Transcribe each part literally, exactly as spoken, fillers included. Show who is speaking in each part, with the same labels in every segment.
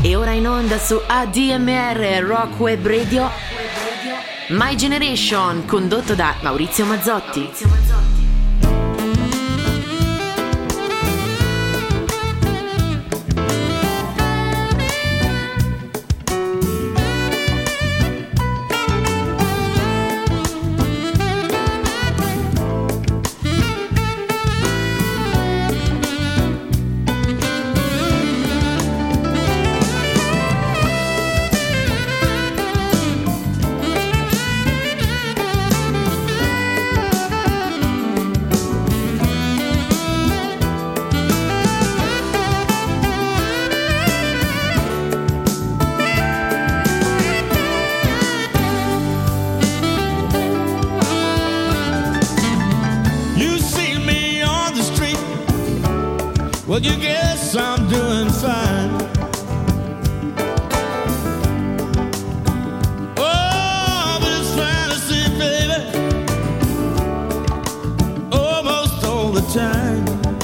Speaker 1: E ora in onda su A D M R Rock Web Radio My Generation, condotto da Maurizio Mazzotti. Maurizio Mazzotti.
Speaker 2: Well, you guess I'm doing fine. Oh, but it's fantasy, baby, almost all the time.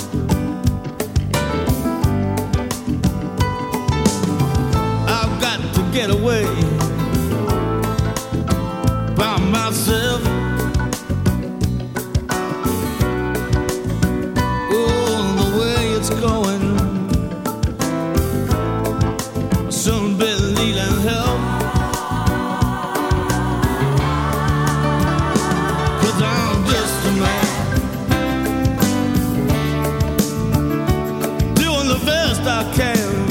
Speaker 2: I've got to get away by myself. Going, I'll soon be needing help, 'cause I'm just a man doing the best I can.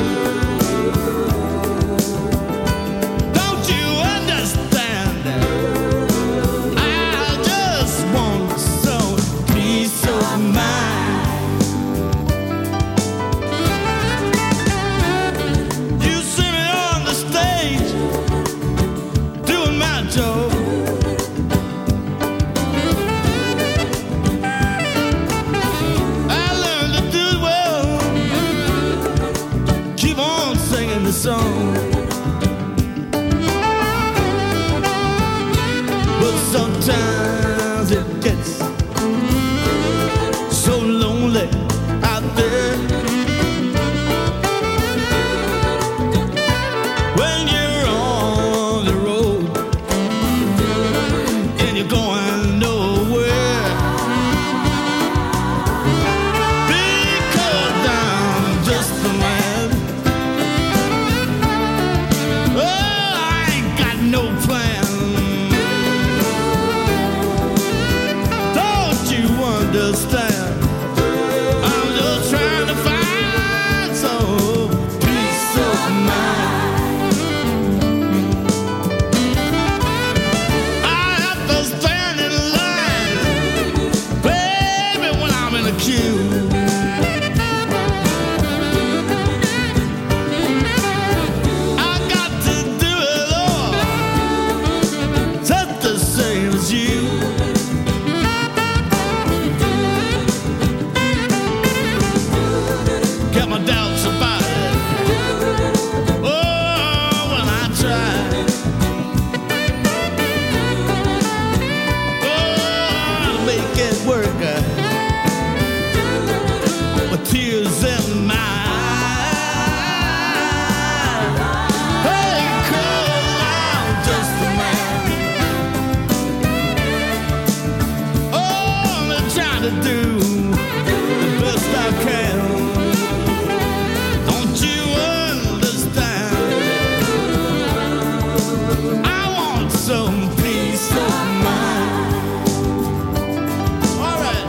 Speaker 2: Don't you understand? I just want some peace of mind. Song. But sometimes it gets so lonely out there when you're on the road and you're going nowhere, because I'm just a man. No plan. Don't you understand? I'm just trying to find some peace of mind. I have to stand in line, baby, when I'm in a queue. Tears in my eyes. Hey, 'cause I'm just a man. Oh, I'm trying to do the best I can. Don't you understand? I want some peace of mind. All right.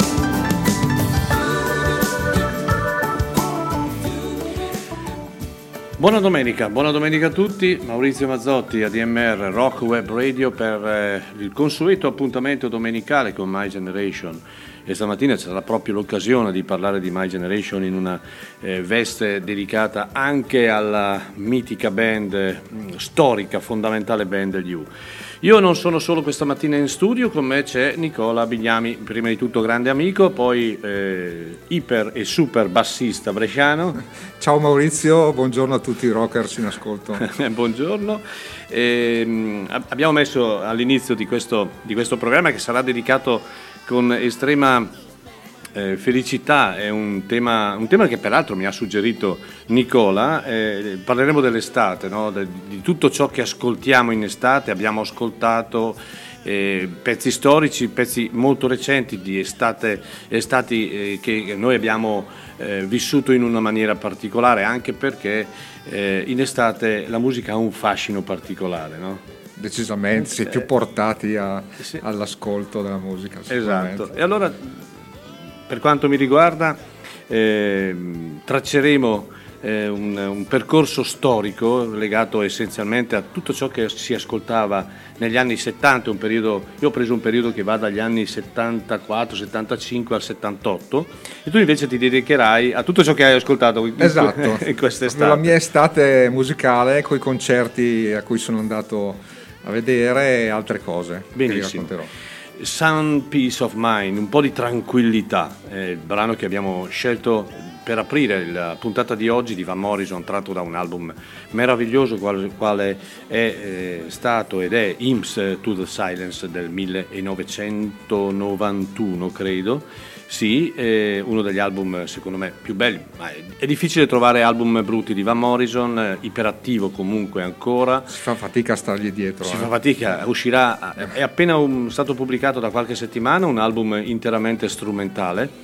Speaker 3: Buona domenica, buona domenica a tutti. Maurizio Mazzotti, A D M R Rock Web Radio, per eh, il consueto appuntamento domenicale con My Generation. E stamattina c'era proprio l'occasione di parlare di My Generation in una eh, veste dedicata anche alla mitica band, eh, storica, fondamentale band degli U. Io non sono solo questa mattina in studio, con me c'è Nicola Bigliami, prima di tutto grande amico, poi eh, iper e super bassista bresciano.
Speaker 4: Ciao Maurizio, buongiorno a tutti i rockers in ascolto.
Speaker 3: Buongiorno. E, abbiamo messo all'inizio di questo, di questo programma, che sarà dedicato con estrema eh, felicità è un tema, un tema che peraltro mi ha suggerito Nicola. Eh, parleremo dell'estate, no? De, di tutto ciò che ascoltiamo in estate. Abbiamo ascoltato eh, pezzi storici, pezzi molto recenti di estate, estati eh, che noi abbiamo eh, vissuto in una maniera particolare, anche perché eh, in estate la musica ha un fascino particolare, no?
Speaker 4: Decisamente, si è più portati a, sì. all'ascolto della musica.
Speaker 3: Esatto. E allora, per quanto mi riguarda, eh, tracceremo eh, un, un percorso storico legato essenzialmente a tutto ciò che si ascoltava negli anni settanta, un periodo, io ho preso un periodo che va dagli anni settantaquattro settantacinque al settantotto, e tu invece ti dedicherai a tutto ciò che hai ascoltato in,
Speaker 4: esatto.
Speaker 3: in quest'estate.
Speaker 4: La mia estate musicale, con i concerti a cui sono andato a vedere e altre cose.
Speaker 3: Benissimo.
Speaker 4: Che vi racconterò.
Speaker 3: Some Peace of Mind, un po' di tranquillità, è il brano che abbiamo scelto per aprire la puntata di oggi di Van Morrison, tratto da un album meraviglioso quale, quale è eh, stato ed è Hymns to the Silence del millenovecentonovantuno, credo. Sì, è uno degli album secondo me più belli, ma è, è difficile trovare album brutti di Van Morrison, eh, iperattivo comunque ancora.
Speaker 4: Si fa fatica a stargli dietro.
Speaker 3: Si
Speaker 4: eh.
Speaker 3: fa fatica, uscirà, è appena un, stato pubblicato da qualche settimana un album interamente strumentale,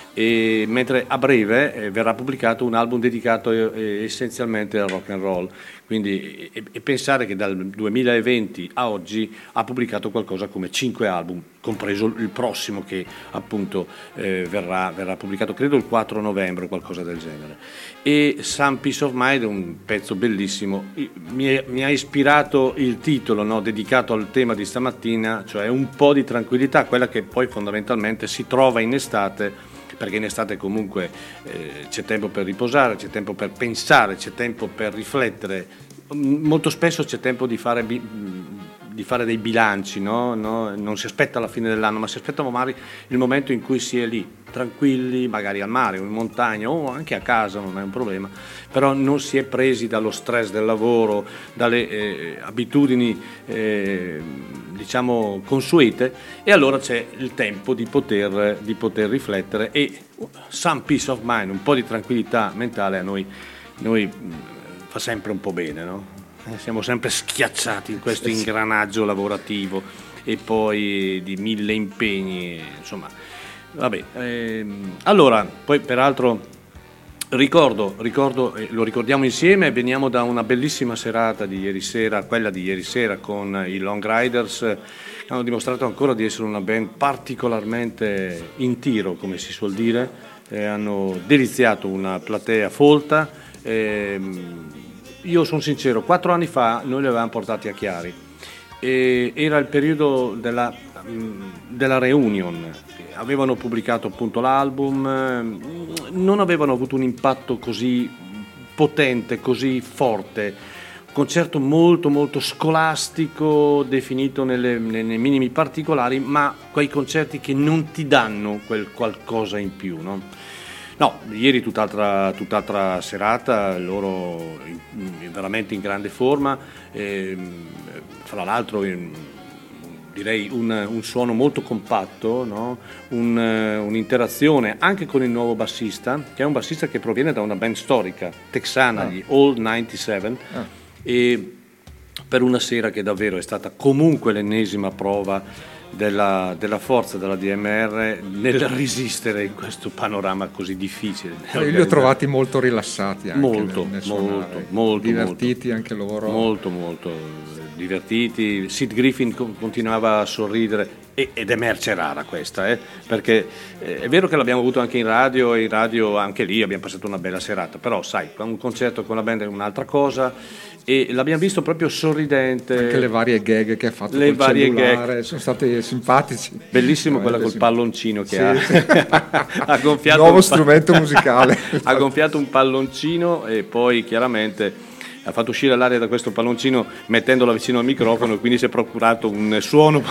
Speaker 3: e mentre a breve eh, verrà pubblicato un album dedicato eh, essenzialmente al rock and roll, quindi e, e pensare che dal duemilaventi a oggi ha pubblicato qualcosa come cinque album, compreso il prossimo che appunto eh, verrà, verrà pubblicato credo il quattro novembre o qualcosa del genere. E Some Peace of Mind è un pezzo bellissimo, mi, è, mi ha ispirato il titolo, no, dedicato al tema di stamattina, cioè un po' di tranquillità, quella che poi fondamentalmente si trova in estate, perché in estate comunque eh, c'è tempo per riposare, c'è tempo per pensare, c'è tempo per riflettere, molto spesso c'è tempo di fare, bi- di fare dei bilanci, no? No? Non si aspetta la fine dell'anno, ma si aspetta magari il momento in cui si è lì, tranquilli, magari al mare o in montagna o anche a casa, non è un problema, però non si è presi dallo stress del lavoro, dalle eh, abitudini eh, diciamo consuete, e allora c'è il tempo di poter, di poter riflettere, e some peace of mind, un po' di tranquillità mentale a noi, noi fa sempre un po' bene, no? Siamo sempre schiacciati in questo ingranaggio lavorativo e poi di mille impegni, insomma, vabbè. Ehm, allora, poi peraltro ricordo, ricordo eh, lo ricordiamo insieme, veniamo da una bellissima serata di ieri sera, quella di ieri sera con i Long Riders, che hanno dimostrato ancora di essere una band particolarmente in tiro, come si suol dire, eh, hanno deliziato una platea folta. Ehm, io sono sincero, quattro anni fa noi li avevamo portati a Chiari, e era il periodo della, della reunion, avevano pubblicato appunto l'album, non avevano avuto un impatto così potente, così forte, concerto molto molto scolastico, definito nelle, nei minimi particolari, ma quei concerti che non ti danno quel qualcosa in più, no? No, ieri tutt'altra, tutt'altra serata, loro in, in, veramente in grande forma, eh, fra l'altro in, direi un, un suono molto compatto, no? un, un'interazione anche con il nuovo bassista, che è un bassista che proviene da una band storica texana, ah. gli Old novantasette, ah. e per una sera che davvero è stata comunque l'ennesima prova Della, della forza della D M R nel resistere in questo panorama così difficile.
Speaker 4: Io li ho trovati molto rilassati anche
Speaker 3: molto,
Speaker 4: nel, nel
Speaker 3: molto, molto,
Speaker 4: divertiti
Speaker 3: molto,
Speaker 4: anche loro,
Speaker 3: molto molto divertiti. Sid Griffin continuava a sorridere, ed è merce rara questa, eh, perché eh, è vero che l'abbiamo avuto anche in radio, e in radio anche lì abbiamo passato una bella serata, però sai, un concerto con la band è un'altra cosa, e l'abbiamo visto proprio sorridente.
Speaker 4: Anche le varie gag che ha fatto
Speaker 3: le
Speaker 4: col
Speaker 3: varie
Speaker 4: cellulare
Speaker 3: gag
Speaker 4: sono stati simpatici.
Speaker 3: Bellissimo quella col palloncino che sì. ha ha gonfiato
Speaker 4: nuovo
Speaker 3: un
Speaker 4: strumento
Speaker 3: pa-
Speaker 4: musicale
Speaker 3: ha gonfiato un palloncino e poi chiaramente ha fatto uscire l'aria da questo palloncino mettendolo vicino al microfono, quindi si è procurato un suono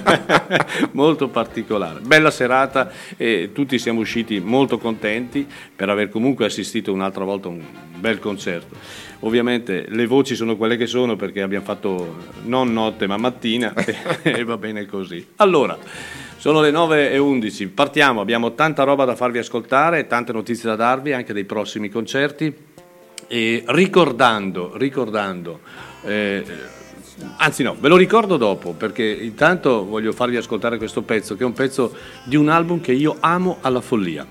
Speaker 3: molto particolare. Bella serata, e tutti siamo usciti molto contenti per aver comunque assistito un'altra volta a un bel concerto. Ovviamente le voci sono quelle che sono, perché abbiamo fatto non notte ma mattina e va bene così. Allora, Sono le nove e undici, partiamo, abbiamo tanta roba da farvi ascoltare, tante notizie da darvi, anche dei prossimi concerti, e ricordando, ricordando, eh, anzi no, ve lo ricordo dopo, perché intanto voglio farvi ascoltare questo pezzo, che è un pezzo di un album che io amo alla follia.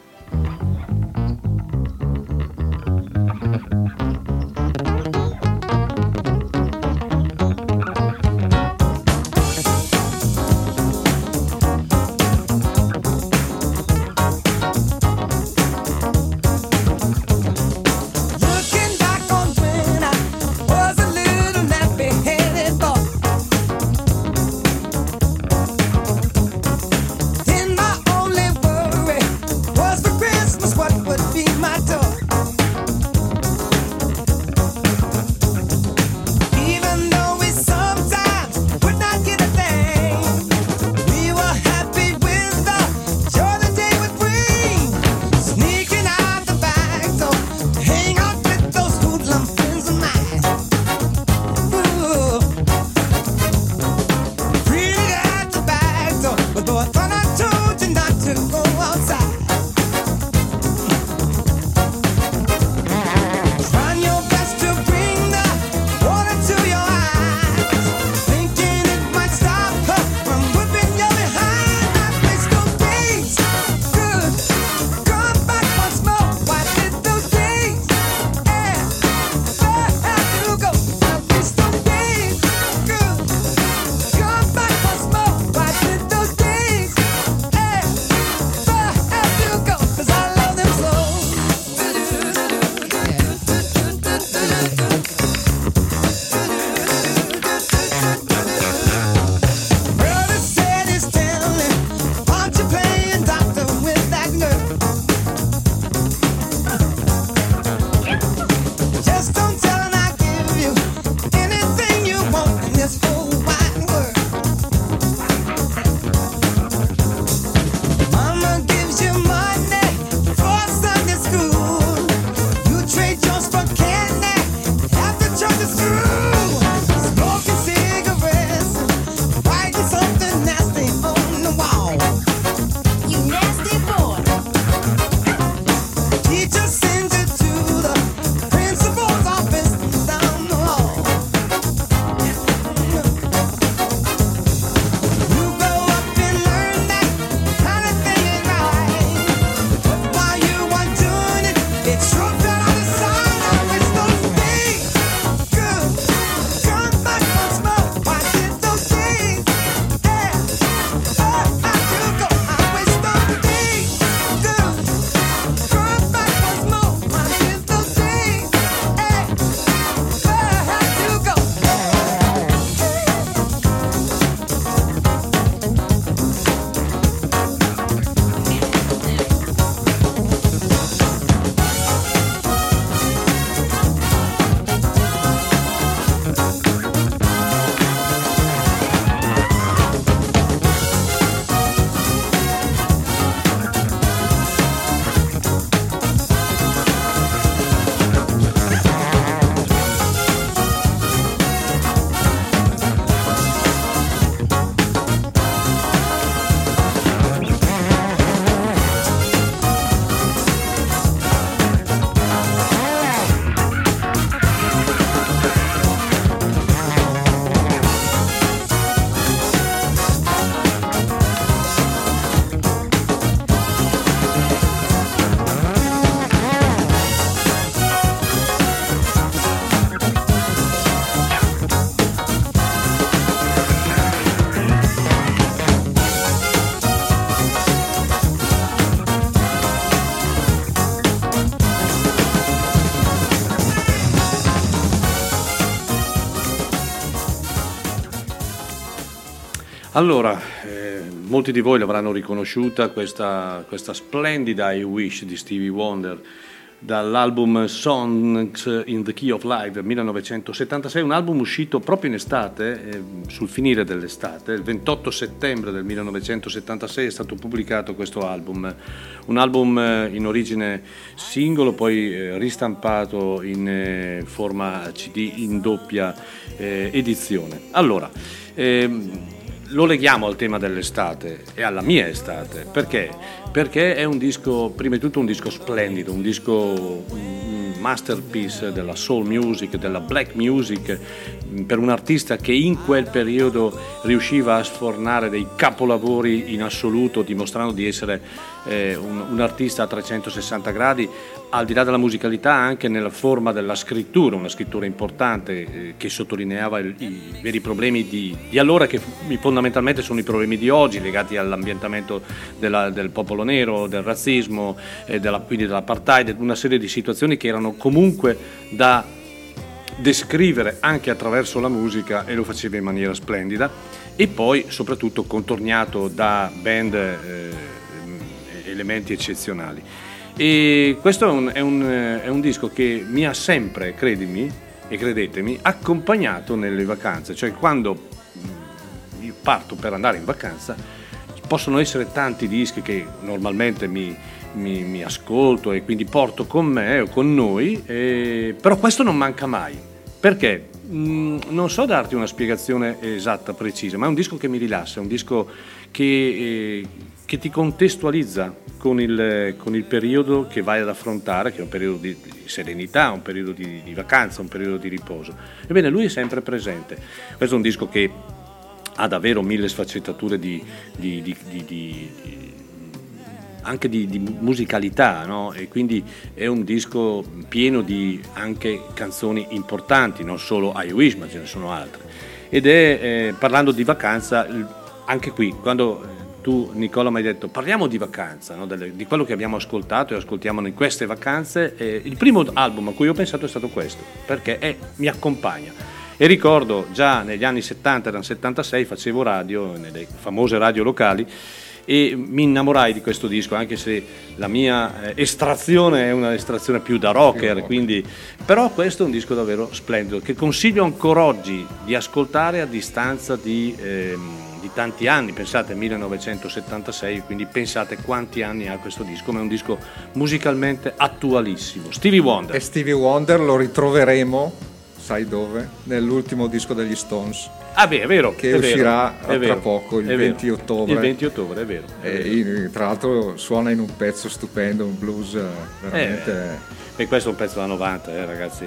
Speaker 3: Allora, eh, molti di voi l'avranno riconosciuta questa, questa splendida I Wish di Stevie Wonder dall'album Songs in the Key of Life millenovecentosettantasei, un album uscito proprio in estate, eh, sul finire dell'estate, il ventotto settembre del millenovecentosettantasei è stato pubblicato questo album, un album eh, in origine singolo, poi eh, ristampato in eh, forma C D in doppia eh, edizione. Allora, ehm, lo leghiamo al tema dell'estate e alla mia estate. Perché? Perché è un disco, prima di tutto un disco splendido, un disco, un masterpiece della soul music, della black music, per un artista che in quel periodo riusciva a sfornare dei capolavori in assoluto, dimostrando di essere eh, un, un artista a trecentosessanta gradi, al di là della musicalità anche nella forma della scrittura, una scrittura importante eh, che sottolineava il, i veri problemi di, di allora, che fondamentalmente sono i problemi di oggi, legati all'ambientamento della, del popolo nero, del razzismo, eh, della, quindi dell'apartheid, una serie di situazioni che erano comunque da descrivere anche attraverso la musica, e lo faceva in maniera splendida, e poi soprattutto contornato da band eh, elementi eccezionali. E questo è un, è, un, è un disco che mi ha sempre, credimi e credetemi, accompagnato nelle vacanze. Cioè, quando io parto per andare in vacanza, possono essere tanti dischi che normalmente mi, mi, mi ascolto e quindi porto con me o con noi, eh, però questo non manca mai. Perché? Mm, non so darti una spiegazione esatta, precisa, ma è un disco che mi rilassa, è un disco che, eh, che ti contestualizza con il, con il periodo che vai ad affrontare, che è un periodo di, di serenità, un periodo di, di vacanza, un periodo di riposo. Ebbene, lui è sempre presente. Questo è un disco che ha davvero mille sfaccettature di, di, di, di, di, di anche di, di musicalità, no? E quindi è un disco pieno di anche canzoni importanti, non solo I Wish, ma ce ne sono altre. Ed è, eh, parlando di vacanza, anche qui, quando tu, Nicola, mi hai detto parliamo di vacanza, no? Delle, di quello che abbiamo ascoltato e ascoltiamo in queste vacanze, eh, il primo album a cui ho pensato è stato questo, perché è, mi accompagna. E ricordo già negli anni settanta, erano settantasei, facevo radio, nelle famose radio locali, e mi innamorai di questo disco, anche se la mia eh, estrazione è una estrazione più da rocker, quindi, però questo è un disco davvero splendido che consiglio ancora oggi di ascoltare a distanza di, eh, di tanti anni. Pensate, millenovecentosettantasei, quindi pensate quanti anni ha questo disco, ma è un disco musicalmente attualissimo. Stevie Wonder.
Speaker 4: E Stevie Wonder lo ritroveremo, sai dove? Nell'ultimo disco degli Stones.
Speaker 3: Ah beh, è vero,
Speaker 4: che
Speaker 3: è
Speaker 4: uscirà
Speaker 3: vero,
Speaker 4: tra
Speaker 3: vero,
Speaker 4: poco, il
Speaker 3: vero,
Speaker 4: venti ottobre.
Speaker 3: Il venti ottobre, è vero. È
Speaker 4: e
Speaker 3: vero.
Speaker 4: Tra l'altro suona in un pezzo stupendo, un blues veramente.
Speaker 3: Eh, e questo è un pezzo da novanta, eh, ragazzi.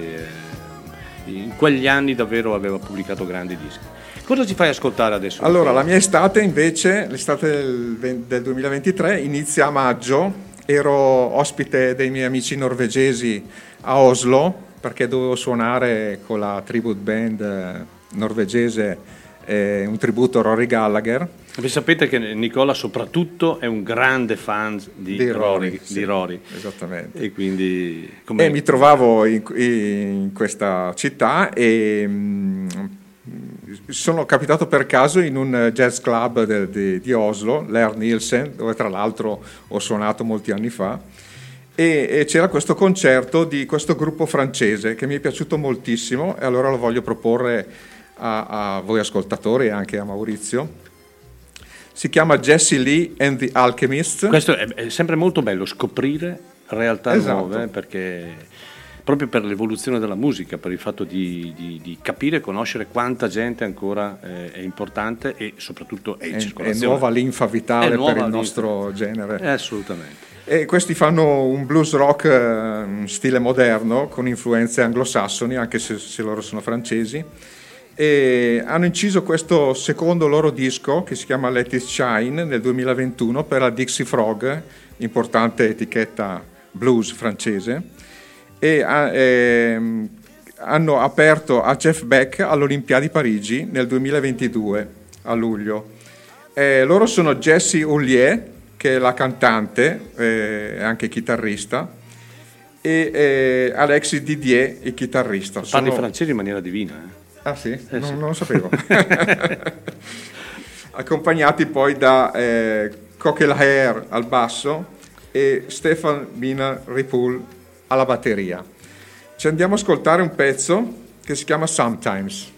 Speaker 3: In quegli anni davvero aveva pubblicato grandi dischi. Cosa ci fai ascoltare adesso?
Speaker 4: Allora, la mia estate invece, l'estate del, del duemilaventitré, inizia a maggio. Ero ospite dei miei amici norvegesi a Oslo, perché dovevo suonare con la tribute band norvegese eh, un tributo a Rory Gallagher.
Speaker 3: Vi sapete che Nicola soprattutto è un grande fan di,
Speaker 4: di
Speaker 3: Rory,
Speaker 4: Rory, sì,
Speaker 3: di Rory.
Speaker 4: Esattamente.
Speaker 3: E quindi come...
Speaker 4: e mi trovavo in, in questa città e mh, sono capitato per caso in un jazz club de, de, di Oslo, l'Air Nielsen, dove tra l'altro ho suonato molti anni fa. E c'era questo concerto di questo gruppo francese che mi è piaciuto moltissimo, e allora lo voglio proporre a, a voi ascoltatori e anche a Maurizio. Si chiama Jesse Lee and the Alchemists.
Speaker 3: Questo è, è sempre molto bello, scoprire realtà
Speaker 4: esatto.
Speaker 3: nuove, perché proprio per l'evoluzione della musica, per il fatto di, di, di capire e conoscere quanta gente ancora eh, è importante e soprattutto è in
Speaker 4: è,
Speaker 3: circolazione.
Speaker 4: È nuova linfa vitale
Speaker 3: nuova
Speaker 4: per il
Speaker 3: linfa.
Speaker 4: nostro genere.
Speaker 3: Eh, assolutamente.
Speaker 4: E questi fanno un blues rock in stile moderno con influenze anglosassoni, anche se, se loro sono francesi, e hanno inciso questo secondo loro disco che si chiama Let It Shine nel duemilaventuno per la Dixie Frog, importante etichetta blues francese, e eh, hanno aperto a Jeff Beck all'Olimpiadi Parigi nel duemilaventidue a luglio. E loro sono Jessie Ollier, che è la cantante e eh, anche chitarrista, e eh, Alexis Didier, il chitarrista.
Speaker 3: Parli
Speaker 4: Sono...
Speaker 3: francese in maniera divina. Eh?
Speaker 4: Ah sì?
Speaker 3: Eh,
Speaker 4: non,
Speaker 3: sì.
Speaker 4: non lo sapevo. Accompagnati poi da eh, Coquel Hair al basso e Stefan Mina Ripoul alla batteria. Ci andiamo a ascoltare un pezzo che si chiama Sometimes.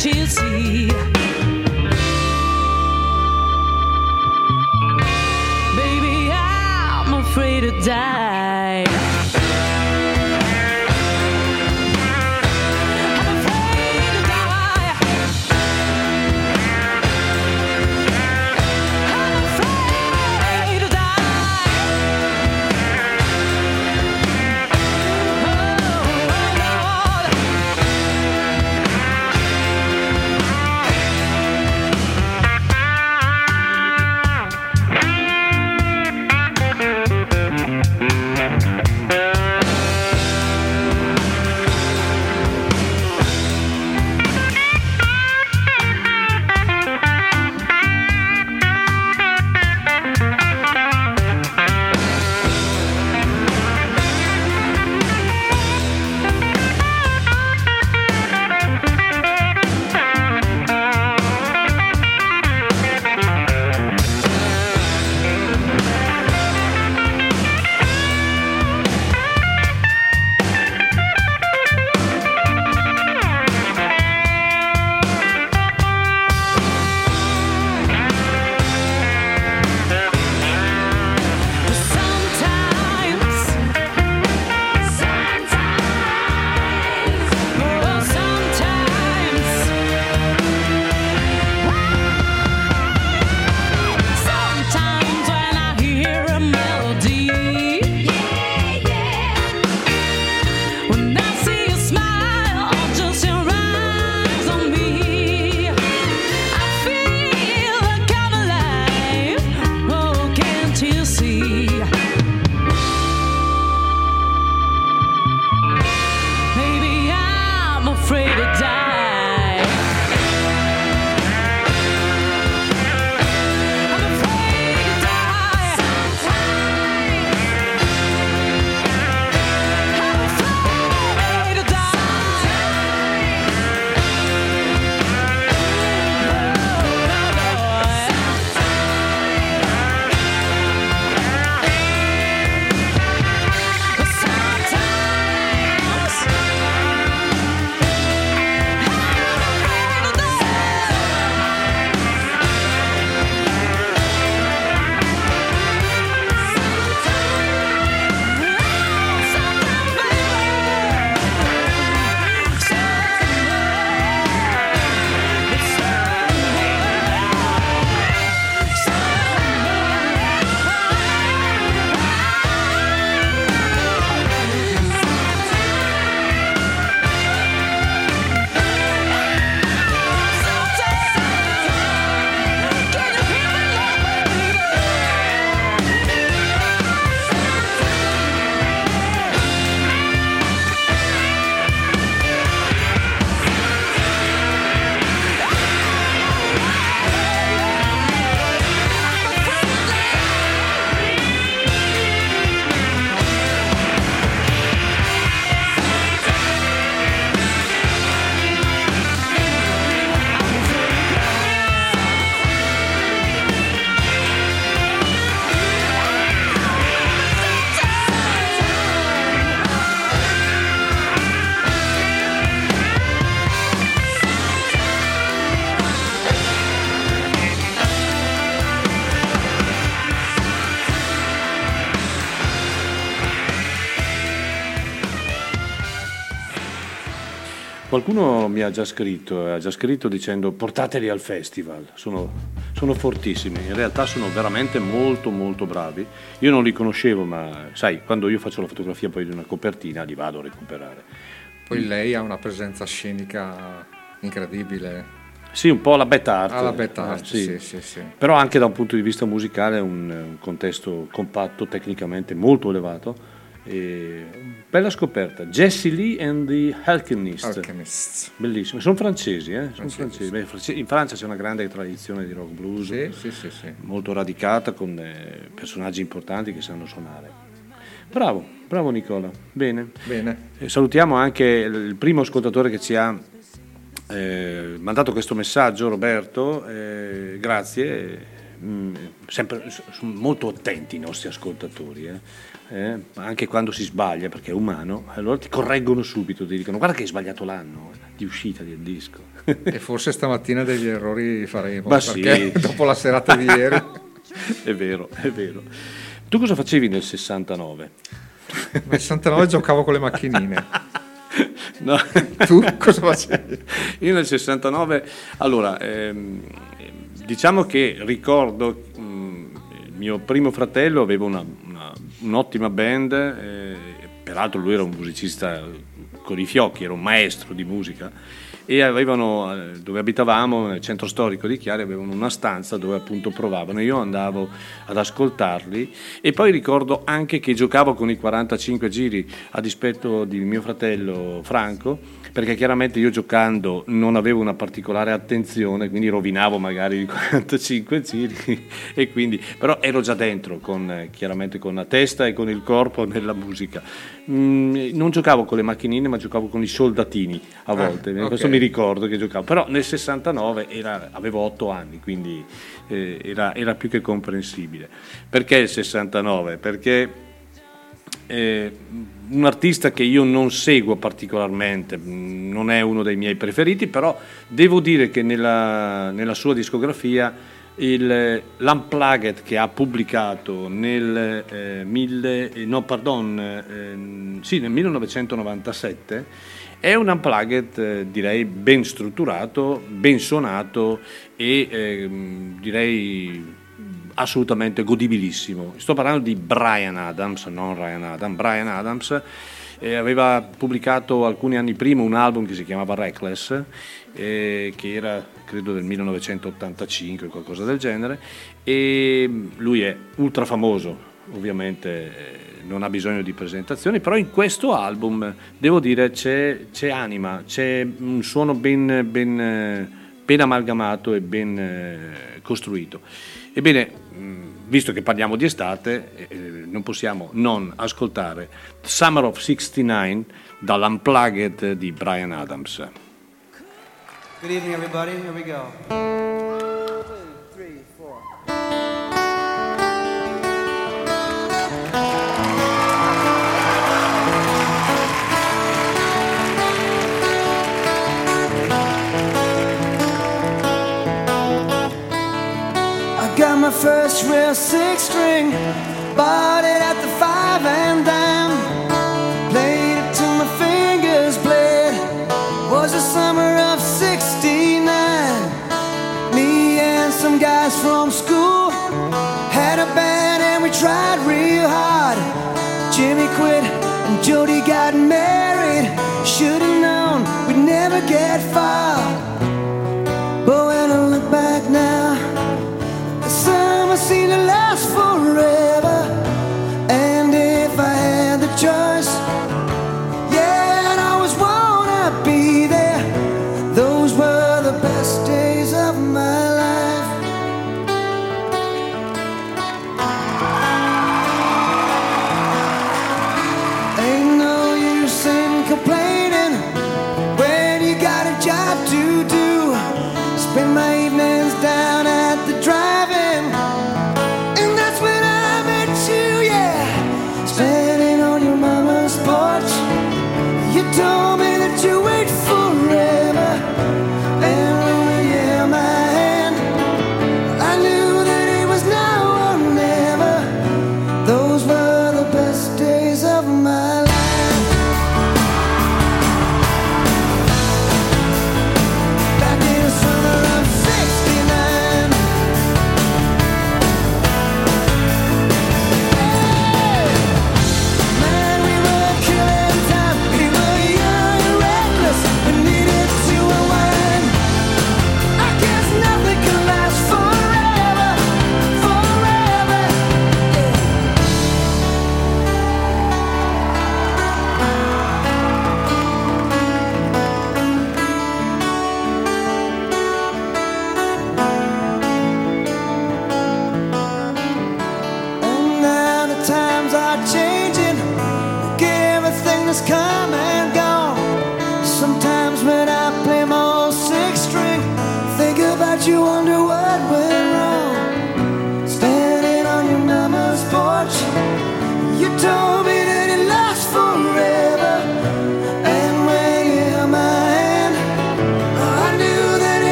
Speaker 5: can't you see? Baby, I'm afraid to die.
Speaker 3: Qualcuno mi ha già scritto, ha già scritto dicendo portateli al festival, sono, sono fortissimi, in realtà sono veramente molto molto bravi, io non li conoscevo ma sai, quando io faccio la fotografia poi di una copertina li vado a recuperare.
Speaker 4: Poi lei ha una presenza scenica incredibile.
Speaker 3: Sì, un po' la bad art.
Speaker 4: Ah, la bad art,
Speaker 3: eh, sì.
Speaker 4: Sì, sì, sì.
Speaker 3: Però anche da un punto di vista musicale è un, un contesto compatto, tecnicamente molto elevato. E bella scoperta, Jessie Lee and the Alchemists.
Speaker 4: Alchemists.
Speaker 3: Bellissimo, sono francesi, eh? Sono
Speaker 4: Francesi,
Speaker 3: francesi. Beh, in Francia c'è una grande tradizione di rock blues,
Speaker 4: Sì, sì, sì, sì.
Speaker 3: molto radicata, con eh, personaggi importanti che sanno suonare. Bravo, bravo Nicola, bene.
Speaker 4: Bene.
Speaker 3: E salutiamo anche il primo ascoltatore che ci ha eh, mandato questo messaggio, Roberto, eh, grazie, mh, sempre, sono molto attenti i nostri ascoltatori, eh? Eh, anche quando si sbaglia, perché è umano, allora ti correggono subito, ti dicono guarda che hai sbagliato l'anno di uscita del disco.
Speaker 4: E forse stamattina degli errori faremo,
Speaker 3: Ma
Speaker 4: perché
Speaker 3: sì.
Speaker 4: dopo la serata di ieri.
Speaker 3: È vero, è vero. Tu cosa facevi nel sessantanove?
Speaker 4: Nel sessantanove giocavo con le macchinine.
Speaker 3: No.
Speaker 4: Tu cosa facevi?
Speaker 3: Io nel sessantanove, allora, ehm, diciamo che ricordo mh, il mio primo fratello aveva una, una, un'ottima band, eh, peraltro lui era un musicista con i fiocchi, era un maestro di musica, e avevano, dove abitavamo nel centro storico di Chiari, avevano una stanza dove appunto provavano, io andavo ad ascoltarli, e poi ricordo anche che giocavo con i quarantacinque giri a dispetto di mio fratello Franco, perché chiaramente io giocando non avevo una particolare attenzione, quindi rovinavo magari i quarantacinque giri e quindi, però ero già dentro con, chiaramente con la testa e con il corpo nella musica. Mm, non giocavo con le macchinine, ma giocavo con i soldatini a volte, ah, questo okay. Mi ricordo che giocavo, però nel sessantanove era, avevo otto anni, quindi eh, era, era più che comprensibile. Perché il sessantanove? Perché eh, un artista che io non seguo particolarmente, non è uno dei miei preferiti, però devo dire che nella, nella sua discografia il, l'Unplugged che ha pubblicato nel, eh, mille, no, pardon, eh, sì, nel millenovecentonovantasette è un Unplugged eh, direi ben strutturato, ben suonato e eh, direi assolutamente godibilissimo. Sto parlando di Bryan Adams, non Ryan Adams. Bryan Adams eh, aveva pubblicato alcuni anni prima un album che si chiamava Reckless, eh, che era credo del millenovecentottantacinque, qualcosa del genere, e lui è ultra famoso, ovviamente eh, non ha bisogno di presentazioni, però in questo album devo dire c'è, c'è anima, c'è un suono ben, ben, ben amalgamato e ben eh, costruito. Ebbene, visto che parliamo di estate, eh, non possiamo non ascoltare Summer of sessantanove dall'Unplugged di Bryan Adams.
Speaker 6: Good evening, everybody. Here we go. One, two, three, four. Got my first real six string, bought it at the five and dime, played it till my fingers bled. Was the summer of sixty-nine. Me and some guys from school had a band and we tried real hard. Jimmy quit and Jody got married. Should've known we'd never get far. But when I look back now, summer seemed to last forever. And if I had the choice, yeah, I'd always wanna be there. Those were the best days of my life. Ain't no use in complaining when you got a job to do. Spend my evenings down at the drive-in, and that's when I met you, yeah. Standing on your mama's porch, you told me that you wait forever. And when you held my hand, I knew that it was now or never. Those were the best days of my life. Back in the summer of sixty.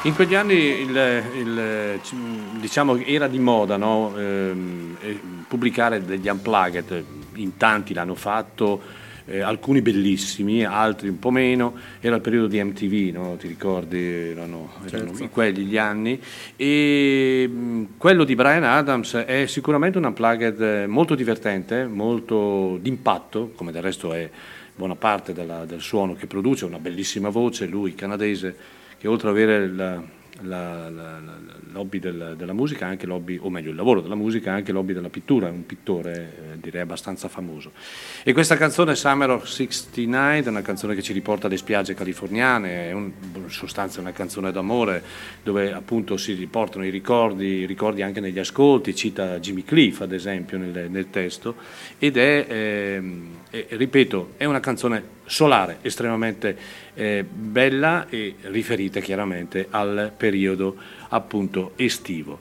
Speaker 3: In quegli anni il, il, diciamo, era di moda, no? ehm, pubblicare degli unplugged, in tanti l'hanno fatto, eh, alcuni bellissimi, altri un po' meno. Era il periodo di M T V, no? Ti ricordi? Erano, erano
Speaker 4: Certo.
Speaker 3: quelli gli anni. E mh, quello di Bryan Adams è sicuramente un unplugged molto divertente, molto d'impatto, come del resto è buona parte della, del suono che produce, una bellissima voce, lui canadese, che oltre ad avere la, la, la, la, l'hobby del, della musica, anche l'hobby, o meglio il lavoro della musica, anche l'hobby della pittura, è un pittore eh, direi abbastanza famoso. E questa canzone Summer of sessantanove è una canzone che ci riporta alle spiagge californiane, è un, in sostanza una canzone d'amore dove appunto si riportano i ricordi, i ricordi anche negli ascolti, cita Jimmy Cliff ad esempio nel, nel testo, ed è, eh, è, ripeto, è una canzone solare, estremamente eh, bella e riferita chiaramente al periodo appunto estivo.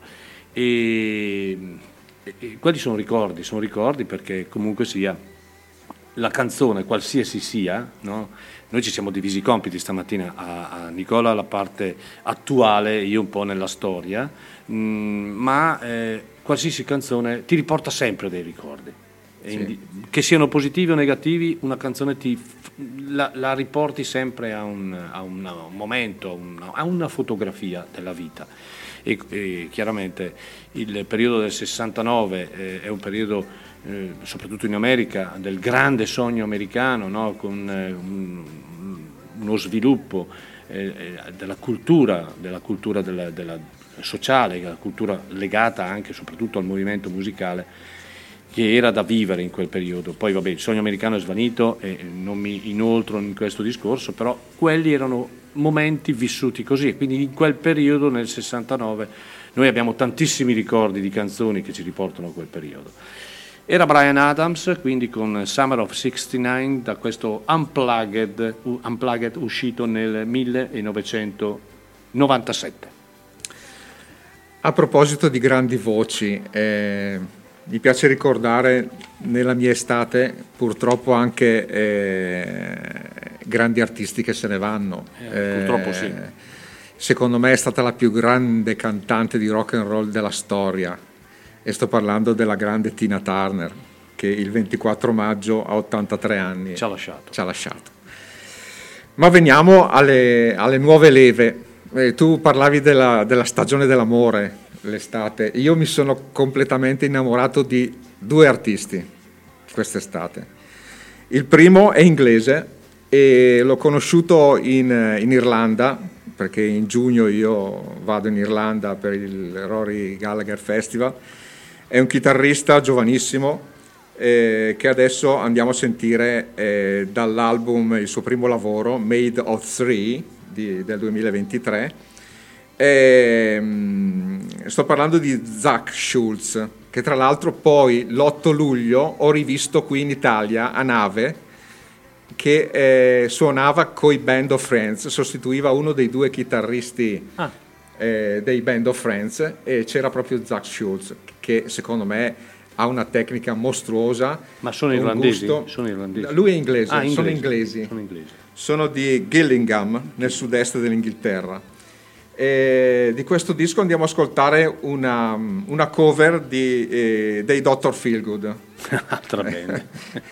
Speaker 3: E, e quelli sono ricordi, sono ricordi perché comunque sia la canzone, qualsiasi sia, no? Noi ci siamo divisi i compiti stamattina, a, a Nicola la parte attuale, io un po' nella storia, mh, ma eh, qualsiasi canzone ti riporta sempre dei ricordi. Sì. Che siano positivi o negativi, una canzone ti, la, la riporti sempre a un, a un, a un momento, a una, a una fotografia della vita. E, e chiaramente il periodo del sessantanove eh, è un periodo, eh, soprattutto in America, del grande sogno americano, no? Con eh, un, uno sviluppo eh, della cultura, della cultura della, della sociale, della cultura legata anche e soprattutto al movimento musicale, che era da vivere in quel periodo. Poi vabbè, il sogno americano è svanito e non mi inoltro in questo discorso, però quelli erano momenti vissuti così, quindi in quel periodo, nel sessantanove, noi abbiamo tantissimi ricordi di canzoni che ci riportano a quel periodo. Era Bryan Adams, quindi con Summer of sessantanove, da questo Unplugged, Unplugged uscito nel millenovecentonovantasette.
Speaker 4: A proposito di grandi voci, eh... mi piace ricordare nella mia estate purtroppo anche eh, grandi artisti che se ne vanno.
Speaker 3: Eh, purtroppo sì.
Speaker 4: Secondo me è stata la più grande cantante di rock and roll della storia, e sto parlando della grande Tina Turner, che il ventiquattro maggio a ottantatré anni
Speaker 3: ci ha lasciato.
Speaker 4: Ci ha lasciato. Ma veniamo alle, alle nuove leve. Eh, tu parlavi della, della stagione dell'amore, l'estate. Io mi sono completamente innamorato di due artisti quest'estate. Il primo è inglese e l'ho conosciuto in, in Irlanda, perché in giugno io vado in Irlanda per il Rory Gallagher Festival. È un chitarrista giovanissimo eh, che adesso andiamo a sentire eh, dall'album, il suo primo lavoro, Made of Three, di, del duemilaventitré. E, sto parlando di Zach Schultz, che tra l'altro poi l'otto luglio ho rivisto qui in Italia a Nave, che eh, suonava coi Band of Friends, sostituiva uno dei due chitarristi ah. eh, dei Band of Friends, e c'era proprio Zach Schultz, che secondo me ha una tecnica mostruosa.
Speaker 3: Ma sono irlandesi? Gusto. Sono irlandesi?
Speaker 4: Lui è inglese,
Speaker 3: ah,
Speaker 4: sono
Speaker 3: inglesi.
Speaker 4: inglesi.
Speaker 3: Sono inglesi.
Speaker 4: Sono di Gillingham, nel sud-est dell'Inghilterra. E di questo disco andiamo a ascoltare una, una cover di, eh, dei doctor Feelgood.
Speaker 3: Altra bene.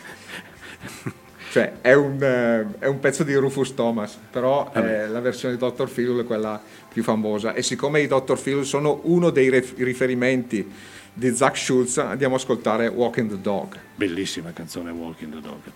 Speaker 4: Cioè è un, eh, è un pezzo di Rufus Thomas, però eh, la versione di doctor Feelgood è quella più famosa, e siccome i doctor Feelgood sono uno dei ref- riferimenti di Zach Schultz, andiamo a ascoltare Walking the Dog.
Speaker 3: Bellissima canzone Walking the Dog.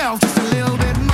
Speaker 6: yourself just a little bit more.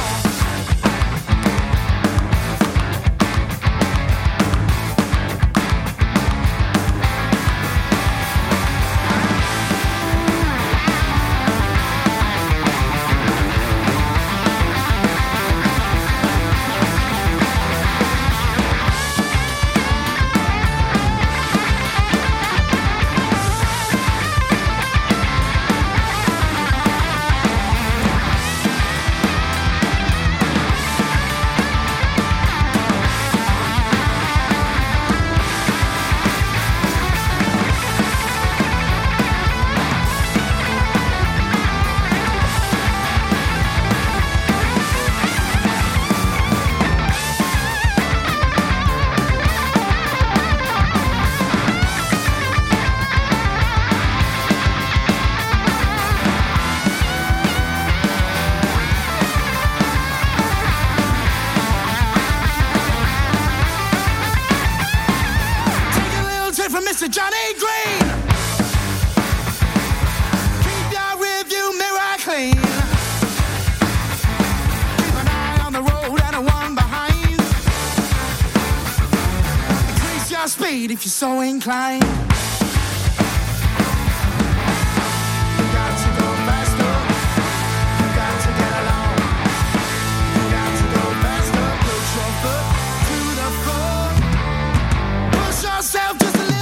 Speaker 6: Mister Johnny Green, keep your rearview mirror clean. Keep an eye on the road and a one behind. Increase your speed if you're so inclined. You got to go faster. You got to get along. You got to go faster. Push your foot to the floor. Push yourself just a little.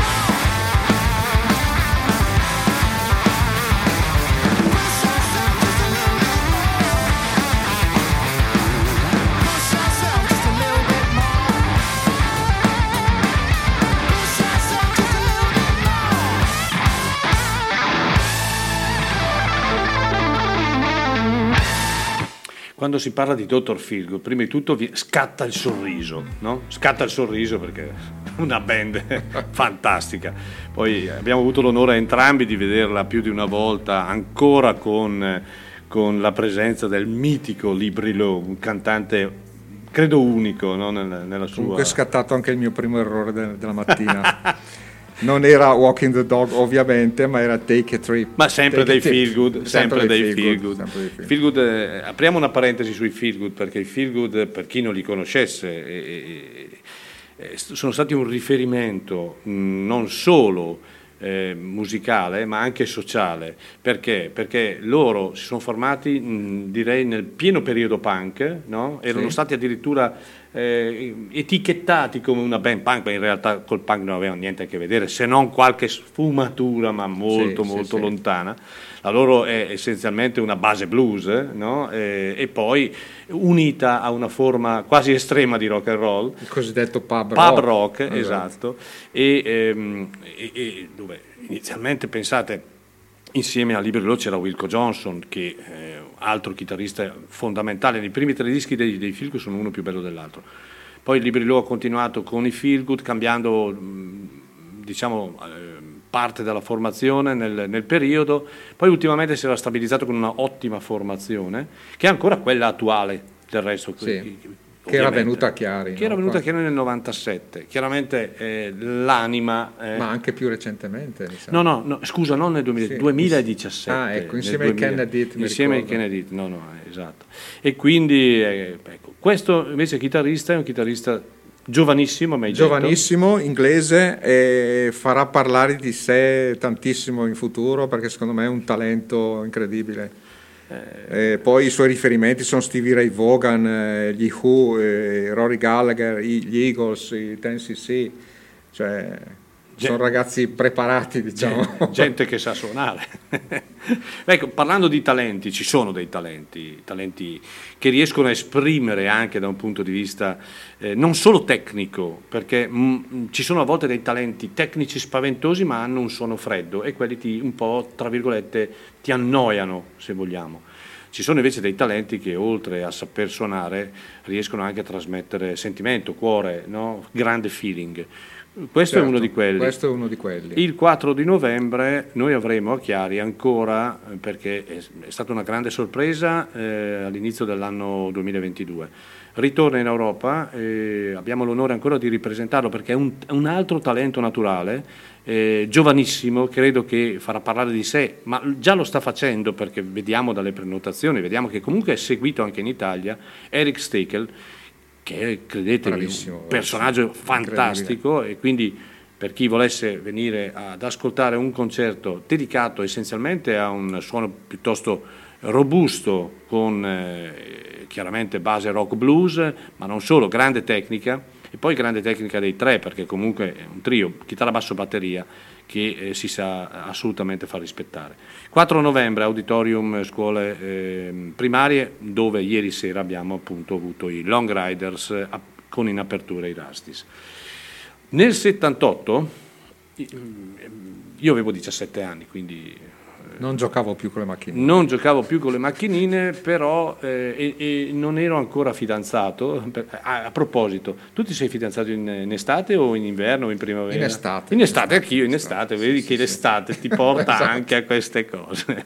Speaker 3: Quando si parla di dottor Feelgood, prima di tutto vi scatta il sorriso, no? Scatta il sorriso perché è una band fantastica. Poi abbiamo avuto l'onore entrambi di vederla più di una volta, ancora con, con la presenza del mitico Lee Brillo, un cantante credo unico, no? nella, nella sua...
Speaker 4: Comunque è scattato anche il mio primo errore de- della mattina. Non era Walking the Dog ovviamente, ma era Take a Trip.
Speaker 3: Ma sempre
Speaker 4: Take
Speaker 3: dei Feelgood, sempre, sempre dei Feelgood.
Speaker 4: Feel
Speaker 3: Feelgood, eh, apriamo una parentesi sui Feelgood, perché i Feelgood, per chi non li conoscesse, eh, eh, sono stati un riferimento mh, non solo eh, musicale, ma anche sociale. Perché? Perché loro si sono formati, mh, direi, nel pieno periodo punk, no? Erano
Speaker 4: Sì.
Speaker 3: stati addirittura Eh, etichettati come una band punk, ma in realtà col punk non avevano niente a che vedere, se non qualche sfumatura, ma molto
Speaker 4: Sì,
Speaker 3: molto
Speaker 4: sì,
Speaker 3: lontana. La loro è essenzialmente una base blues, no? e, e poi unita a una forma quasi estrema di rock and roll,
Speaker 4: il cosiddetto pub,
Speaker 3: pub
Speaker 4: rock,
Speaker 3: rock,
Speaker 4: esatto.
Speaker 3: esatto, e, ehm, e, e dove inizialmente, pensate, insieme a Lee Brillo c'era Wilco Johnson, che eh, altro chitarrista fondamentale. Nei primi tre dischi dei, dei Feelgood sono uno più bello dell'altro. Poi Lee Brillo ha continuato con i Feelgood, cambiando diciamo eh, parte della formazione nel, nel periodo. Poi ultimamente si era stabilizzato con una ottima formazione, che è ancora quella attuale del resto.
Speaker 4: Sì. Che era venuta a Chiari.
Speaker 3: Che no? era venuta a Chiari nel novantasette. Chiaramente eh, l'anima... Eh...
Speaker 4: Ma anche più recentemente. Mi sa.
Speaker 3: No, no, no, scusa, non nel duemila,
Speaker 4: sì.
Speaker 3: duemiladiciassette.
Speaker 4: Ah, ecco, insieme ai Kennedy.
Speaker 3: Insieme ai Kennedy, no, no, esatto. E quindi, eh, ecco, questo invece chitarrista è un chitarrista giovanissimo, ma hai
Speaker 4: giovanissimo, detto. Inglese, e farà parlare di sé tantissimo in futuro, perché secondo me è un talento incredibile. Eh, poi i suoi riferimenti sono Stevie Ray Vaughan, eh, gli Who, eh, Rory Gallagher, gli Eagles, i Ten C C, cioè sono ragazzi preparati, diciamo.
Speaker 3: Gente, gente che sa suonare. Ecco, parlando di talenti, ci sono dei talenti, talenti che riescono a esprimere anche da un punto di vista eh, non solo tecnico, perché mh, ci sono a volte dei talenti tecnici spaventosi ma hanno un suono freddo e quelli ti un po', tra virgolette, ti annoiano, se vogliamo. Ci sono invece dei talenti che oltre a saper suonare riescono anche a trasmettere sentimento, cuore, no? Grande feeling. Questo
Speaker 4: Certo,
Speaker 3: è uno di quelli.
Speaker 4: Questo è uno di quelli.
Speaker 3: Il quattro di novembre noi avremo a Chiari ancora, eh, perché è, è stata una grande sorpresa eh, all'inizio dell'anno duemilaventidue. Ritorna in Europa, eh, abbiamo l'onore ancora di ripresentarlo perché è un, un altro talento naturale, eh, giovanissimo, credo che farà parlare di sé, ma già lo sta facendo perché vediamo dalle prenotazioni, vediamo che comunque è seguito anche in Italia, Eric Stekel, che è, credetemi,
Speaker 4: Bravissimo,
Speaker 3: un personaggio
Speaker 4: bravissimo,
Speaker 3: fantastico, e quindi per chi volesse venire ad ascoltare un concerto dedicato essenzialmente a un suono piuttosto robusto con eh, chiaramente base rock blues, ma non solo, grande tecnica, e poi grande tecnica dei tre, perché comunque è un trio, chitarra, basso, batteria, che eh, si sa assolutamente far rispettare. quattro novembre, Auditorium Scuole eh, Primarie, dove ieri sera abbiamo appunto avuto i Long Riders eh, con in apertura i Rastis. Nel settantotto, io avevo diciassette anni, quindi
Speaker 4: Non giocavo più con le macchinine.
Speaker 3: non giocavo più con le macchinine, però eh, e, e non ero ancora fidanzato. A, a proposito, tu ti sei fidanzato in, in estate o in inverno o in primavera?
Speaker 4: In estate.
Speaker 3: In estate, anch'io in estate, vedi che l'estate ti porta
Speaker 4: Esatto.
Speaker 3: anche a queste cose.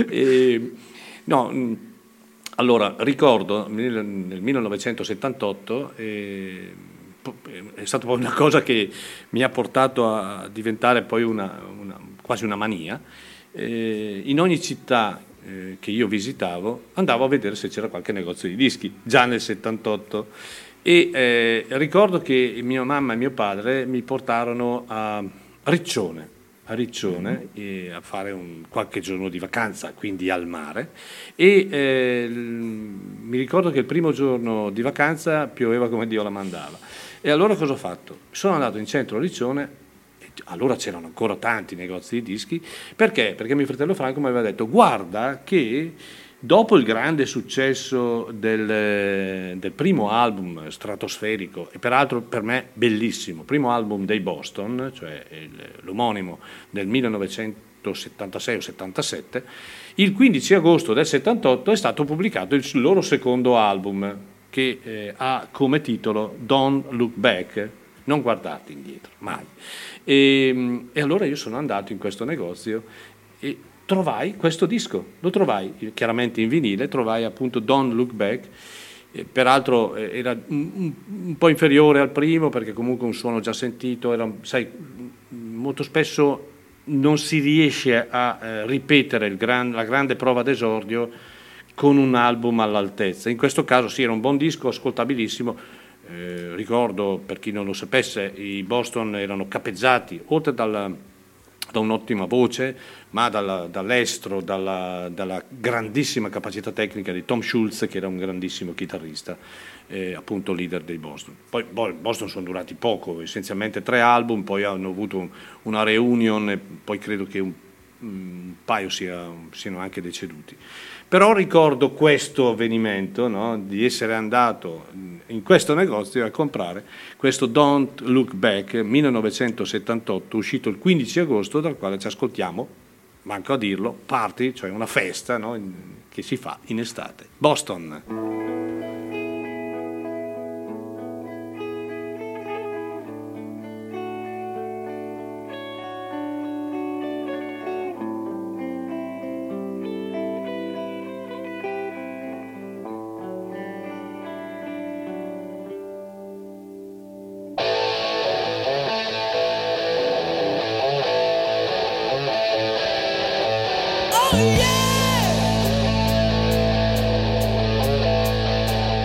Speaker 3: E, no, mh, allora, ricordo nel, nel millenovecentosettantotto, eh, po- è stata poi una cosa che mi ha portato a diventare poi una, una, quasi una mania. Eh, in ogni città eh, che io visitavo andavo a vedere se c'era qualche negozio di dischi, già nel settantotto, e eh, ricordo che mia mamma e mio padre mi portarono a Riccione, a Riccione e a fare un, qualche giorno di vacanza, quindi al mare, e eh, mi ricordo che il primo giorno di vacanza pioveva come Dio la mandava, e allora cosa ho fatto? Sono andato in centro a Riccione. Allora c'erano ancora tanti negozi di dischi, perché? Perché mio fratello Franco mi aveva detto: guarda che dopo il grande successo del, del primo album stratosferico, e peraltro per me bellissimo, primo album dei Boston, cioè il, l'omonimo del millenovecentosettantasei o settantasette, il quindici agosto del settantotto è stato pubblicato il loro secondo album, che eh, ha come titolo Don't Look Back, non guardate indietro, mai. E, e allora io sono andato in questo negozio e trovai questo disco, lo trovai chiaramente in vinile, trovai appunto Don't Look Back, e peraltro era un, un po' inferiore al primo perché comunque un suono già sentito, era, sai, molto spesso non si riesce a eh, ripetere il gran, la grande prova d'esordio con un album all'altezza. In questo caso sì, era un buon disco, ascoltabilissimo. Eh, ricordo, per chi non lo sapesse, i Boston erano capeggiati oltre dalla, da un'ottima voce, ma dalla, dall'estro, dalla, dalla grandissima capacità tecnica di Tom Schultz, che era un grandissimo chitarrista, eh, appunto leader dei Boston. Poi i Boston sono durati poco, essenzialmente tre album, poi hanno avuto un, una reunion, e poi credo che un, un paio sia, siano anche deceduti. Però ricordo questo avvenimento, no? Di essere andato in questo negozio a comprare questo Don't Look Back millenovecentosettantotto, uscito il quindici agosto, dal quale ci ascoltiamo, manco a dirlo, Party, cioè una festa, no? Che si fa in estate. Boston.
Speaker 2: Oh yeah!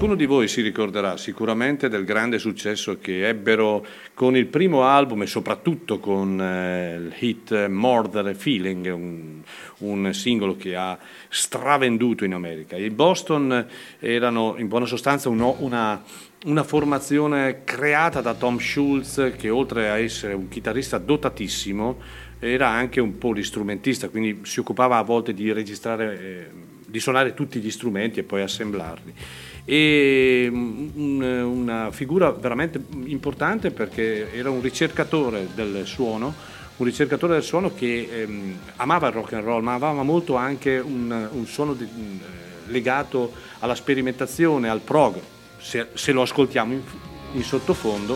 Speaker 3: Qualcuno di voi si ricorderà sicuramente del grande successo che ebbero con il primo album e soprattutto con eh, il hit More Than a Feeling, un, un singolo che ha stravenduto in America. I Boston erano in buona sostanza uno, una, una formazione creata da Tom Schultz, che oltre a essere un chitarrista dotatissimo era anche un polistrumentista, quindi si occupava a volte di registrare, eh, di suonare tutti gli strumenti e poi assemblarli. E un, una figura veramente importante perché era un ricercatore del suono, un ricercatore del suono che ehm, amava il rock and roll, ma amava molto anche un, un suono di, eh, legato alla sperimentazione, al prog. Se, se lo ascoltiamo in, in sottofondo.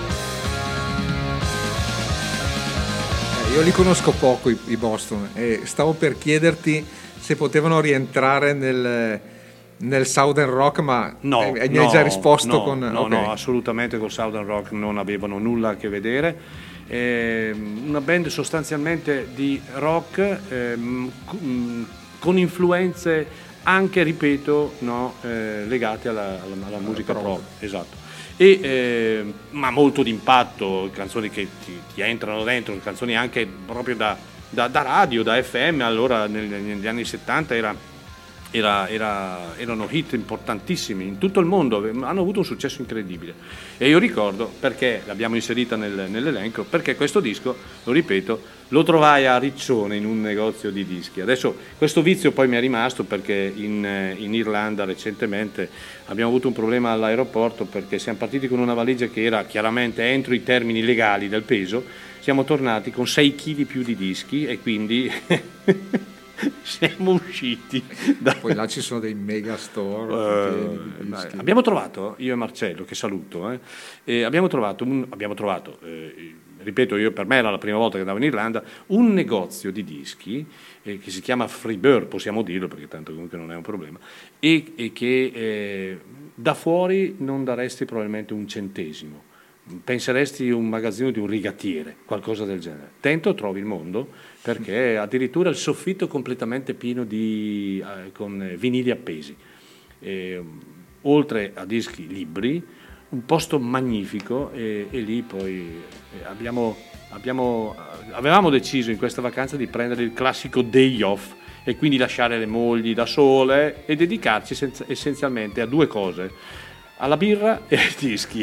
Speaker 4: Io li conosco poco i, i Boston e stavo per chiederti se potevano rientrare nel, nel Southern Rock, ma
Speaker 3: no,
Speaker 4: eh, mi
Speaker 3: no,
Speaker 4: hai già risposto
Speaker 3: no,
Speaker 4: con...
Speaker 3: No,
Speaker 4: okay.
Speaker 3: no, assolutamente col Southern Rock non avevano nulla a che vedere. Eh, una band sostanzialmente di rock eh, con influenze anche, ripeto, no, eh, legate alla, alla, alla musica prog. Esatto. E, eh, ma molto d'impatto, canzoni che ti, ti entrano dentro, canzoni anche proprio da, da, da radio, da F M. Allora negli, negli anni settanta era, era, era, erano hit importantissimi in tutto il mondo, hanno avuto un successo incredibile. E io ricordo, perché l'abbiamo inserita nel, nell'elenco, perché questo disco, lo ripeto, lo trovai a Riccione in un negozio di dischi. Adesso questo vizio poi mi è rimasto perché in, in Irlanda recentemente abbiamo avuto un problema all'aeroporto perché siamo partiti con una valigia che era chiaramente entro i termini legali del peso, siamo tornati con sei chili più di dischi e quindi siamo usciti da...
Speaker 4: Poi là ci sono dei mega store
Speaker 3: uh,
Speaker 4: di dischi.
Speaker 3: Abbiamo trovato, io e Marcello, che saluto, eh, e abbiamo trovato, un, abbiamo trovato eh, ripeto, io per me era la prima volta che andavo in Irlanda, un negozio di dischi eh, che si chiama Freebird, possiamo dirlo perché tanto comunque non è un problema, e, e che eh, da fuori non daresti probabilmente un centesimo, penseresti un magazzino di un rigattiere, qualcosa del genere. Dentro trovi il mondo, perché addirittura il soffitto completamente pieno di eh, con vinili appesi, e, oltre a dischi, libri, un posto magnifico, e, e lì poi abbiamo, abbiamo, avevamo deciso in questa vacanza di prendere il classico day off e quindi lasciare le mogli da sole e dedicarci senza, essenzialmente a due cose, alla birra e ai dischi.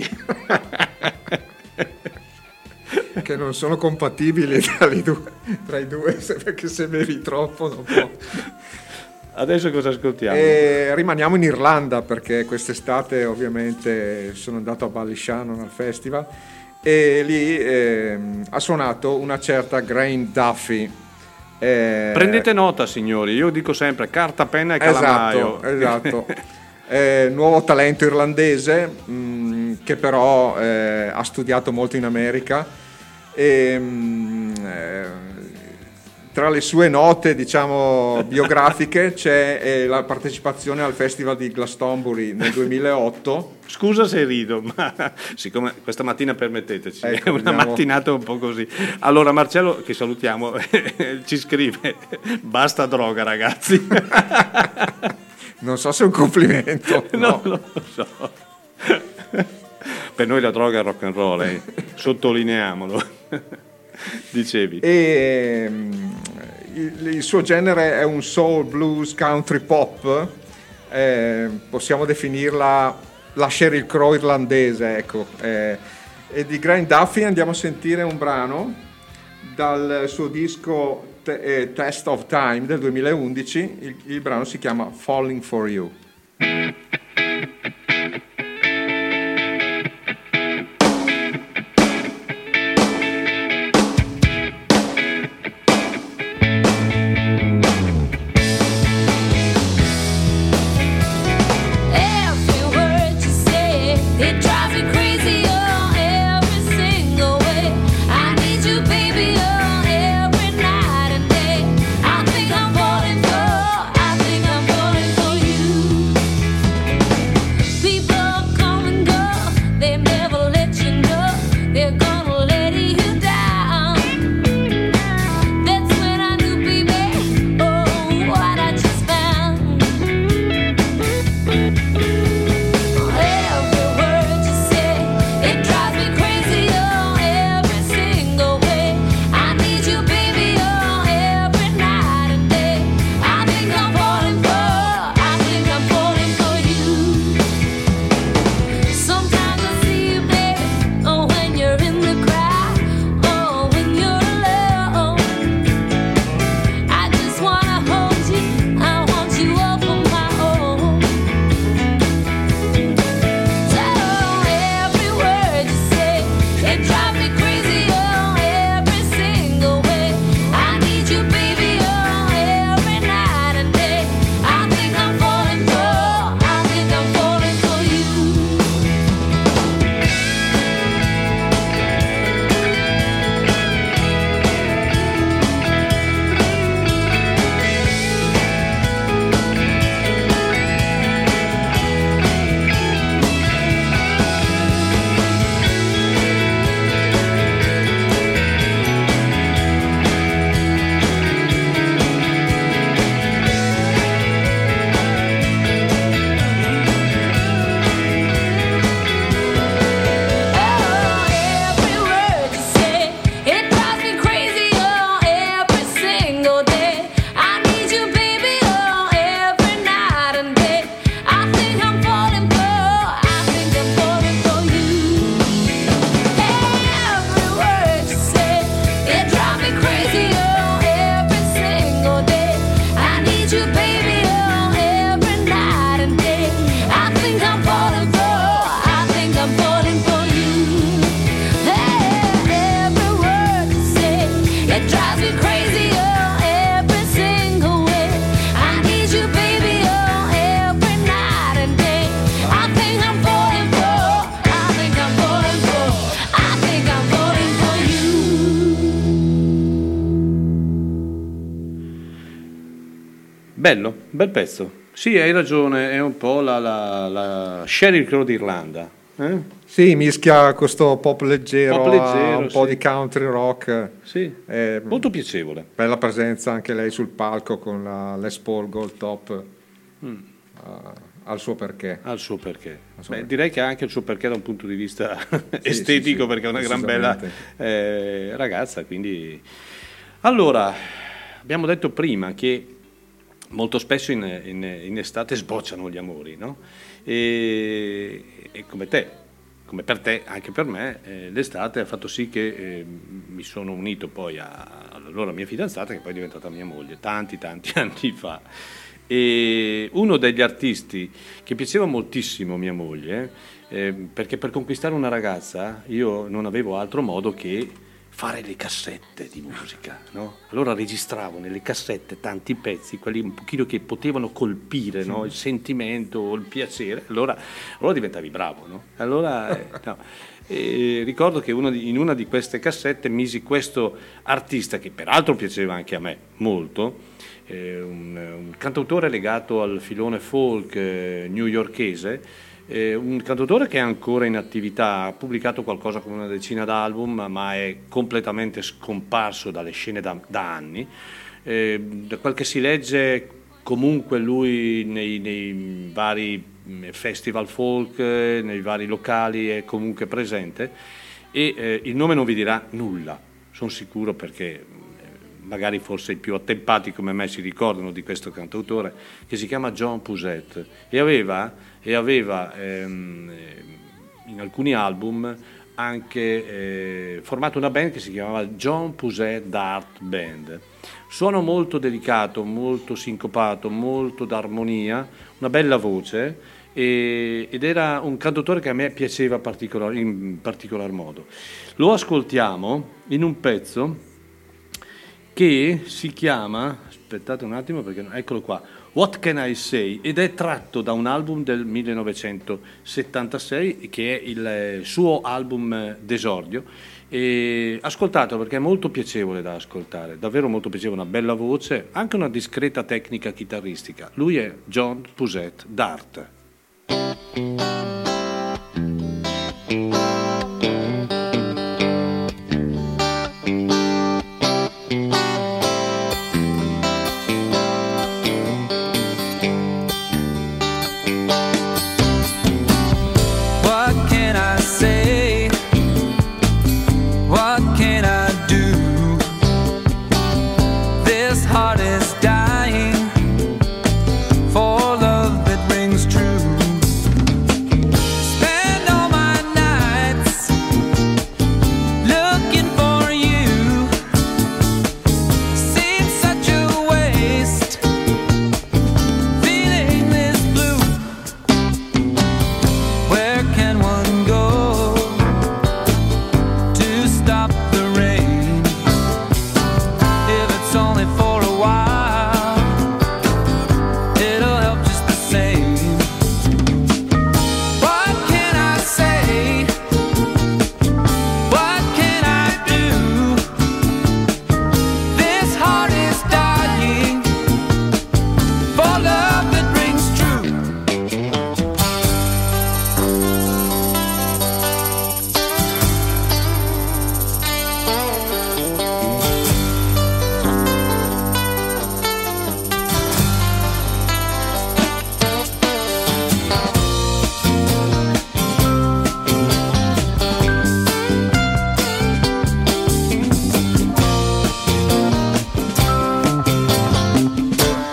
Speaker 4: Che non sono compatibili tra i due, tra i due perché se bevi troppo non può.
Speaker 3: Adesso cosa ascoltiamo?
Speaker 4: E rimaniamo in Irlanda perché quest'estate ovviamente sono andato a Ballyshannon al festival e lì eh, ha suonato una certa Grain Duffy. Eh,
Speaker 3: Prendete nota, signori, io dico sempre carta, penna e calamaio.
Speaker 4: Esatto, esatto. eh, nuovo talento irlandese mh, che però eh, ha studiato molto in America e mh, eh, tra le sue note, diciamo, biografiche c'è eh, la partecipazione al Festival di Glastonbury nel duemilaotto.
Speaker 3: Scusa se rido, ma siccome questa mattina, permetteteci,
Speaker 4: ecco,
Speaker 3: è una
Speaker 4: andiamo...
Speaker 3: mattinata un po' così. Allora Marcello, che salutiamo, ci scrive: basta droga ragazzi.
Speaker 4: Non so se è un complimento.
Speaker 3: No,
Speaker 4: no.
Speaker 3: non lo so. Per noi la droga è rock and roll, eh. Sottolineiamolo. Dicevi.
Speaker 4: E um, il, il suo genere è un soul, blues, country pop, eh, possiamo definirla la Sheryl Crow irlandese, ecco. Eh, e di Grain Duffy andiamo a sentire un brano dal suo disco T- eh, Test of Time del duemilaundici. Il, il brano si chiama Falling for You.
Speaker 7: I think I'm falling for you.
Speaker 3: Bello, bel pezzo. Sì, hai ragione, è un po' la, la, la Sheryl Crow d'Irlanda. Eh?
Speaker 4: Sì, mischia questo pop leggero,
Speaker 3: Pop leggero,
Speaker 4: a un po'
Speaker 3: sì.
Speaker 4: di country rock.
Speaker 3: Sì,
Speaker 4: Eh,
Speaker 3: molto piacevole.
Speaker 4: Bella presenza anche lei sul palco con la Les Paul Gold Top.
Speaker 3: Mm.
Speaker 4: Uh, al suo perché.
Speaker 3: Al suo perché.
Speaker 4: suo
Speaker 3: Beh,
Speaker 4: perché.
Speaker 3: direi che ha anche il suo perché da un punto di vista
Speaker 4: Sì,
Speaker 3: estetico,
Speaker 4: sì, sì,
Speaker 3: perché è una gran bella
Speaker 4: decisamente.
Speaker 3: eh, ragazza. Quindi, allora, abbiamo detto prima che molto spesso in, in, in estate sbocciano gli amori, no? E, e come te, come per te, anche per me, eh, l'estate ha fatto sì che eh, mi sono unito poi a- all'allora mia fidanzata, che poi è diventata mia moglie, tanti tanti anni fa. E uno degli artisti che piaceva moltissimo a mia moglie, eh, perché per conquistare una ragazza io non avevo altro modo che fare le cassette di musica, no? Allora registravo nelle cassette tanti pezzi, quelli un pochino che potevano colpire, no? Il sentimento, il piacere, allora, allora diventavi bravo, no? Allora, eh, no. E ricordo che uno di- in una di queste cassette misi questo artista, che peraltro piaceva anche a me molto, eh, un, un cantautore legato al filone folk eh, newyorkese, eh, un cantautore che è ancora in attività, ha pubblicato qualcosa come una decina d'album, ma è completamente scomparso dalle scene da, da anni. Eh, da quel che si legge, comunque lui nei, nei vari mh, festival folk, eh, nei vari locali è comunque presente, e eh, il nome non vi dirà nulla, sono sicuro, perché eh, magari forse i più attempati come me si ricordano di questo cantautore, che si chiama John Pusette, e aveva, e aveva ehm, in alcuni album anche eh, formato una band che si chiamava John Pusette Dart Band. Suono molto delicato, molto sincopato, molto d'armonia, una bella voce, e- ed era un cantautore che a me piaceva particolar- in particolar modo. Lo ascoltiamo in un pezzo che si chiama, aspettate un attimo perché eccolo qua, What Can I Say, ed è tratto da un album del millenovecentosettantasei che è il eh, suo album d'esordio. E ascoltatelo perché è molto piacevole da ascoltare, davvero molto piacevole, una bella voce, anche una discreta tecnica chitarristica. Lui è John Pusette Dart.
Speaker 6: What can I say? What can I do? This heart is dying for love that rings true. Spend all my nights looking for you. Seems such a waste feeling this blue. Where can one go to stop the rain? If it's only for a while, it'll help just the same. What can I say? What can I do? This heart is dying for love that rings true.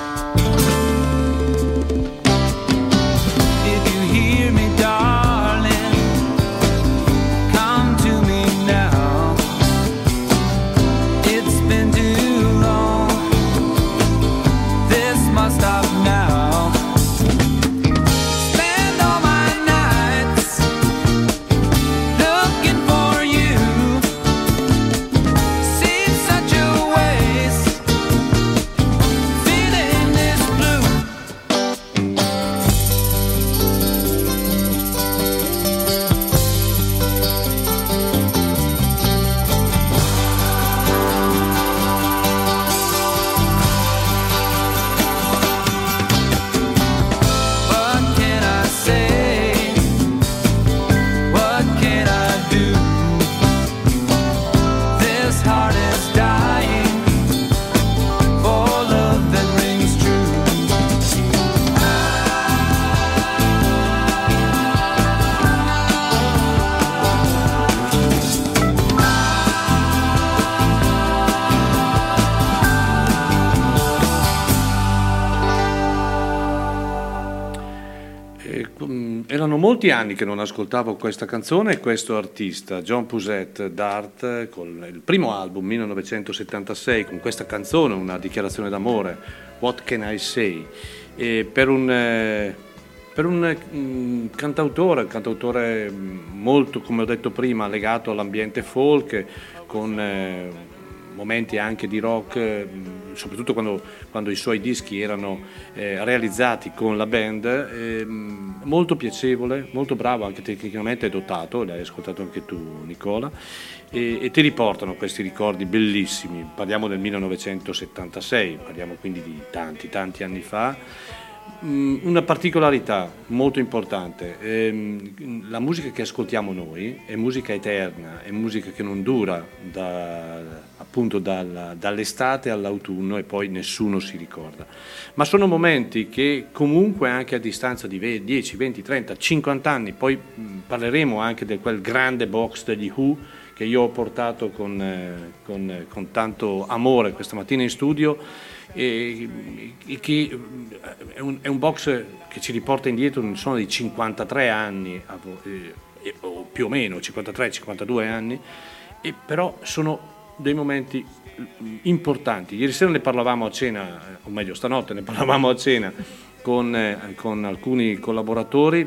Speaker 6: If you hear me, darling,
Speaker 3: molti anni che non ascoltavo questa canzone e questo artista, John Pusette Dart, con il primo album millenovecentosettantasei, con questa canzone, una dichiarazione d'amore, What Can I Say? E per un, eh, per un um, cantautore, un cantautore molto, come ho detto prima, legato all'ambiente folk, con eh, momenti anche di rock, eh, soprattutto quando, quando i suoi dischi erano eh, realizzati con la band, eh, molto piacevole, molto bravo, anche tecnicamente dotato, l'hai ascoltato anche tu Nicola, e, e ti riportano questi ricordi bellissimi. Parliamo del millenovecentosettantasei, parliamo quindi di tanti tanti anni fa. Una particolarità molto importante, ehm, la musica che ascoltiamo noi è musica eterna, è musica che non dura da, appunto dalla, dall'estate all'autunno e poi nessuno si ricorda, ma sono momenti che comunque anche a distanza di dieci, venti, trenta, cinquanta anni, poi parleremo anche di quel grande box degli Who che io ho portato con, eh, con, con tanto amore questa mattina in studio, e, e che è un, è un box che ci riporta indietro, sono di cinquantatré anni, eh, o più o meno cinquantatré cinquantadue anni, e però sono dei momenti importanti. Ieri sera ne parlavamo a cena, o meglio stanotte ne parlavamo a cena con, eh, con alcuni collaboratori,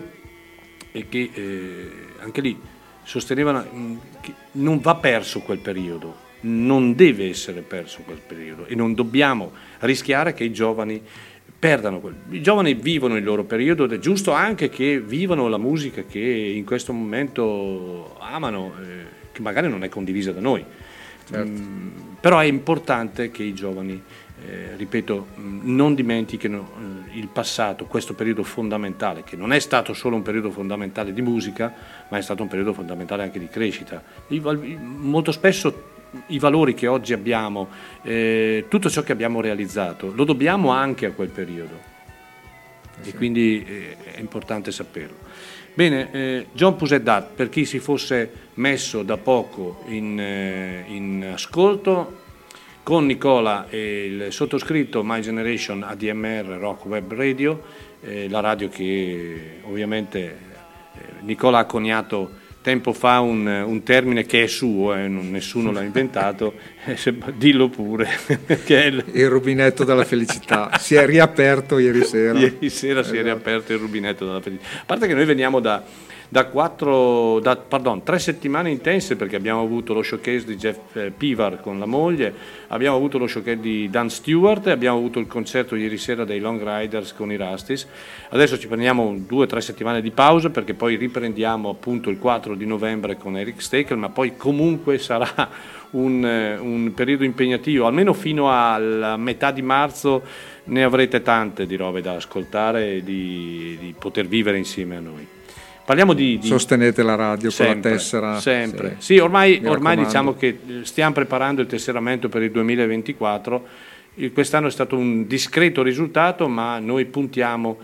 Speaker 3: e che eh, anche lì sostenevano che non va perso quel periodo, non deve essere perso quel periodo, e non dobbiamo rischiare che i giovani perdano quel. I giovani vivono il loro periodo ed è giusto anche che vivano la musica che in questo momento amano, eh, che magari non è condivisa da noi. Certo. Mm, però è importante che i giovani, eh, ripeto, non dimentichino eh, il passato, questo periodo fondamentale, che non è stato solo un periodo fondamentale di musica, ma è stato un periodo fondamentale anche di crescita. I, molto spesso i valori che oggi abbiamo, eh, tutto ciò che abbiamo realizzato, lo dobbiamo anche a quel periodo, eh sì. E quindi eh, è importante saperlo. Bene, eh, John Pusette Dart, per chi si fosse messo da poco in, eh, in ascolto, con Nicola e il sottoscritto My Generation A D M R Rock Web Radio, eh, la radio che ovviamente eh, Nicola ha coniato tempo fa un, un termine che è suo, eh, non, nessuno l'ha inventato, eh, se, dillo pure. Che è il...
Speaker 4: il rubinetto della felicità si è riaperto ieri sera.
Speaker 3: Ieri sera
Speaker 4: esatto.
Speaker 3: Si è riaperto il rubinetto della felicità. A parte che noi veniamo da, da quattro, da, pardon, tre settimane intense, perché abbiamo avuto lo showcase di Jeff eh, Pivar con la moglie, abbiamo avuto lo showcase di Dan Stewart e abbiamo avuto il concerto ieri sera dei Long Riders con i Rastis. Adesso ci prendiamo due o tre settimane di pausa, perché poi riprendiamo appunto il quattro di novembre con Eric Stakel, ma poi comunque sarà un, un periodo impegnativo, almeno fino alla metà di marzo ne avrete tante di robe da ascoltare e di, di poter vivere insieme a noi. Parliamo di, di...
Speaker 4: Sostenete la radio sempre, con la tessera.
Speaker 3: Sempre. Sì, sì, ormai, ormai diciamo che stiamo preparando il tesseramento per il duemilaventiquattro. Quest'anno è stato un discreto risultato, ma noi puntiamo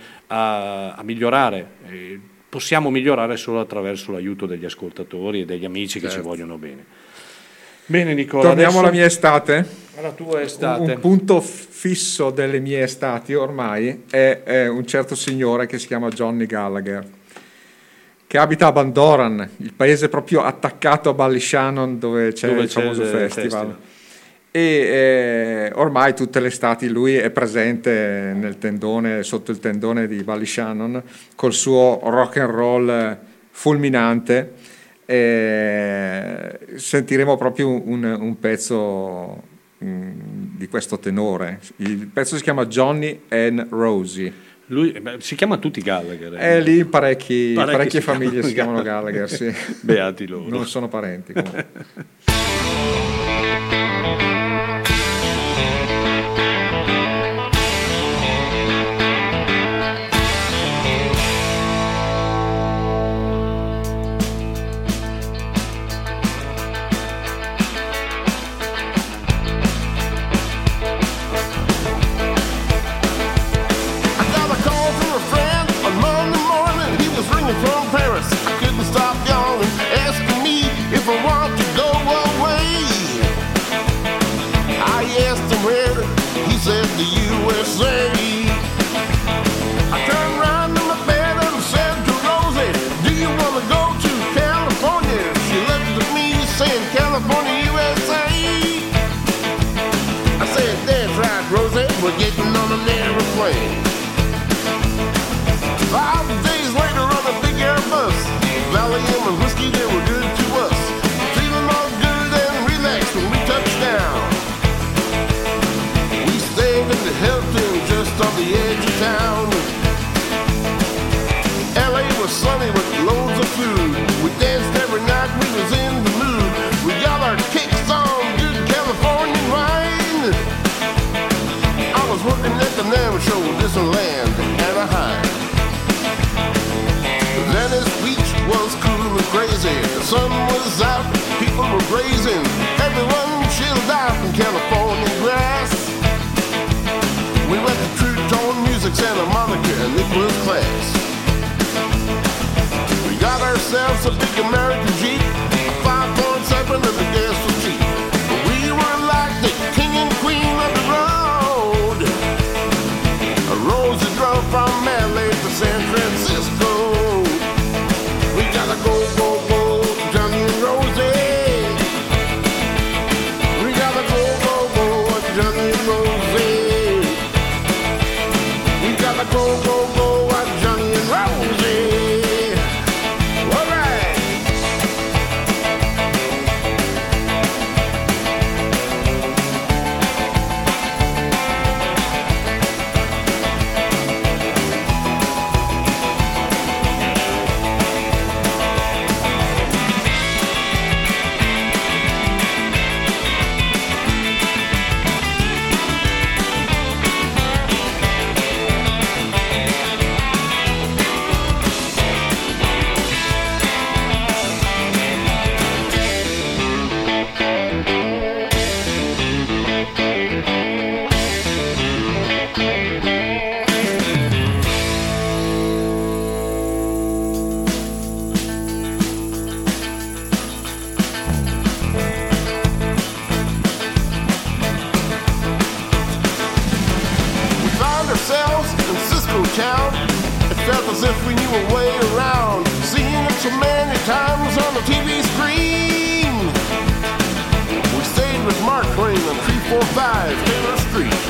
Speaker 3: a, a migliorare. Possiamo migliorare solo attraverso l'aiuto degli ascoltatori e degli amici, certo, che ci vogliono bene. Bene Nicola.
Speaker 4: Torniamo
Speaker 3: adesso...
Speaker 4: alla mia estate.
Speaker 3: Alla tua estate.
Speaker 4: Un punto fisso delle mie estati ormai è, è un certo signore che si chiama Johnny Gallagher, che abita a Bandoran, il paese proprio attaccato a Ballyshannon, dove c'è dove il c'è famoso il festival. festival. E eh, ormai tutte le estati lui è presente nel tendone, sotto il tendone di Ballyshannon, col suo rock and roll fulminante. E sentiremo proprio un, un pezzo mh, di questo tenore. Il pezzo si chiama Johnny and Rosie.
Speaker 3: Lui beh, si chiama tutti Gallagher.
Speaker 4: Eh, eh lì parecchi, parecchie si famiglie si chiamano Gallagher, sì.
Speaker 3: Beati loro.
Speaker 4: Non sono parenti comunque.
Speaker 7: From Paris, I couldn't stop yawning, asking me if I want to go. train. Five days later on a big Airbus, Valium and whiskey, they were good to us. Feeling all good and relaxed when we touched down. We stayed in the Hilton just on the edge of town. L A was sunny with loads of food. We danced every night, we was in the mood. We got our kicks on good California wine. I was working at the NAMM show, Disneyland, Anaheim. Venice Beach was cool and crazy. The sun was out, people were grazing. Everyone chilled out in California grass. We went to True Tone Music, Santa Monica, and it was class. We got ourselves a big American Jeep, a five point seven and the gas was cheap. We were like the king and queen of the road. A rose that drove from L A to San Francisco. We gotta go, go, go, Johnny and Rosie. We gotta go, go, go, Johnny and Rosie. We gotta go, go, go, Johnny and Rosie. All right. Town. It felt as if we knew a way around, seeing it so many times on the T V screen. We stayed with Mark Twain on three forty-five Taylor Street,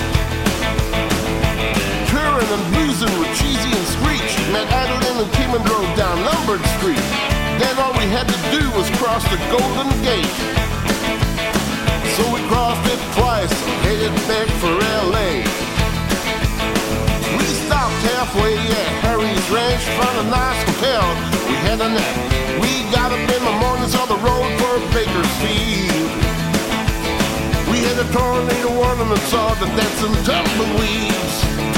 Speaker 7: touring and boozing with Cheesy and Screech. Met Adeline and Kim and drove down Lombard Street. Then all we had to do was cross the Golden Gate. So we crossed it twice and headed back for L A. Stopped halfway at Harry's Ranch, found a nice hotel. We had a nap. We got up in the morning, saw the road for Bakersfield. We had a tornado warning and saw the dancing tumbleweeds.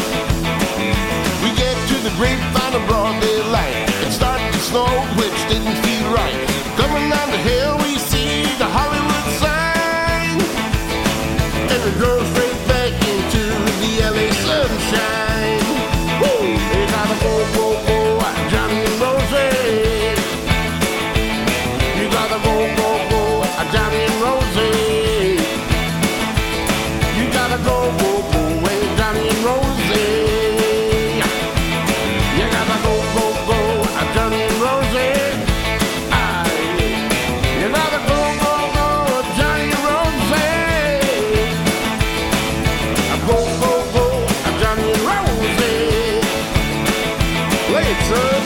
Speaker 7: We get to the grapevine in broad daylight. It started to snow, which didn't feel right. Coming down the hill, we see the Hollywood sign, and it drove straight back into the L A sunshine. They gotta go, go, go, Johnny and Rosie. You gotta go, go, go, Johnny and Rosie. You gotta go, go, go, hey, Johnny and Rosie. You gotta go, go, go, Johnny and Rosie. Aye. You gotta go, go, go, Johnny and Rosie. Go, go, go, Johnny and Rosie. Play it, son.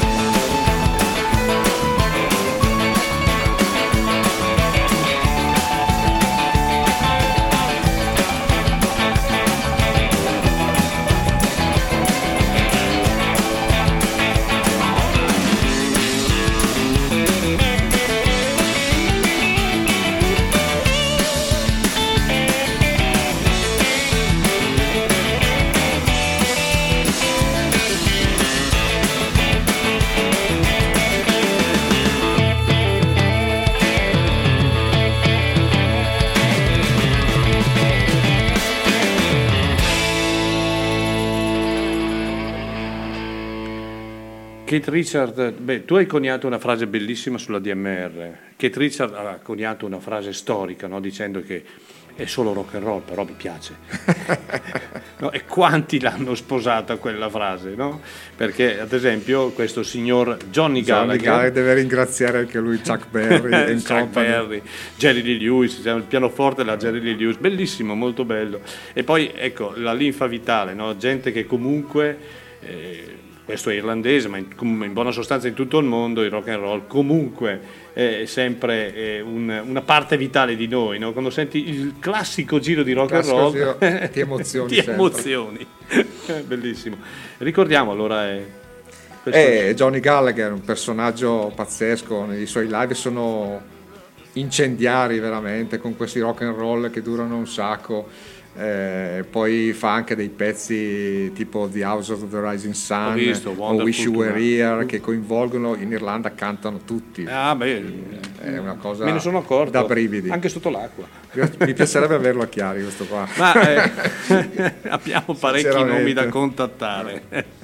Speaker 3: Keith Richard, beh, tu hai coniato una frase bellissima sulla D M R. Keith Richard ha coniato una frase storica, no? Dicendo che è solo rock and roll, però mi piace. no? E quanti l'hanno sposata quella frase, no? Perché ad esempio questo signor Johnny Gallagher,
Speaker 4: Johnny Gallagher deve ringraziare anche lui Chuck Berry e
Speaker 3: Chuck Berry, Jerry Lee Lewis, il pianoforte della Jerry Lee Lewis, bellissimo, molto bello. E poi ecco la linfa vitale, no? Gente che comunque eh, questo è irlandese, ma in, in buona sostanza in tutto il mondo il rock and roll comunque è sempre è un, una parte vitale di noi, no? Quando senti il classico giro di rock and roll
Speaker 4: giro, ti emozioni
Speaker 3: ti emozioni bellissimo. Ricordiamo allora eh,
Speaker 4: eh, Johnny Gallagher, un personaggio pazzesco, i suoi live sono incendiari veramente, con questi rock and roll che durano un sacco. Eh, poi fa anche dei pezzi tipo The House of the Rising Sun
Speaker 3: visto,
Speaker 4: o Wish You Were Here, che coinvolgono, in Irlanda cantano tutti.
Speaker 3: Ah, beh,
Speaker 4: è una cosa
Speaker 3: me ne sono accorto,
Speaker 4: da brividi,
Speaker 3: anche sotto l'acqua.
Speaker 4: Mi piacerebbe averlo a Chiari questo qua.
Speaker 3: Ma eh, abbiamo parecchi nomi da contattare.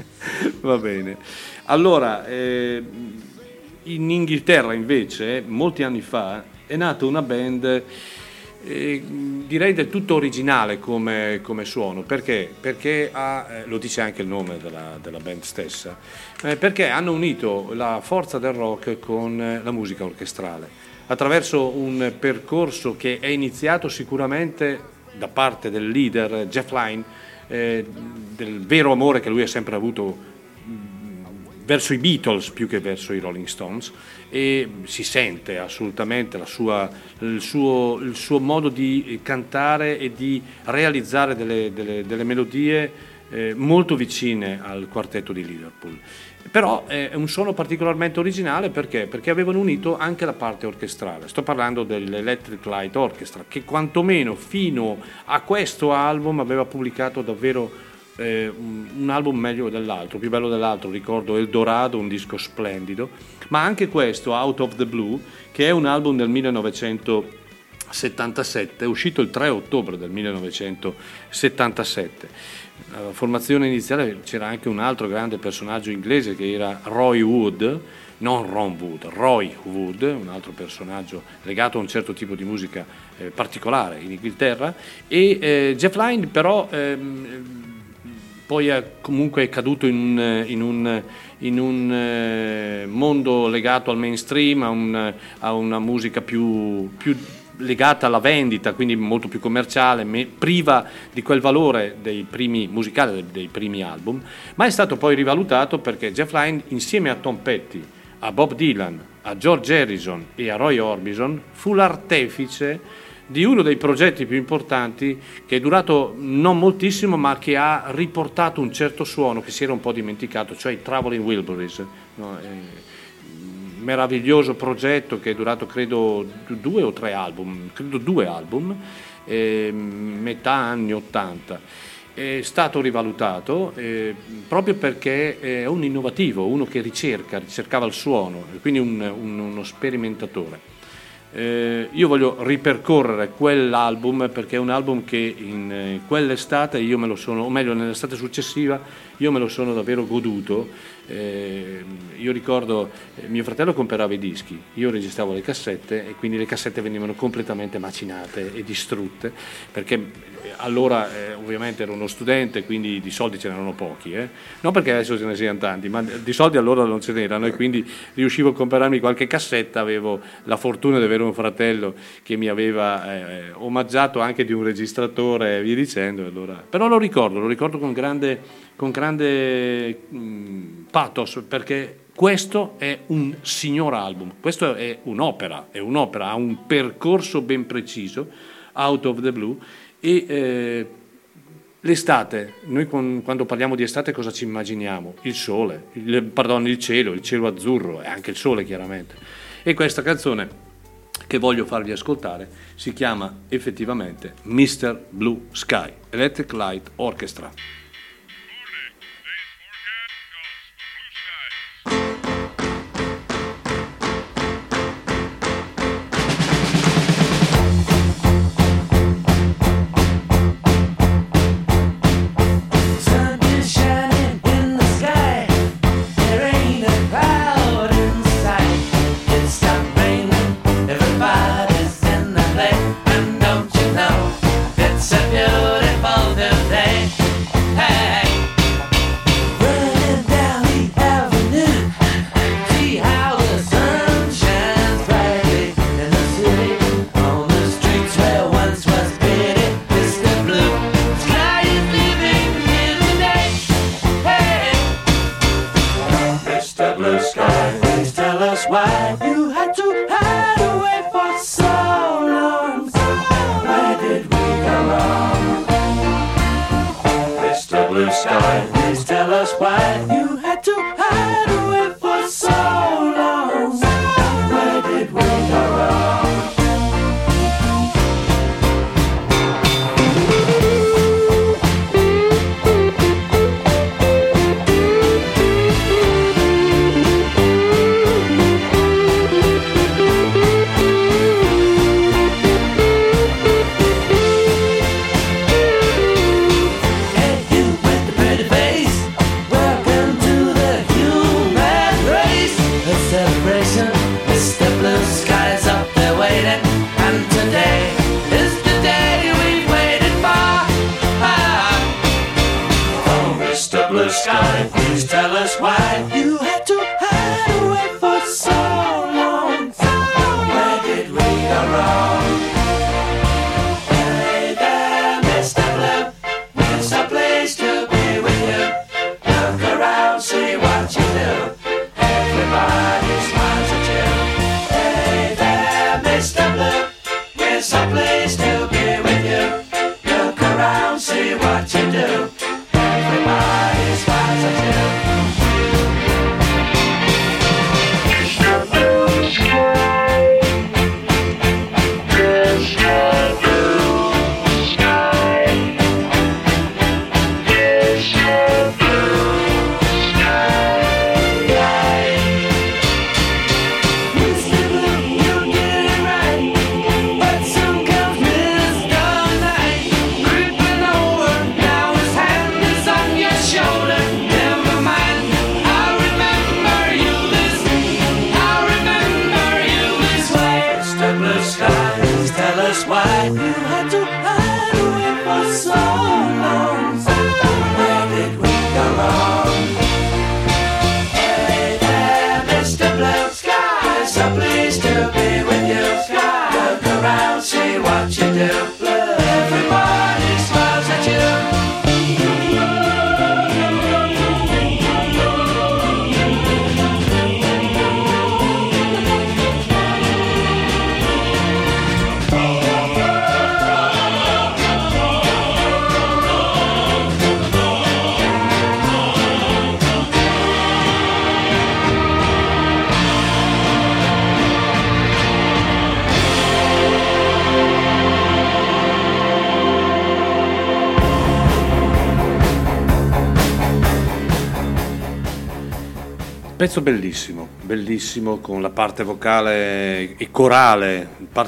Speaker 3: Va bene. Allora eh, in Inghilterra invece molti anni fa è nata una band Eh, direi del tutto originale come, come suono. Perché? Perché ha, eh, lo dice anche il nome della, della band stessa, eh, perché hanno unito la forza del rock con eh, la musica orchestrale attraverso un percorso che è iniziato sicuramente da parte del leader Jeff Lynne, eh, del vero amore che lui ha sempre avuto verso i Beatles più che verso i Rolling Stones, e si sente assolutamente la sua, il, suo, il suo modo di cantare e di realizzare delle, delle, delle melodie eh, molto vicine al quartetto di Liverpool. Però è un suono particolarmente originale perché? Perché avevano unito anche la parte orchestrale. Sto parlando dell'Electric Light Orchestra, che quantomeno fino a questo album aveva pubblicato davvero Eh, un, un album meglio dell'altro, più bello dell'altro. Ricordo Eldorado, un disco splendido, ma anche questo Out of the Blue, che è un album del millenovecentosettantasette, è uscito il tre ottobre del millenovecentosettantasette. Alla formazione iniziale c'era anche un altro grande personaggio inglese che era Roy Wood, non Ron Wood, Roy Wood, un altro personaggio legato a un certo tipo di musica eh, particolare in Inghilterra, e eh, Jeff Lynne però ehm, poi è comunque caduto in un, in un, in un eh, mondo legato al mainstream, a, un, a una musica più, più legata alla vendita, quindi molto più commerciale, me, priva di quel valore dei primi musicali, dei, dei primi album, ma è stato poi rivalutato perché Jeff Lynne, insieme a Tom Petty, a Bob Dylan, a George Harrison e a Roy Orbison, fu l'artefice di uno dei progetti più importanti che è durato non moltissimo, ma che ha riportato un certo suono che si era un po' dimenticato, cioè i Traveling Wilburys, no? Eh, meraviglioso progetto che è durato credo due o tre album, credo due album, eh, metà anni ottanta. È stato rivalutato eh, proprio perché è un innovativo, uno che ricerca, ricercava il suono, quindi un, un, uno sperimentatore. Eh, io voglio ripercorrere quell'album perché è un album che in eh, quell'estate io me lo sono, o meglio nell'estate successiva io me lo sono davvero goduto. Eh, io ricordo eh, mio fratello comprava i dischi, io registravo le cassette e quindi le cassette venivano completamente macinate e distrutte perché allora eh, ovviamente ero uno studente, quindi di soldi ce n'erano pochi, eh? Non perché adesso ce ne siano tanti, ma di soldi allora non ce n'erano e quindi riuscivo a comprarmi qualche cassetta. Avevo la fortuna di avere un fratello che mi aveva eh, omaggiato anche di un registratore e via dicendo, allora. Però lo ricordo, lo ricordo con grande, con grande mh, pathos, perché questo è un signor album, questo è un'opera, è un'opera, ha un percorso ben preciso, Out of the Blue. E eh, l'estate, noi con, quando parliamo di estate cosa ci immaginiamo? Il sole, il, pardon, il cielo, il cielo azzurro e anche il sole chiaramente. E questa canzone che voglio farvi ascoltare si chiama effettivamente mister Blue Sky, Electric Light Orchestra.
Speaker 6: It's a beautiful new day. You had to hide away for so long. Where did we go wrong? Mister Blue Sky, please tell us why you had to hide away for so long. Where did we go wrong? Blue sky, please tell us why you had to hide away for so long. Where did we go wrong? Hey there, Mister Blue, it's a place to be with you. Look around, see what you do. Everybody smiles at you. Hey there, Mister Blue, it's a place to be with you. Look around, see what you do. Everybody smiles at you. Why you had to hide away for so long? Where did we go wrong? Hey there, Mister Blue Sky, so pleased to be with you. Look around, see what you do. Everybody smiles at you.
Speaker 3: Pezzo bellissimo, bellissimo, con la parte vocale e corale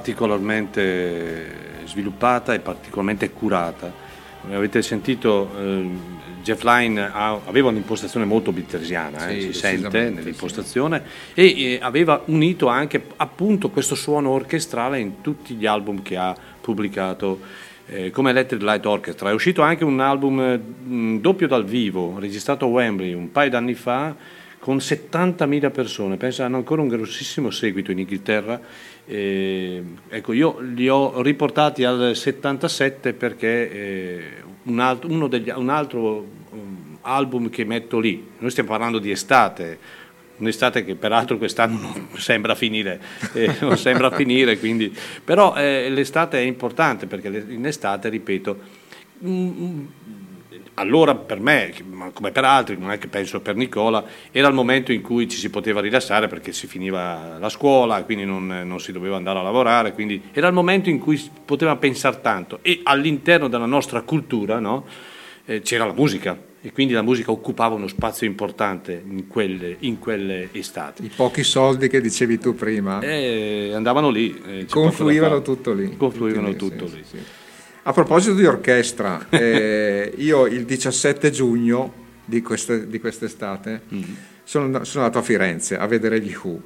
Speaker 3: particolarmente sviluppata e particolarmente curata. Come avete sentito, eh, Jeff Lynne ha, aveva un'impostazione molto bittersiana, eh,
Speaker 4: Sì,
Speaker 3: si sente nell'impostazione,
Speaker 4: sì.
Speaker 3: e eh, aveva unito anche appunto questo suono orchestrale in tutti gli album che ha pubblicato. Eh, come Electric Light Orchestra. È uscito anche un album mh, doppio dal vivo, registrato a Wembley un paio d'anni fa, con settantamila persone. Penso hanno ancora un grossissimo seguito in Inghilterra. Eh, ecco, io li ho riportati al settantasette perché eh, un, altro, uno degli, un altro um, album che metto lì, noi stiamo parlando di estate, un'estate che peraltro quest'anno non sembra finire, eh, non sembra finire, quindi, però eh, l'estate è importante perché in estate, ripeto, mm, allora per me, ma come per altri, ma anche penso per Nicola, era il momento in cui ci si poteva rilassare perché si finiva la scuola, quindi non, non si doveva andare a lavorare, quindi era il momento in cui si poteva pensare tanto, e all'interno della nostra cultura, no, eh, c'era la musica, e quindi la musica occupava uno spazio importante in quelle, in quelle estati.
Speaker 4: I pochi soldi che dicevi tu prima
Speaker 3: eh, andavano lì, eh,
Speaker 4: confluivano tutto lì
Speaker 3: confluivano
Speaker 4: lì,
Speaker 3: tutto
Speaker 4: sì,
Speaker 3: lì.
Speaker 4: Sì, sì. A proposito di orchestra, eh, io il diciassette giugno di, queste, di quest'estate mm-hmm. sono, sono andato a Firenze a vedere gli Who,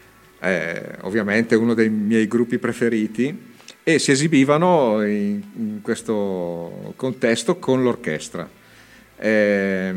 Speaker 4: eh, ovviamente uno dei miei gruppi preferiti, e si esibivano in, in questo contesto con l'orchestra. Eh,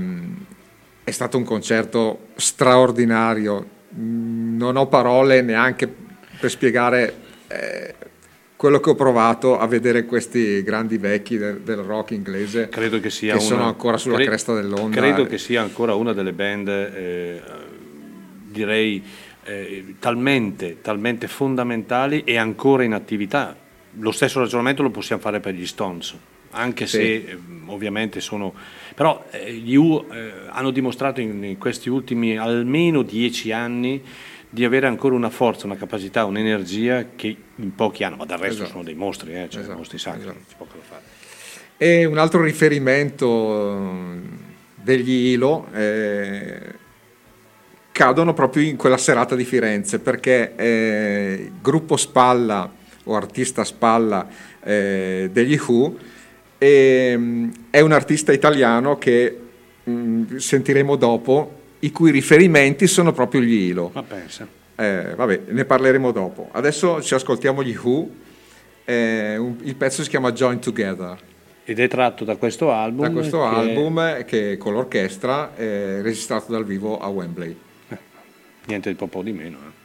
Speaker 4: è stato un concerto straordinario, non ho parole neanche per spiegare eh, quello che ho provato a vedere questi grandi vecchi del, del rock inglese,
Speaker 3: credo che, sia
Speaker 4: che
Speaker 3: una,
Speaker 4: sono ancora sulla
Speaker 3: cre-
Speaker 4: cresta dell'onda.
Speaker 3: Credo che sia ancora una delle band, eh, direi, eh, talmente, talmente fondamentali e ancora in attività. Lo stesso ragionamento lo possiamo fare per gli Stones, anche
Speaker 4: Sì.
Speaker 3: se eh, ovviamente sono... Però eh, gli U eh, hanno dimostrato in, in questi ultimi almeno dieci anni di avere ancora una forza, una capacità, un'energia che in pochi hanno, ma del resto
Speaker 4: Esatto.
Speaker 3: sono dei mostri, eh, cioè
Speaker 4: Esatto,
Speaker 3: mostri sacri,
Speaker 4: esatto.
Speaker 3: non si può che fare.
Speaker 4: E un altro riferimento degli I L O eh, cadono proprio in quella serata di Firenze, perché eh, il gruppo spalla o artista spalla eh, degli Who eh, è un artista italiano che mh, sentiremo dopo, i cui riferimenti sono proprio gli I L O.
Speaker 3: Ma pensa.
Speaker 4: Eh, vabbè, ne parleremo dopo. Adesso ci ascoltiamo gli Who, eh, un- il pezzo si chiama Join Together.
Speaker 3: Ed è tratto da questo album.
Speaker 4: Da questo
Speaker 3: che-
Speaker 4: album che con l'orchestra è registrato dal vivo a Wembley.
Speaker 3: Niente di po' di meno. Eh.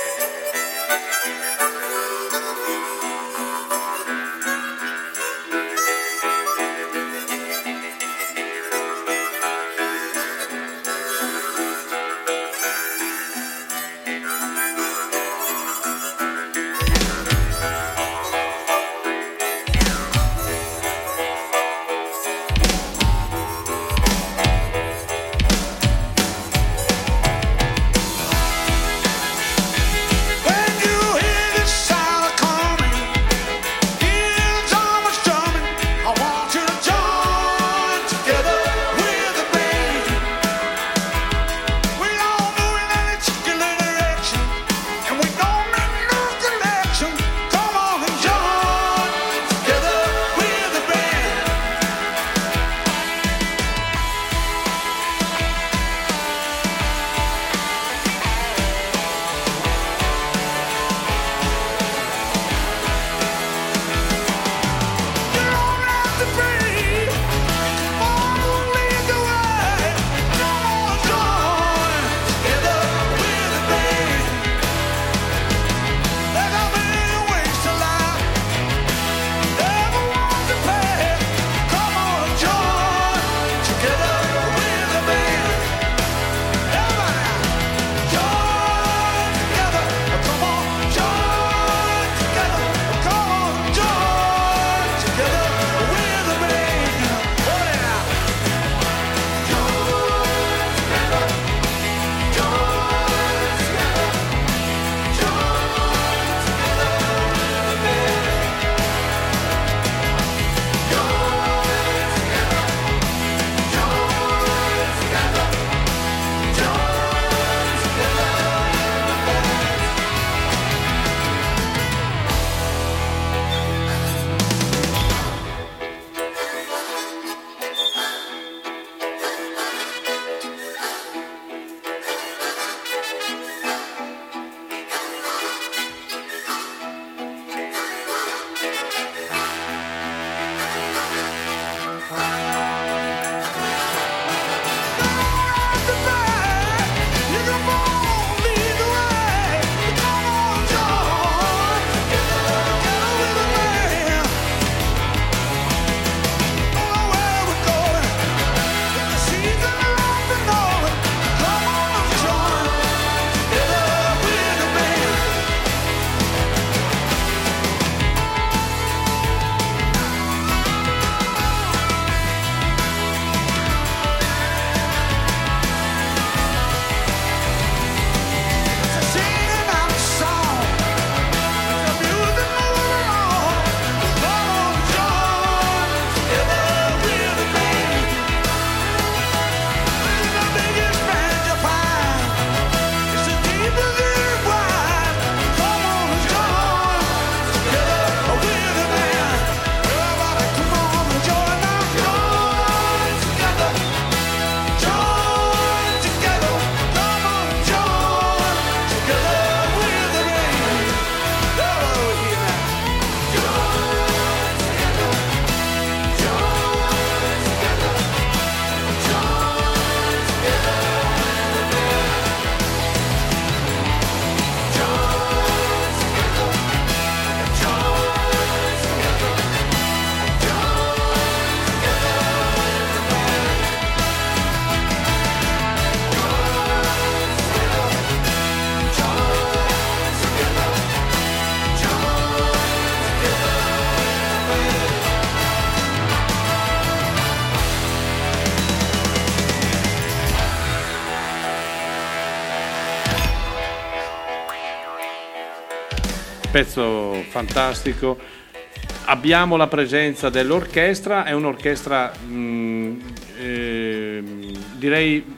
Speaker 6: Thank
Speaker 3: pezzo fantastico. Abbiamo la presenza dell'orchestra, è un'orchestra mh, eh, direi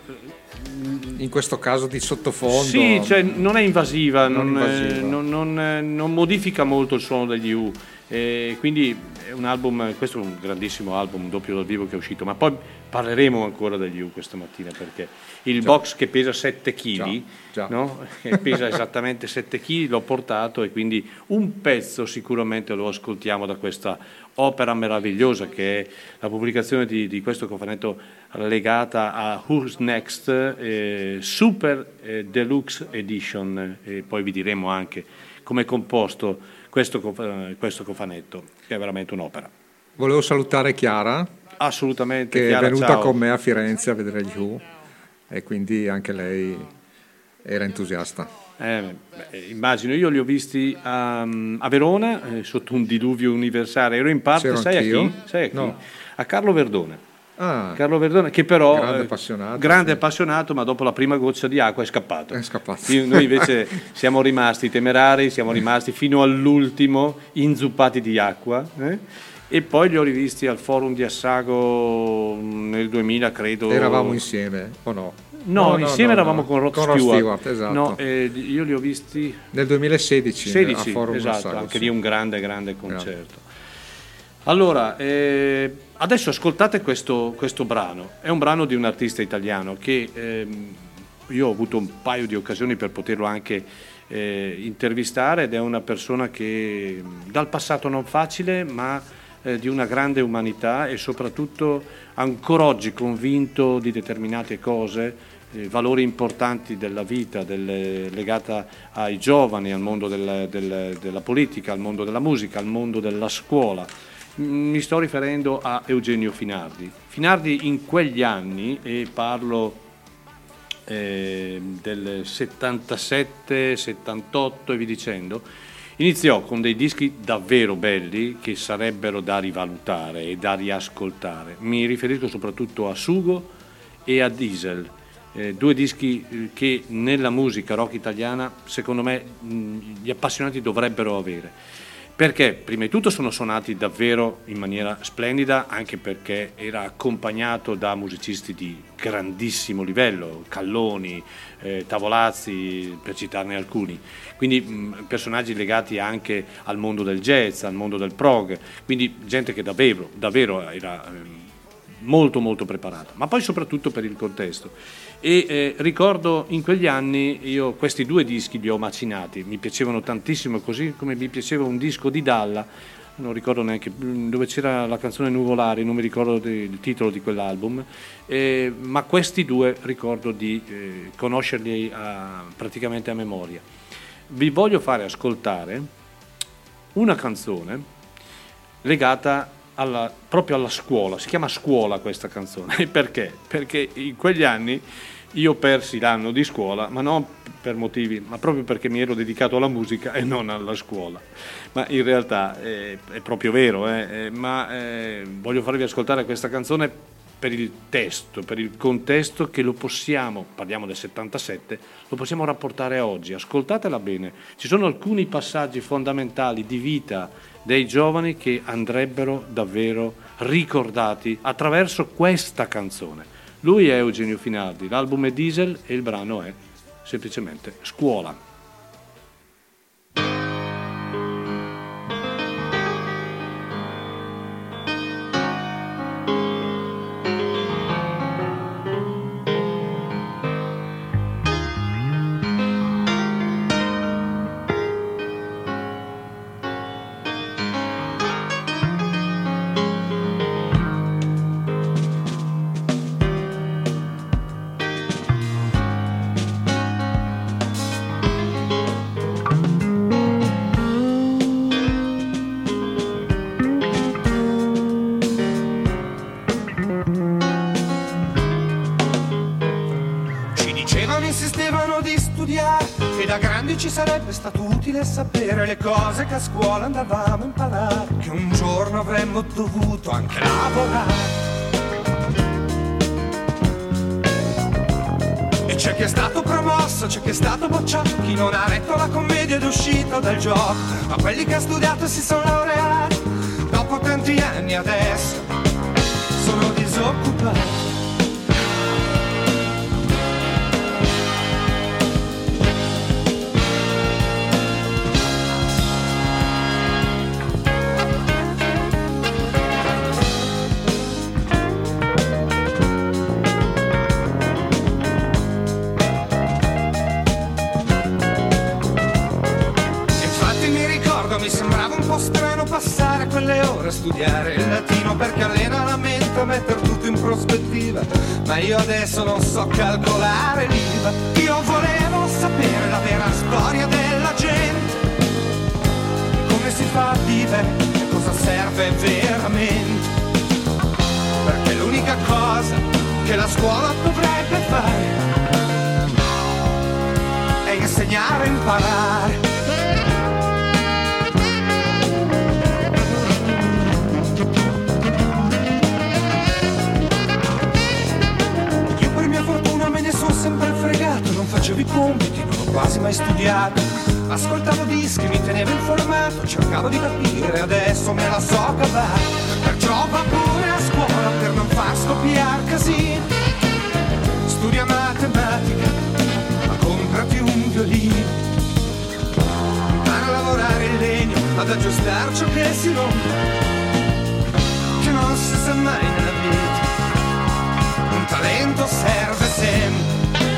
Speaker 4: in questo caso di sottofondo.
Speaker 3: Sì, cioè non è invasiva,
Speaker 4: non,
Speaker 3: non,
Speaker 4: invasiva.
Speaker 3: non, non, non modifica molto il suono degli U, eh, quindi è un album, questo è un grandissimo album, un doppio dal vivo che è uscito, ma poi parleremo ancora degli U questa mattina, perché il già. box che pesa sette chili, già, già. No? Che pesa esattamente sette chili, l'ho portato, e quindi un pezzo sicuramente lo ascoltiamo da questa opera meravigliosa che è la pubblicazione di, di questo cofanetto legata a Who's Next, eh, Super eh, Deluxe Edition, e poi vi diremo anche come è composto questo, eh, questo cofanetto, che è veramente un'opera.
Speaker 4: Volevo salutare Chiara,
Speaker 3: assolutamente,
Speaker 4: che
Speaker 3: Chiara,
Speaker 4: è venuta
Speaker 3: ciao.
Speaker 4: con me a Firenze a vedere gli Who, e quindi anche lei era entusiasta.
Speaker 3: Eh, beh, immagino, io li ho visti a, a Verona, eh, sotto un diluvio universale, ero in parte,
Speaker 4: C'ero
Speaker 3: sai
Speaker 4: anch'io?
Speaker 3: a chi? Sai a chi?
Speaker 4: No.
Speaker 3: A Carlo Verdone.
Speaker 4: Ah,
Speaker 3: Carlo Verdone, che però
Speaker 4: grande
Speaker 3: eh,
Speaker 4: appassionato,
Speaker 3: grande
Speaker 4: sì.
Speaker 3: appassionato, ma dopo la prima goccia di acqua è scappato.
Speaker 4: È scappato.
Speaker 3: Io, noi invece siamo rimasti temerari, siamo rimasti fino all'ultimo inzuppati di acqua, eh? E poi li ho rivisti al Forum di Assago nel duemila, credo.
Speaker 4: Eravamo insieme o no?
Speaker 3: No,
Speaker 4: no
Speaker 3: insieme
Speaker 4: no,
Speaker 3: eravamo
Speaker 4: no.
Speaker 3: con Rod
Speaker 4: con
Speaker 3: Stewart.
Speaker 4: Rod Stewart, esatto.
Speaker 3: No, eh, io li ho visti
Speaker 4: nel duemilasedici
Speaker 3: sedici,
Speaker 4: a Forum
Speaker 3: esatto,
Speaker 4: Assago,
Speaker 3: anche
Speaker 4: sì.
Speaker 3: lì un grande grande concerto. Allora, eh, adesso ascoltate questo, questo brano, è un brano di un artista italiano che ehm, io ho avuto un paio di occasioni per poterlo anche eh, intervistare, ed è una persona che dal passato non facile, ma eh, di una grande umanità, e soprattutto ancora oggi convinto di determinate cose, eh, valori importanti della vita, del, legata ai giovani, al mondo del, del, della politica, al mondo della musica, al mondo della scuola. Mi sto riferendo a Eugenio Finardi. Finardi in quegli anni, e parlo eh, del settantasette, settantotto e vi dicendo, iniziò con dei dischi davvero belli che sarebbero da rivalutare e da riascoltare. Mi riferisco soprattutto a Sugo e a Diesel, eh, due dischi che nella musica rock italiana secondo me mh, gli appassionati dovrebbero avere. Perché prima di tutto sono suonati davvero in maniera splendida, anche perché era accompagnato da musicisti di grandissimo livello, Calloni, eh, Tavolazzi, per citarne alcuni, quindi mh, personaggi legati anche al mondo del jazz, al mondo del prog, quindi gente che davvero, davvero era eh, molto molto preparata, ma poi soprattutto per il contesto. E eh, ricordo in quegli anni io questi due dischi li ho macinati, mi piacevano tantissimo, così come mi piaceva un disco di Dalla, non ricordo neanche, dove c'era la canzone Nuvolari, non mi ricordo il titolo di quell'album, eh, ma questi due ricordo di eh, conoscerli a, praticamente a memoria. Vi voglio fare ascoltare una canzone legata alla, proprio alla scuola, si chiama Scuola questa canzone. Perché? Perché in quegli anni io persi l'anno di scuola, ma non per motivi, ma proprio perché mi ero dedicato alla musica e non alla scuola. Ma in realtà è, è proprio vero, eh, ma eh, voglio farvi ascoltare questa canzone per il testo, per il contesto, che lo possiamo, parliamo del settantasette, lo possiamo rapportare a oggi. Ascoltatela bene, ci sono alcuni passaggi fondamentali di vita dei giovani che andrebbero davvero ricordati attraverso questa canzone. Lui è Eugenio Finardi, l'album è Diesel e il brano è semplicemente Scuola.
Speaker 6: Ci sarebbe stato utile sapere le cose che a scuola andavamo a imparare, che un giorno avremmo dovuto anche lavorare. E c'è chi è stato promosso adesso c'è chi è stato bocciato, chi non ha letto la commedia ed è uscito dal gioco, ma quelli che hanno studiato e si sono laureati, dopo tanti anni adesso sono disoccupati. Mi sembrava un po' strano passare quelle ore a studiare il latino, perché allena la mente a mettere tutto in prospettiva, ma io adesso non so calcolare l'I V A. Io volevo sapere la vera storia della gente, come si fa a vivere e cosa serve veramente, perché l'unica cosa che la scuola dovrebbe fare è insegnare a imparare. Sempre fregato, non facevo i compiti, non ho quasi mai studiato, ascoltavo dischi, mi tenevo informato, cercavo di capire, adesso me la so cavare, perciò va pure a scuola per non far scoppiare casino, studia matematica, ma comprati un violino, impara a lavorare in legno, ad aggiustare ciò che si rompe, che non si sa mai nella vita, un talento serve sempre.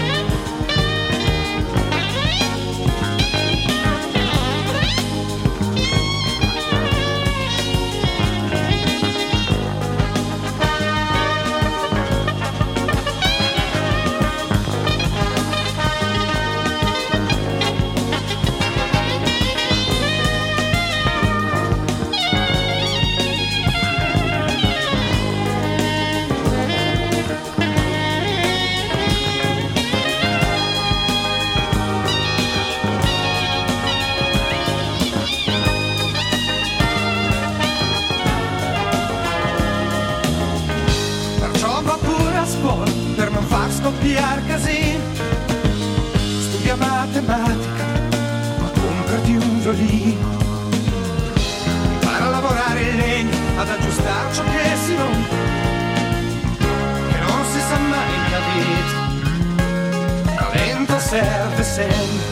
Speaker 6: Scoppiare casino, studia matematica, ma comprati un violino, impara a lavorare in legno, ad aggiustare ciò che si rompe, che non si sa mai nella vita, talento serve sempre.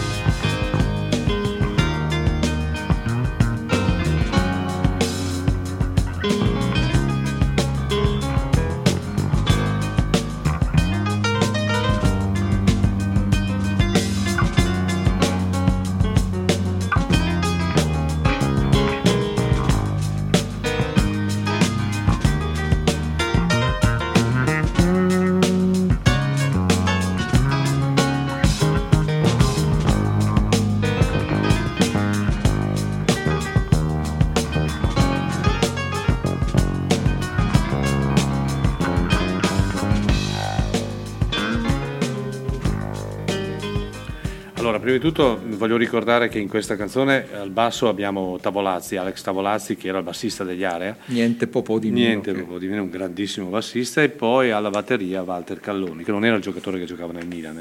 Speaker 3: Prima di tutto voglio ricordare che in questa canzone al basso abbiamo Tavolazzi, Alex Tavolazzi, che era il bassista degli Area.
Speaker 4: Niente po' di meno.
Speaker 3: Niente po' di meno, un grandissimo bassista, e poi alla batteria Walter Calloni, che non era il giocatore che giocava nel Milan,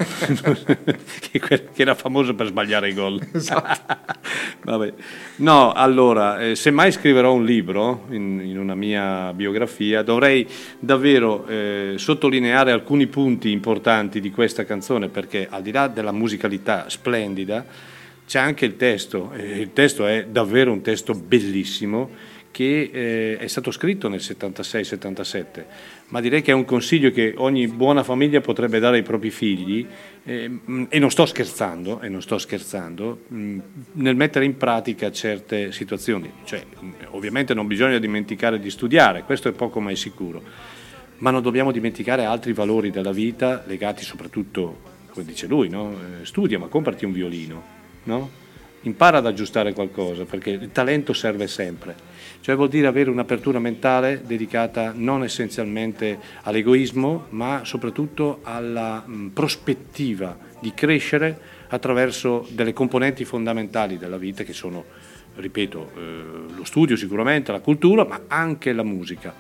Speaker 3: eh? che era famoso per sbagliare i gol. Esatto. Vabbè. No, allora, eh, se mai scriverò un libro in, in una mia biografia, dovrei davvero eh, sottolineare alcuni punti importanti di questa canzone, perché al di là della musicalità splendida c'è anche il testo, eh, il testo è davvero un testo bellissimo, che eh, è stato scritto nel settantasei settantasette, ma direi che è un consiglio che ogni buona famiglia potrebbe dare ai propri figli, eh, e non sto scherzando, e non sto scherzando mh, nel mettere in pratica certe situazioni. Cioè, ovviamente non bisogna dimenticare di studiare, questo è poco ma è sicuro, ma non dobbiamo dimenticare altri valori della vita legati soprattutto, come dice lui, no? Eh, studia, ma comprati un violino, no? Impara ad aggiustare qualcosa, perché il talento serve sempre. Cioè vuol dire avere un'apertura mentale dedicata non essenzialmente all'egoismo, ma soprattutto alla mh, prospettiva di crescere attraverso delle componenti fondamentali della vita, che sono, ripeto, eh, lo studio sicuramente, la cultura, ma anche la musica.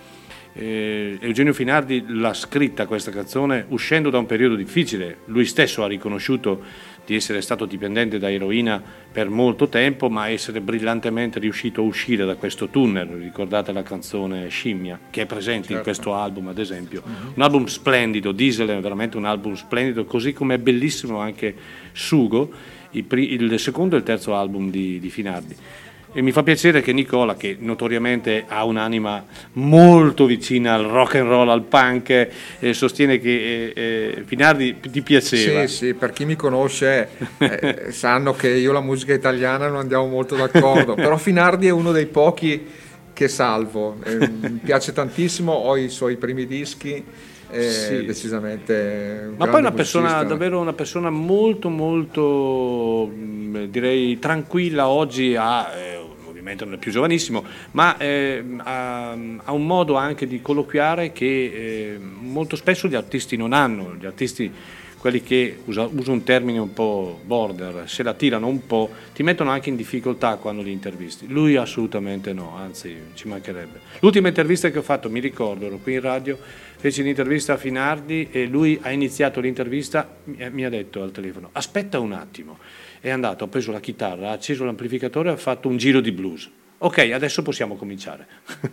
Speaker 3: Eh, Eugenio Finardi l'ha scritta questa canzone uscendo da un periodo difficile. Lui stesso ha riconosciuto di essere stato dipendente da eroina per molto tempo, ma essere brillantemente riuscito a uscire da questo tunnel. Ricordate la canzone Scimmia, che è presente certo. in questo album, ad esempio. Uh-huh. Un album splendido, Diesel è veramente un album splendido, così come è bellissimo anche Sugo, il, il secondo e il terzo album di, di Finardi. E mi fa piacere che Nicola, che notoriamente ha un'anima molto vicina al rock and roll, al punk, eh, sostiene che eh, eh, Finardi ti piaceva.
Speaker 4: Sì, sì, per chi mi conosce eh, sanno che io la musica italiana non andiamo molto d'accordo, però Finardi è uno dei pochi che salvo. Eh, mi piace tantissimo, ho i suoi primi dischi. Eh, sì. Decisamente
Speaker 3: ma poi una persona davvero una persona molto molto direi tranquilla. Oggi ha eh, ovviamente non è più giovanissimo, ma eh, ha, ha un modo anche di colloquiare che eh, molto spesso gli artisti non hanno. Gli artisti, quelli che usa, uso un termine un po' border, se la tirano un po', ti mettono anche in difficoltà quando li intervisti. Lui assolutamente no, anzi ci mancherebbe. L'ultima intervista che ho fatto, mi ricordo, ero qui in radio, feci un'intervista a Finardi e lui ha iniziato l'intervista, mi ha detto al telefono aspetta un attimo, è andato, ha preso la chitarra, ha acceso l'amplificatore e ha fatto un giro di blues. Ok, adesso possiamo cominciare.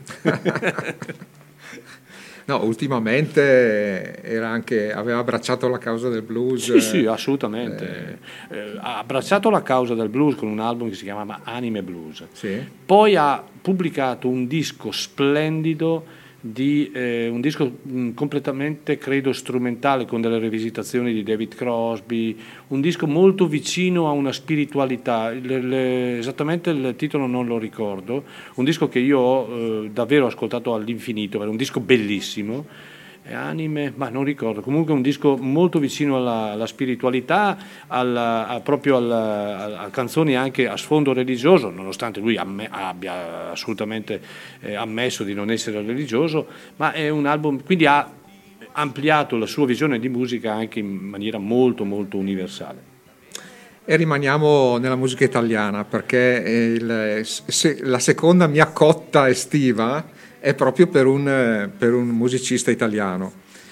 Speaker 4: No, ultimamente era anche, aveva abbracciato la causa del blues.
Speaker 3: Sì, sì, assolutamente. Eh. Eh, ha abbracciato la causa del blues con un album che si chiamava Anime Blues.
Speaker 4: Sì.
Speaker 3: Poi ha pubblicato un disco splendido, di eh, un disco mh, completamente credo strumentale, con delle rivisitazioni di David Crosby, un disco molto vicino a una spiritualità. Le, le, esattamente il titolo non lo ricordo, un disco che io ho eh, davvero ascoltato all'infinito, era un disco bellissimo. Anime, ma non ricordo, comunque un disco molto vicino alla, alla spiritualità, alla, a, proprio alla, a canzoni anche a sfondo religioso, nonostante lui amme, abbia assolutamente eh, ammesso di non essere religioso, ma è un album, quindi ha ampliato la sua visione di musica anche in maniera molto molto universale.
Speaker 4: E rimaniamo nella musica italiana, perché il, se, la seconda mia cotta estiva è proprio per un, per un musicista italiano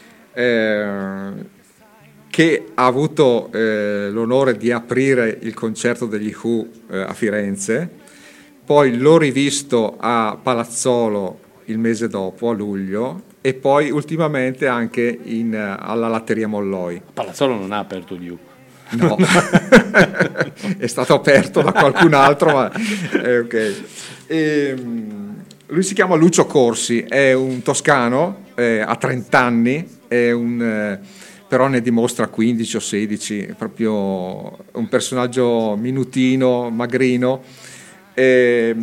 Speaker 4: eh, che ha avuto eh, l'onore di aprire il concerto degli Who eh, a Firenze, poi l'ho rivisto a Palazzolo il mese dopo, a luglio, e poi ultimamente anche in, alla Latteria Molloy.
Speaker 3: Palazzolo non ha aperto gli Who.
Speaker 4: No, è stato aperto da qualcun altro, ma eh, ok. E, lui si chiama Lucio Corsi, è un toscano, eh, ha trenta anni, è un, eh, però ne dimostra quindici o sedici, è proprio un personaggio minutino, magrino, e,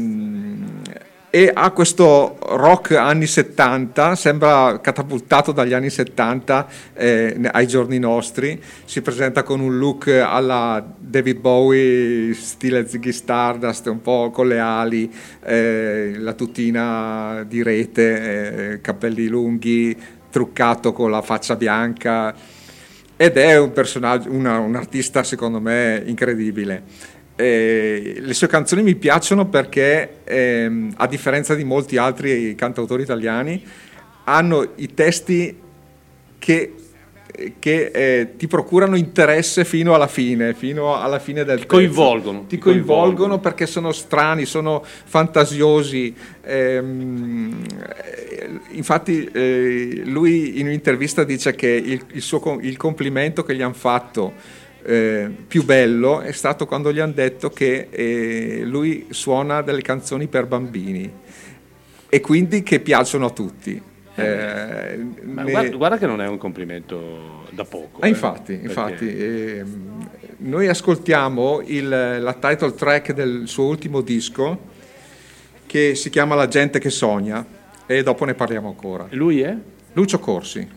Speaker 4: e ha questo rock anni settanta, sembra catapultato dagli anni settanta eh, ai giorni nostri. Si presenta con un look alla David Bowie, stile Ziggy Stardust, un po' con le ali, eh, la tutina di rete, eh, capelli lunghi, truccato con la faccia bianca, ed è un personaggio, una, un artista secondo me incredibile. Eh, le sue canzoni mi piacciono perché ehm, a differenza di molti altri cantautori italiani hanno i testi che, che eh, ti procurano interesse fino alla fine, fino alla fine del
Speaker 3: ti coinvolgono,
Speaker 4: ti, ti coinvolgono, coinvolgono perché sono strani, sono fantasiosi. Ehm, infatti eh, lui in un'intervista dice che il, il, suo, il complimento che gli hanno fatto Eh, più bello è stato quando gli hanno detto che eh, lui suona delle canzoni per bambini e quindi che piacciono a tutti. Eh,
Speaker 3: Ma
Speaker 4: ne...
Speaker 3: guarda, guarda che non è un complimento da poco.
Speaker 4: Ah, infatti,
Speaker 3: eh,
Speaker 4: infatti
Speaker 3: perché...
Speaker 4: eh, noi ascoltiamo il, la title track del suo ultimo disco, che si chiama La gente che sogna, e dopo ne parliamo ancora.
Speaker 3: E lui è?
Speaker 4: Lucio Corsi.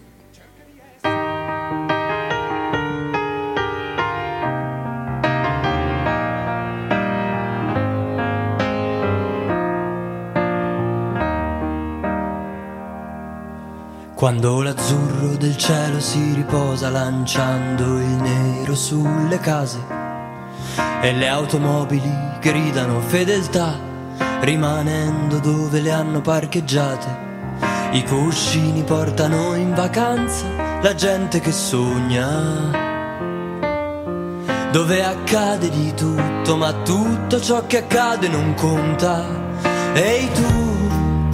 Speaker 8: Quando l'azzurro del cielo si riposa lanciando il nero sulle case e le automobili gridano fedeltà rimanendo dove le hanno parcheggiate, I cuscini portano in vacanza la gente che sogna, dove accade di tutto, ma tutto ciò che accade non conta. Ehi tu,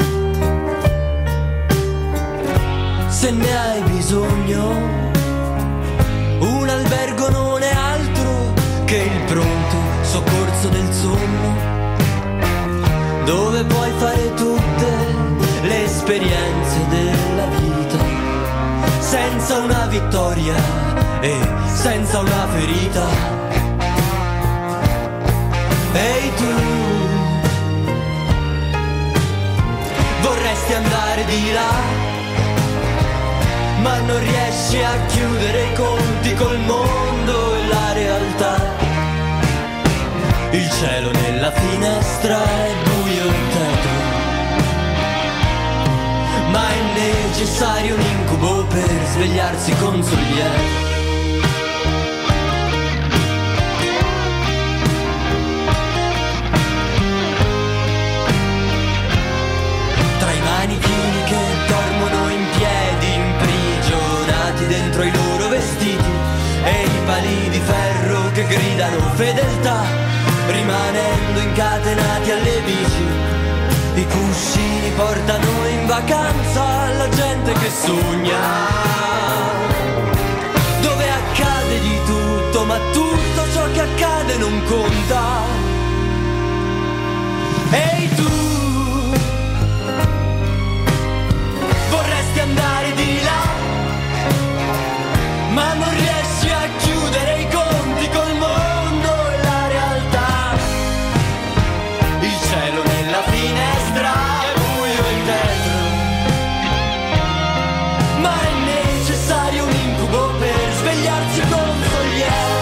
Speaker 8: se ne hai bisogno, un albergo non è altro che il pronto soccorso del sonno, dove puoi fare tutte le esperienze della vita, senza una vittoria e senza una ferita. Ehi tu, vorresti andare di là, ma non riesci a chiudere i conti col mondo e la realtà. Il cielo nella finestra è buio e tetro, ma è necessario un incubo per svegliarsi con sollievo. Tra i manichini che dormono in piedi, imprigionati dentro i loro vestiti, e i pali di ferro che gridano fedeltà, rimanendo incatenati alle bici. I cuscini portano in vacanza la gente che sogna, dove accade di tutto, ma tutto ciò che accade non conta. Ehi tu, vorresti andare di là, ma non riesci a chiudere i conti col mondo e la realtà. Il cielo nella finestra è buio e tetro, ma è necessario un incubo per svegliarsi con sollievo.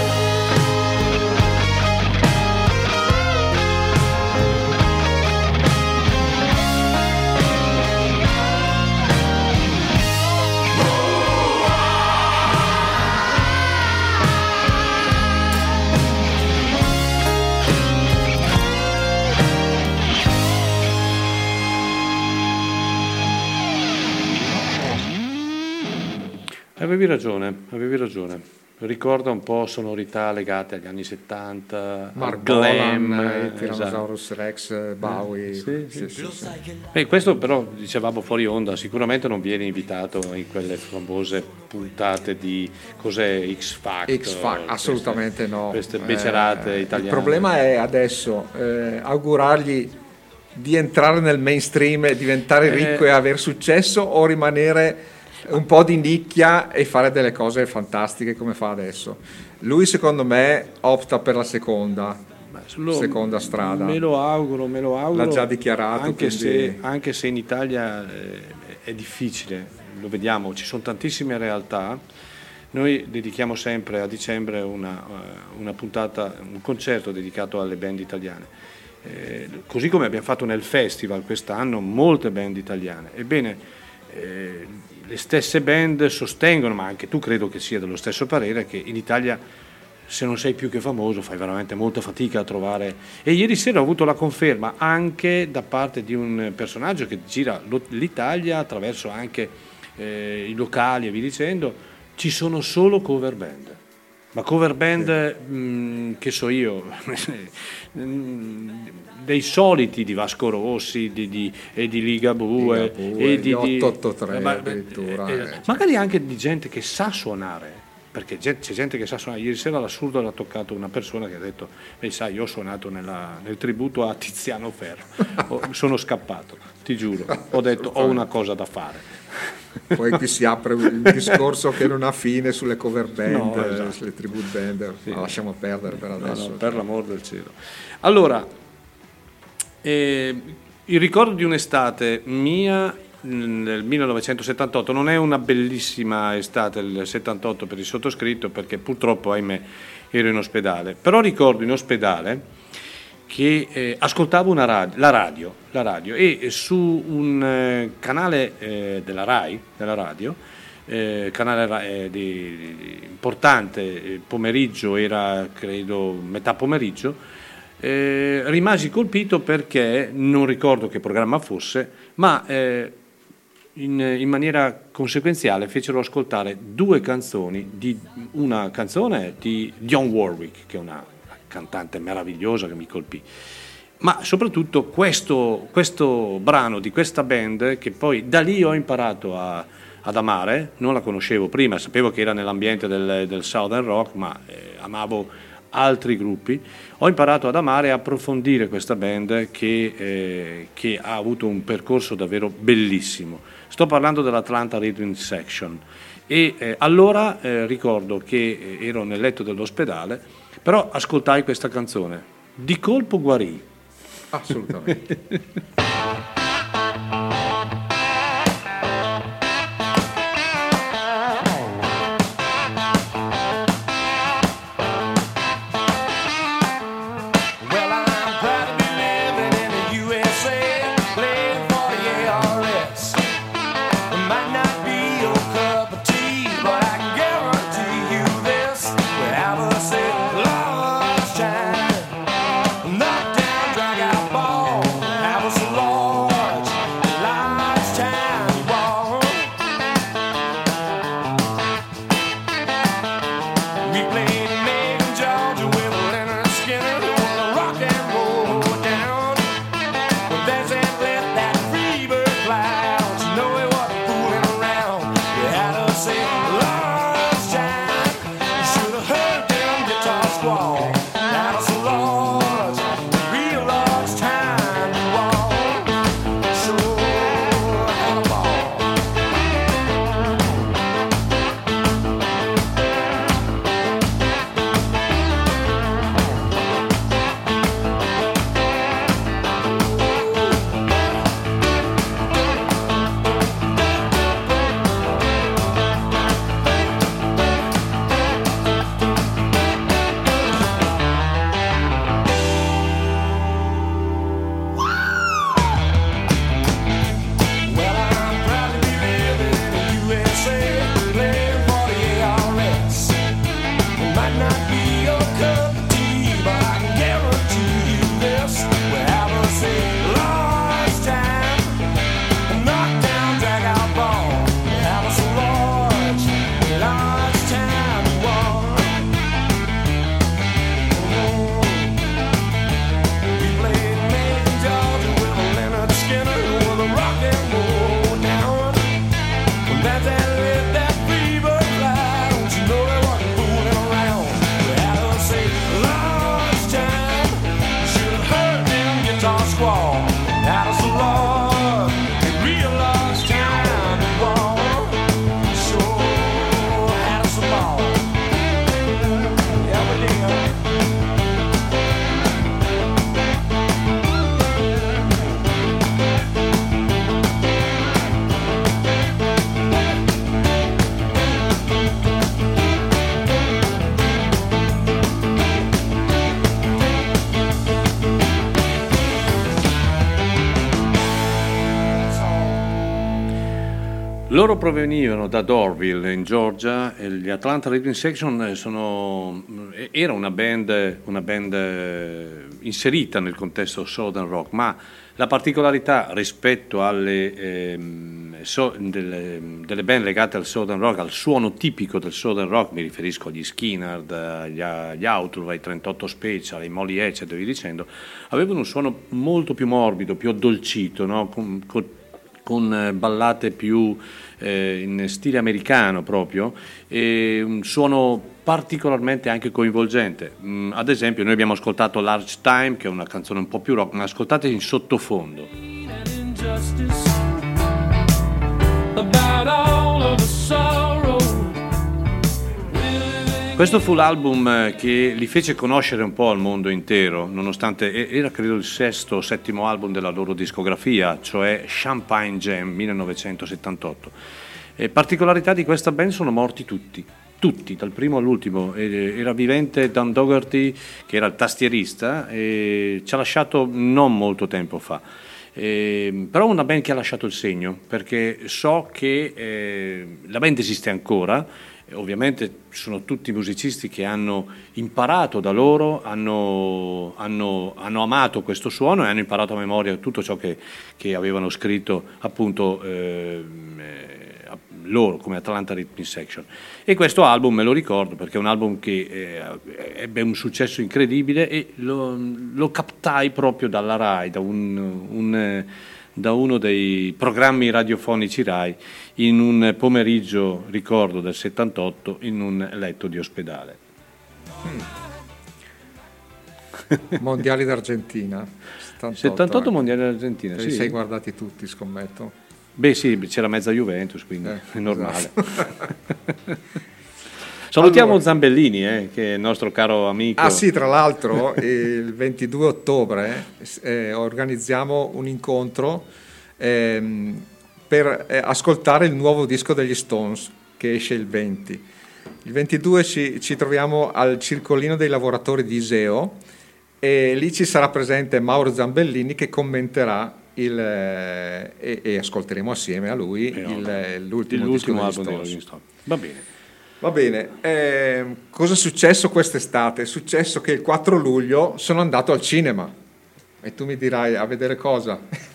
Speaker 3: Avevi ragione, avevi ragione. Ricorda un po' sonorità legate agli anni settanta,
Speaker 4: Mark
Speaker 3: glam,
Speaker 4: Bolan,
Speaker 3: esatto.
Speaker 4: Tyrannosaurus Rex, Bowie.
Speaker 3: Sì, sì,
Speaker 4: sì, sì, sì.
Speaker 3: E questo però, dicevamo fuori onda, sicuramente non viene invitato in quelle famose puntate di cos'è X Factor.
Speaker 4: X Factor, assolutamente
Speaker 3: queste,
Speaker 4: no.
Speaker 3: Queste becerate
Speaker 4: Eh,
Speaker 3: italiane.
Speaker 4: Il problema è adesso eh, augurargli di entrare nel mainstream e diventare ricco
Speaker 3: Eh.
Speaker 4: e aver successo, o rimanere un po' di nicchia e fare delle cose fantastiche come fa adesso. Lui secondo me opta per la seconda
Speaker 3: Lo-
Speaker 4: seconda strada.
Speaker 3: Me lo auguro, me lo auguro.
Speaker 4: L'ha già dichiarato,
Speaker 3: Anche,
Speaker 4: quindi-
Speaker 3: se, anche se in Italia eh, è difficile, lo vediamo, ci sono tantissime realtà. Noi dedichiamo sempre a dicembre una, eh, una puntata, un concerto dedicato alle band italiane. Eh, così come abbiamo fatto nel festival quest'anno, molte band italiane. Ebbene, eh, le stesse band sostengono, ma anche tu credo che sia dello stesso parere, che in Italia, se non sei più che famoso, fai veramente molta fatica a trovare. E ieri sera ho avuto la conferma anche da parte di un personaggio che gira lo- l'Italia attraverso anche eh, i locali e via dicendo. Ci sono solo cover band, ma cover band mh, che so io mh, dei soliti di Vasco Rossi, di, di, e di Ligabue,
Speaker 4: Ligabue,
Speaker 3: e
Speaker 4: di otto otto tre
Speaker 3: ma-
Speaker 4: addirittura,
Speaker 3: eh,
Speaker 4: eh.
Speaker 3: magari anche di gente che sa suonare, perché gen- c'è gente che sa suonare. Ieri sera l'assurdo l'ha toccato una persona che ha detto: "Beh, sai, io ho suonato nella- nel tributo a Tiziano Ferro, Ho- sono scappato, ti giuro, ho detto ho una cosa da fare".
Speaker 4: Poi qui si apre un discorso che non ha fine sulle cover band,
Speaker 3: No,
Speaker 4: eh,
Speaker 3: esatto.
Speaker 4: sulle tribute band,
Speaker 3: Sì.
Speaker 4: ma lasciamo perdere per
Speaker 3: No,
Speaker 4: adesso.
Speaker 3: no, per l'amor del cielo. Allora, eh, il ricordo di un'estate mia nel millenovecentosettantotto non è una bellissima estate il settantotto per il sottoscritto, perché purtroppo, ahimè, ero in ospedale. Però ricordo in ospedale che eh, ascoltavo una radio, la radio, la radio e su un eh, canale eh, della Rai, della radio, eh, canale Ra- eh, di, di- importante, eh, pomeriggio, era credo metà pomeriggio, eh, rimasi colpito perché non ricordo che programma fosse, ma eh, in, in maniera conseguenziale fecero ascoltare due canzoni, di, una canzone di Dionne Warwick, che è una cantante meravigliosa che mi colpì, ma soprattutto questo, questo brano di questa band, che poi da lì ho imparato a, ad amare. Non la conoscevo prima, sapevo che era nell'ambiente del, del Southern Rock, ma eh, amavo altri gruppi. Ho imparato ad amare e approfondire questa band che, eh, che ha avuto un percorso davvero bellissimo. Sto parlando dell'Atlanta Rhythm Section e eh, allora eh, ricordo che eh, ero nel letto dell'ospedale, però ascoltai questa canzone, di colpo guarì.
Speaker 4: Assolutamente.
Speaker 3: Loro provenivano da Dorville in Georgia e gli Atlanta Rhythm Section sono, era una band, una band inserita nel contesto Southern Rock, ma la particolarità rispetto alle ehm, so, delle, delle band legate al Southern Rock, al suono tipico del Southern Rock, mi riferisco agli Skynyrd, agli, agli Outlaw, ai trentotto Special, ai Molly Hatchet e via dicendo, avevano un suono molto più morbido, più addolcito, no? con, con, con ballate più eh, in stile americano proprio, e un suono particolarmente anche coinvolgente. Mm, ad esempio noi abbiamo ascoltato Large Time, che è una canzone un po' più rock, ma ascoltate in sottofondo. Questo fu l'album che li fece conoscere un po' al mondo intero, nonostante era credo il sesto o settimo album della loro discografia, cioè Champagne Jam millenovecentosettantotto. E particolarità di questa band, sono morti tutti, tutti, dal primo all'ultimo. Era vivente Dan Dougherty, che era il tastierista, e ci ha lasciato non molto tempo fa. Eh, però una band che ha lasciato il segno, perché so che eh, la band esiste ancora. ovviamente sono tutti musicisti che hanno imparato da loro, hanno, hanno, hanno amato questo suono e hanno imparato a memoria tutto ciò che, che avevano scritto appunto eh, loro come Atlanta Rhythm Section. E questo album me lo ricordo perché è un album che eh, ebbe un successo incredibile e lo, lo captai proprio dalla Rai, da un, un da uno dei programmi radiofonici Rai in un pomeriggio, ricordo, del settantotto in un letto di ospedale.
Speaker 4: Mm. Mondiali d'Argentina settantotto,
Speaker 3: settantotto
Speaker 4: eh.
Speaker 3: mondiali d'Argentina,
Speaker 4: te
Speaker 3: sì.
Speaker 4: Li sei guardati tutti, scommetto.
Speaker 3: Beh sì, c'era mezza Juventus, quindi
Speaker 4: eh,
Speaker 3: è normale.
Speaker 4: Esatto.
Speaker 3: Salutiamo
Speaker 4: allora,
Speaker 3: Zambellini, eh, che è il nostro caro amico.
Speaker 4: Ah sì, tra l'altro il ventidue ottobre eh, organizziamo un incontro ehm, per eh, ascoltare il nuovo disco degli Stones che esce il venti. Il ventidue ci, ci troviamo al Circolino dei Lavoratori di Iseo e lì ci sarà presente Mauro Zambellini che commenterà il, eh, e, e ascolteremo assieme a lui
Speaker 3: eh,
Speaker 4: il, l'ultimo,
Speaker 3: l'ultimo
Speaker 4: disco
Speaker 3: album
Speaker 4: degli
Speaker 3: degli
Speaker 4: Stones.
Speaker 3: Stones. Va bene.
Speaker 4: Va bene, eh, cosa è successo quest'estate? È successo che il quattro luglio sono andato al cinema e tu mi dirai a vedere cosa?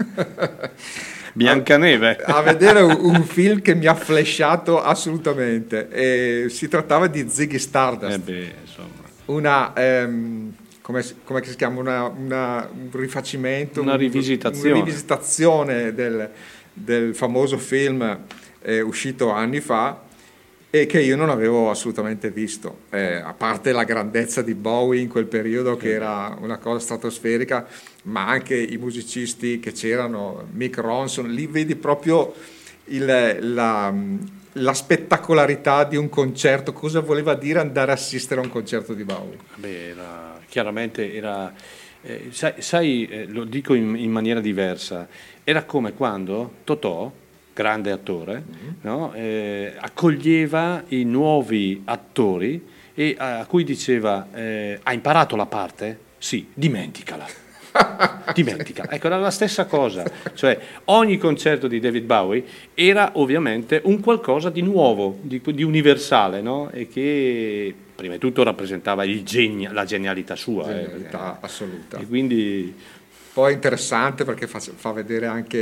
Speaker 3: Biancaneve.
Speaker 4: a, a vedere un, un film che mi ha flashato assolutamente e si trattava di Ziggy Stardust,
Speaker 3: eh beh, insomma.
Speaker 4: una ehm, come, come si chiama una, una, un rifacimento,
Speaker 3: una rivisitazione,
Speaker 4: una rivisitazione del, del famoso film eh, uscito anni fa e che io non avevo assolutamente visto, eh, a parte la grandezza di Bowie in quel periodo che era una cosa stratosferica, ma anche i musicisti che c'erano, Mick Ronson, lì vedi proprio il, la, la spettacolarità di un concerto, cosa voleva dire andare a assistere a un concerto di Bowie.
Speaker 3: Beh, era, chiaramente era, eh, sai, sai eh, lo dico in, in maniera diversa, era come quando Totò, grande attore, mm-hmm. no? eh, accoglieva i nuovi attori e a, a cui diceva eh, ha imparato la parte? Sì, dimenticala. Dimenticala. Ecco, era la stessa cosa, cioè ogni concerto di David Bowie era ovviamente un qualcosa di nuovo, di, di universale, no? E che prima di tutto rappresentava il genio, la genialità sua.
Speaker 4: Genialità
Speaker 3: eh,
Speaker 4: assoluta.
Speaker 3: E quindi...
Speaker 4: Poi è interessante perché fa, fa vedere anche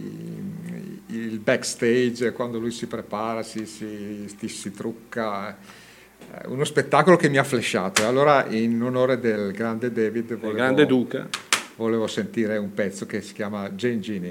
Speaker 4: i, il backstage quando lui si prepara, si, si, si, si trucca, uno spettacolo che mi ha flashato. E allora in onore del grande David volevo,
Speaker 3: il grande Duca,
Speaker 4: volevo sentire un pezzo che si chiama Jane Genie.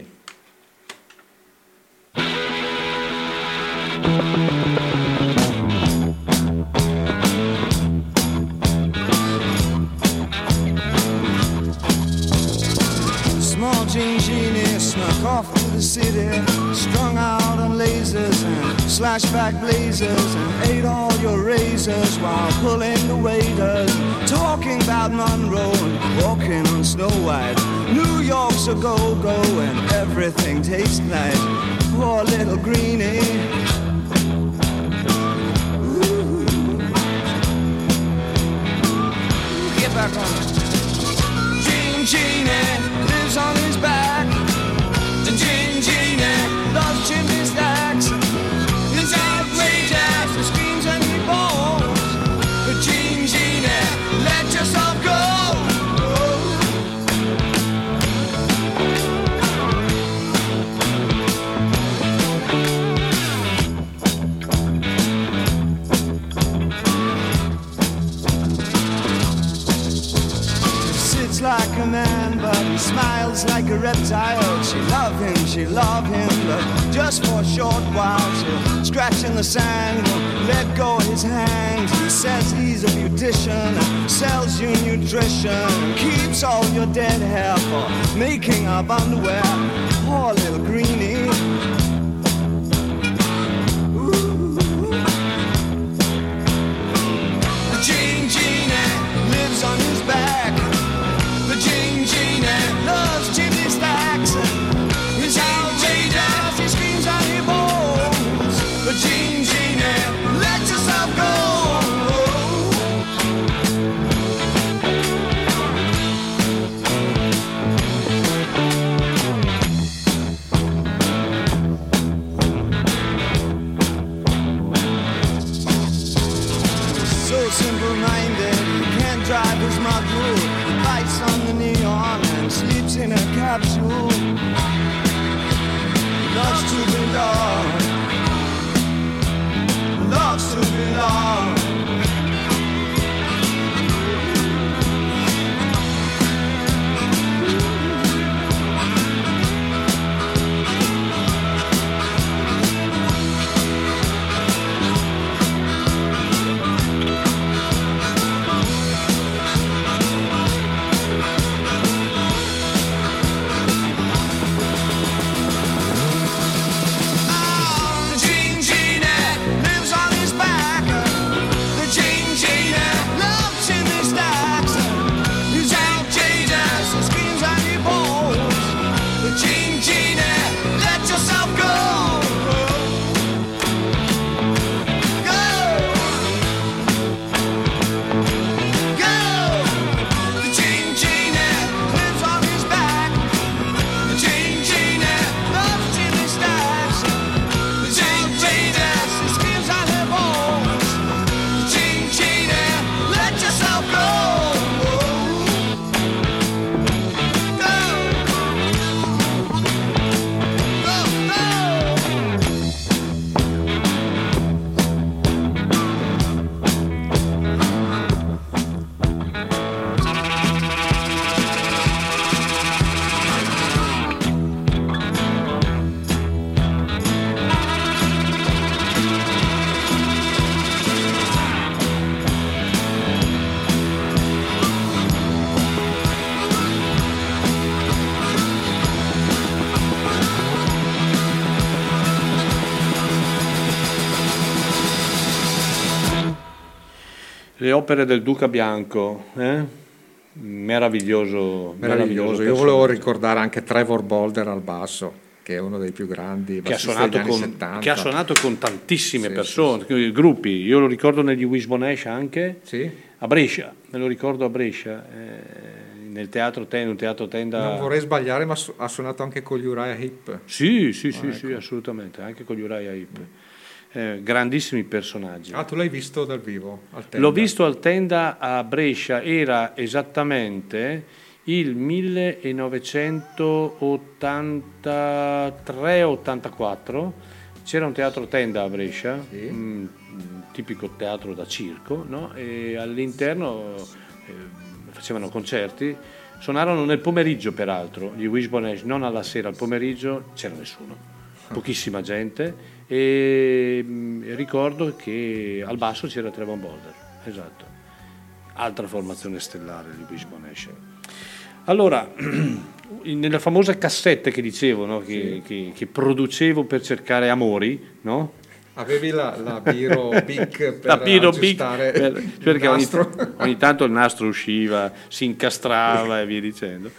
Speaker 6: Jane Genie snuck off to the city, strung out on lasers and slashback blazers, and ate all your razors while pulling the waiters, talking about Monroe and walking on Snow White. New York's a go-go and everything tastes nice. Poor little greenie. Ooh. Get back on it. Jane Genie lives on his back. The Jane Genie loves chimney stacks. It's outrageous, he screams and he bawls. The Jane Genie, let yourself go. Like a man, but he smiles like a reptile. She love him, she love him, but just for a short while. She'll scratch in the sand, won't let go of his hand. He says he's a beautician, sells you nutrition, keeps all your dead hair for making up underwear. Poor little greenie. Ooh. The Jane Genie lives on his back. The Jane Genie loves chimney stacks. He's outrageous, he screams and he bawls. The Jane Genie, let yourself go. simple-minded, he can't drive his module. He bites on the neon and sleeps in a capsule. Loves to belong, loves to belong.
Speaker 3: Le opere del Duca Bianco, eh? meraviglioso,
Speaker 4: meraviglioso. Io volevo ricordare anche Trevor Bolder al basso, che è uno dei più grandi
Speaker 3: che ha suonato
Speaker 4: degli anni
Speaker 3: con,
Speaker 4: settanta.
Speaker 3: Che ha suonato con tantissime
Speaker 4: sì,
Speaker 3: persone,
Speaker 4: sì, sì.
Speaker 3: gruppi. Io lo ricordo negli Wishbone Ash anche,
Speaker 4: sì.
Speaker 3: a Brescia, me lo ricordo a Brescia, eh, nel teatro Tenda, un teatro Tenda.
Speaker 4: Non vorrei sbagliare, ma su- ha suonato anche con gli Uriah Heep.
Speaker 3: Sì, sì,
Speaker 4: ah,
Speaker 3: sì,
Speaker 4: ecco.
Speaker 3: sì, assolutamente, anche con gli Uriah Heep. Eh, grandissimi personaggi.
Speaker 4: Ah, tu l'hai visto dal vivo? Al Tenda.
Speaker 3: L'ho visto al Tenda a Brescia, era esattamente il millenovecentottantatré ottantaquato, c'era un teatro Tenda a Brescia,
Speaker 4: sì.
Speaker 3: un, un tipico teatro da circo, no? E all'interno eh, facevano concerti, suonarono nel pomeriggio peraltro, gli Wishbone Ash, non alla sera, al pomeriggio c'era nessuno, pochissima gente. E mh, ricordo che al basso c'era Trevor Bolder, esatto, altra formazione stellare di Wishbone Ash. Allora, nella famosa cassetta che dicevo, no? che,
Speaker 4: sì.
Speaker 3: che, che producevo per cercare amori, no?
Speaker 4: Avevi la, la Biro Bic per
Speaker 3: la Biro
Speaker 4: aggiustare
Speaker 3: Bic, per, perché ogni,
Speaker 4: ogni,
Speaker 3: ogni tanto il nastro usciva, si incastrava e via dicendo.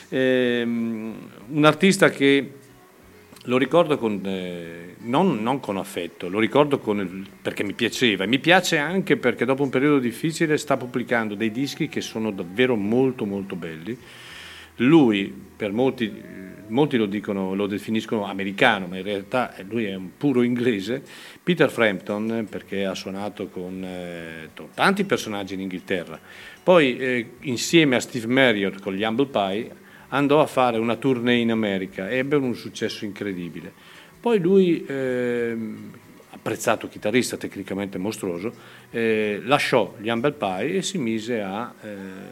Speaker 3: Ehm, un artista che lo ricordo con, eh, non, non con affetto, lo ricordo con il, perché mi piaceva e mi piace anche perché dopo un periodo difficile sta pubblicando dei dischi che sono davvero molto molto belli. Lui, per molti, molti lo dicono, lo definiscono americano, ma in realtà lui è un puro inglese, Peter Frampton, perché ha suonato con eh, tanti personaggi in Inghilterra. Poi eh, insieme a Steve Marriott con gli Humble Pie andò a fare una tournée in America e ebbe un successo incredibile. Poi lui, eh, apprezzato chitarrista, tecnicamente mostruoso, eh, lasciò gli Humble Pie e si mise a eh,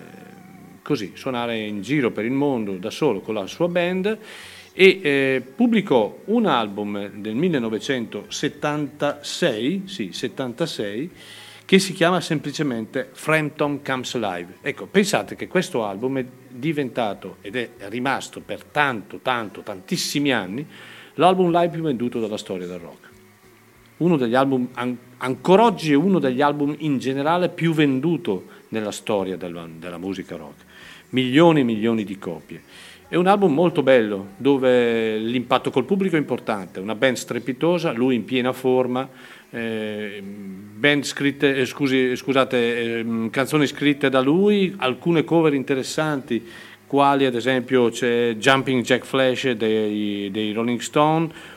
Speaker 3: così suonare in giro per il mondo da solo con la sua band e eh, pubblicò un album del millenovecentosettantasei, sì, settantasei, che si chiama semplicemente Frampton Comes Alive. Ecco, pensate che questo album è diventato ed è rimasto per tanto, tanto, tantissimi anni l'album live più venduto della storia del rock. Uno degli album, an- ancora oggi è uno degli album in generale più venduto nella storia della, della musica rock. Milioni e milioni di copie. È un album molto bello, dove l'impatto col pubblico è importante, una band strepitosa, lui in piena forma, eh, band scritte, eh, scusi, scusate, eh, canzoni scritte da lui, alcune cover interessanti, quali ad esempio c'è Jumping Jack Flash dei, dei Rolling Stone,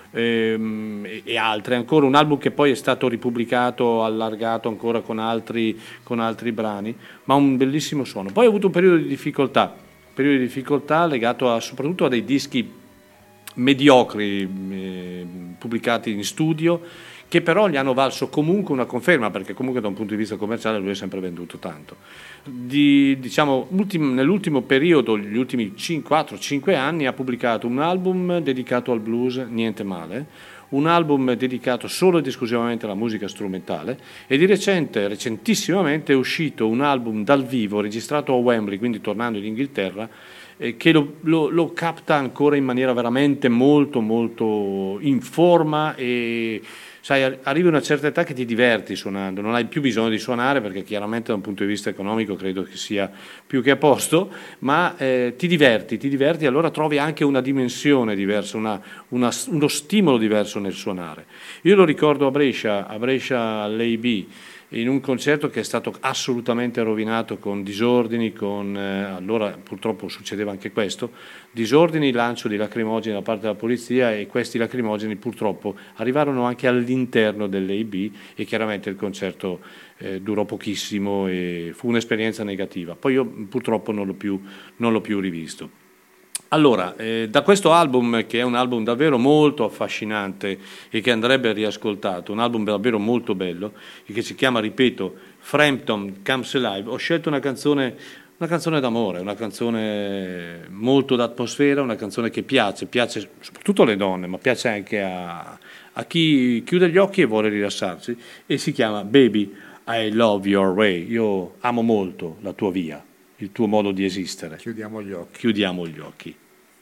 Speaker 3: ehm, e, e altre ancora, un album che poi è stato ripubblicato, allargato ancora con altri, con altri brani, ma un bellissimo suono. Poi ho avuto un periodo di difficoltà, un periodo di difficoltà legato a, soprattutto a dei dischi mediocri eh, pubblicati in studio, che però gli hanno valso comunque una conferma, perché comunque da un punto di vista commerciale lui è sempre venduto tanto. Di, diciamo, ultim, nell'ultimo periodo, gli ultimi quattro cinque anni, ha pubblicato un album dedicato al blues, niente male, un album dedicato solo ed esclusivamente alla musica strumentale, e di recente, recentissimamente, è uscito un album dal vivo registrato a Wembley, quindi tornando in Inghilterra, eh, che lo, lo, lo capta ancora in maniera veramente molto molto in forma. E sai, arrivi a una certa età che ti diverti suonando, non hai più bisogno di suonare, perché chiaramente da un punto di vista economico credo che sia più che a posto, ma eh, ti diverti, ti diverti, e allora trovi anche una dimensione diversa, una, una, uno stimolo diverso nel suonare. Io lo ricordo a Brescia, a Brescia all'A B, in un concerto che è stato assolutamente rovinato con disordini, con eh, allora purtroppo succedeva anche questo, disordini, lancio di lacrimogeni da parte della polizia, e questi lacrimogeni purtroppo arrivarono anche all'interno dell'A B, e chiaramente il concerto eh, durò pochissimo e fu un'esperienza negativa. Poi io purtroppo non l'ho più, non l'ho più rivisto. Allora, eh, da questo album, che è un album davvero molto affascinante e che andrebbe riascoltato, un album davvero molto bello, e che si chiama, ripeto, Frampton Comes Alive, ho scelto una canzone, una canzone d'amore, una canzone molto d'atmosfera, una canzone che piace, piace soprattutto alle donne, ma piace anche a, a chi chiude gli occhi e vuole rilassarsi, e si chiama Baby, I Love Your Way. Io amo molto la tua via, il tuo modo di esistere.
Speaker 4: Chiudiamo gli occhi.
Speaker 3: Chiudiamo gli occhi.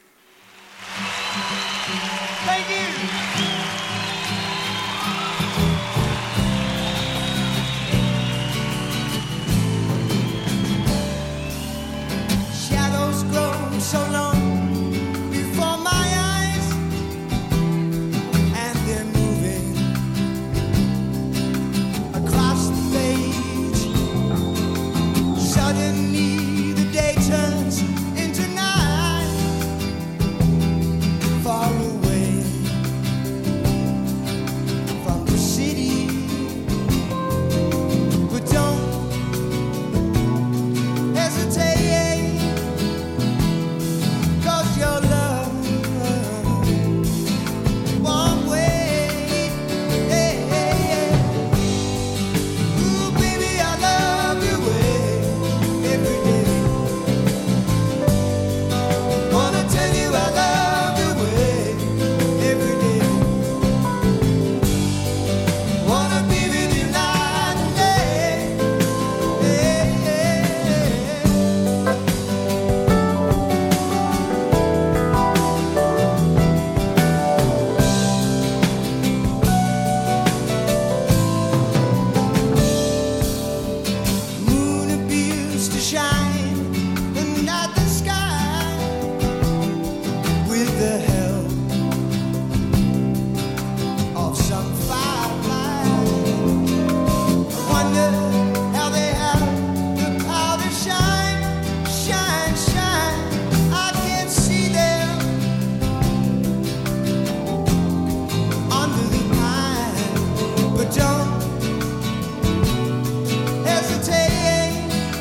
Speaker 6: Thank you. Shadows grow so long before my eyes, and they're moving across the page. Suddenly the day turns into night, far away from the city. But don't hesitate, 'cause your love won't wait. Hey, hey, hey. Ooh, baby, I love your way every day. Wanna tell you I love your way every day. Wanna be with you night and day. Hey, hey, hey. Moon appears to shine beneath the sky with the help of some firefly. I wonder how they have the power to shine, shine, shine. I can see them under the pine, but don't hesitate,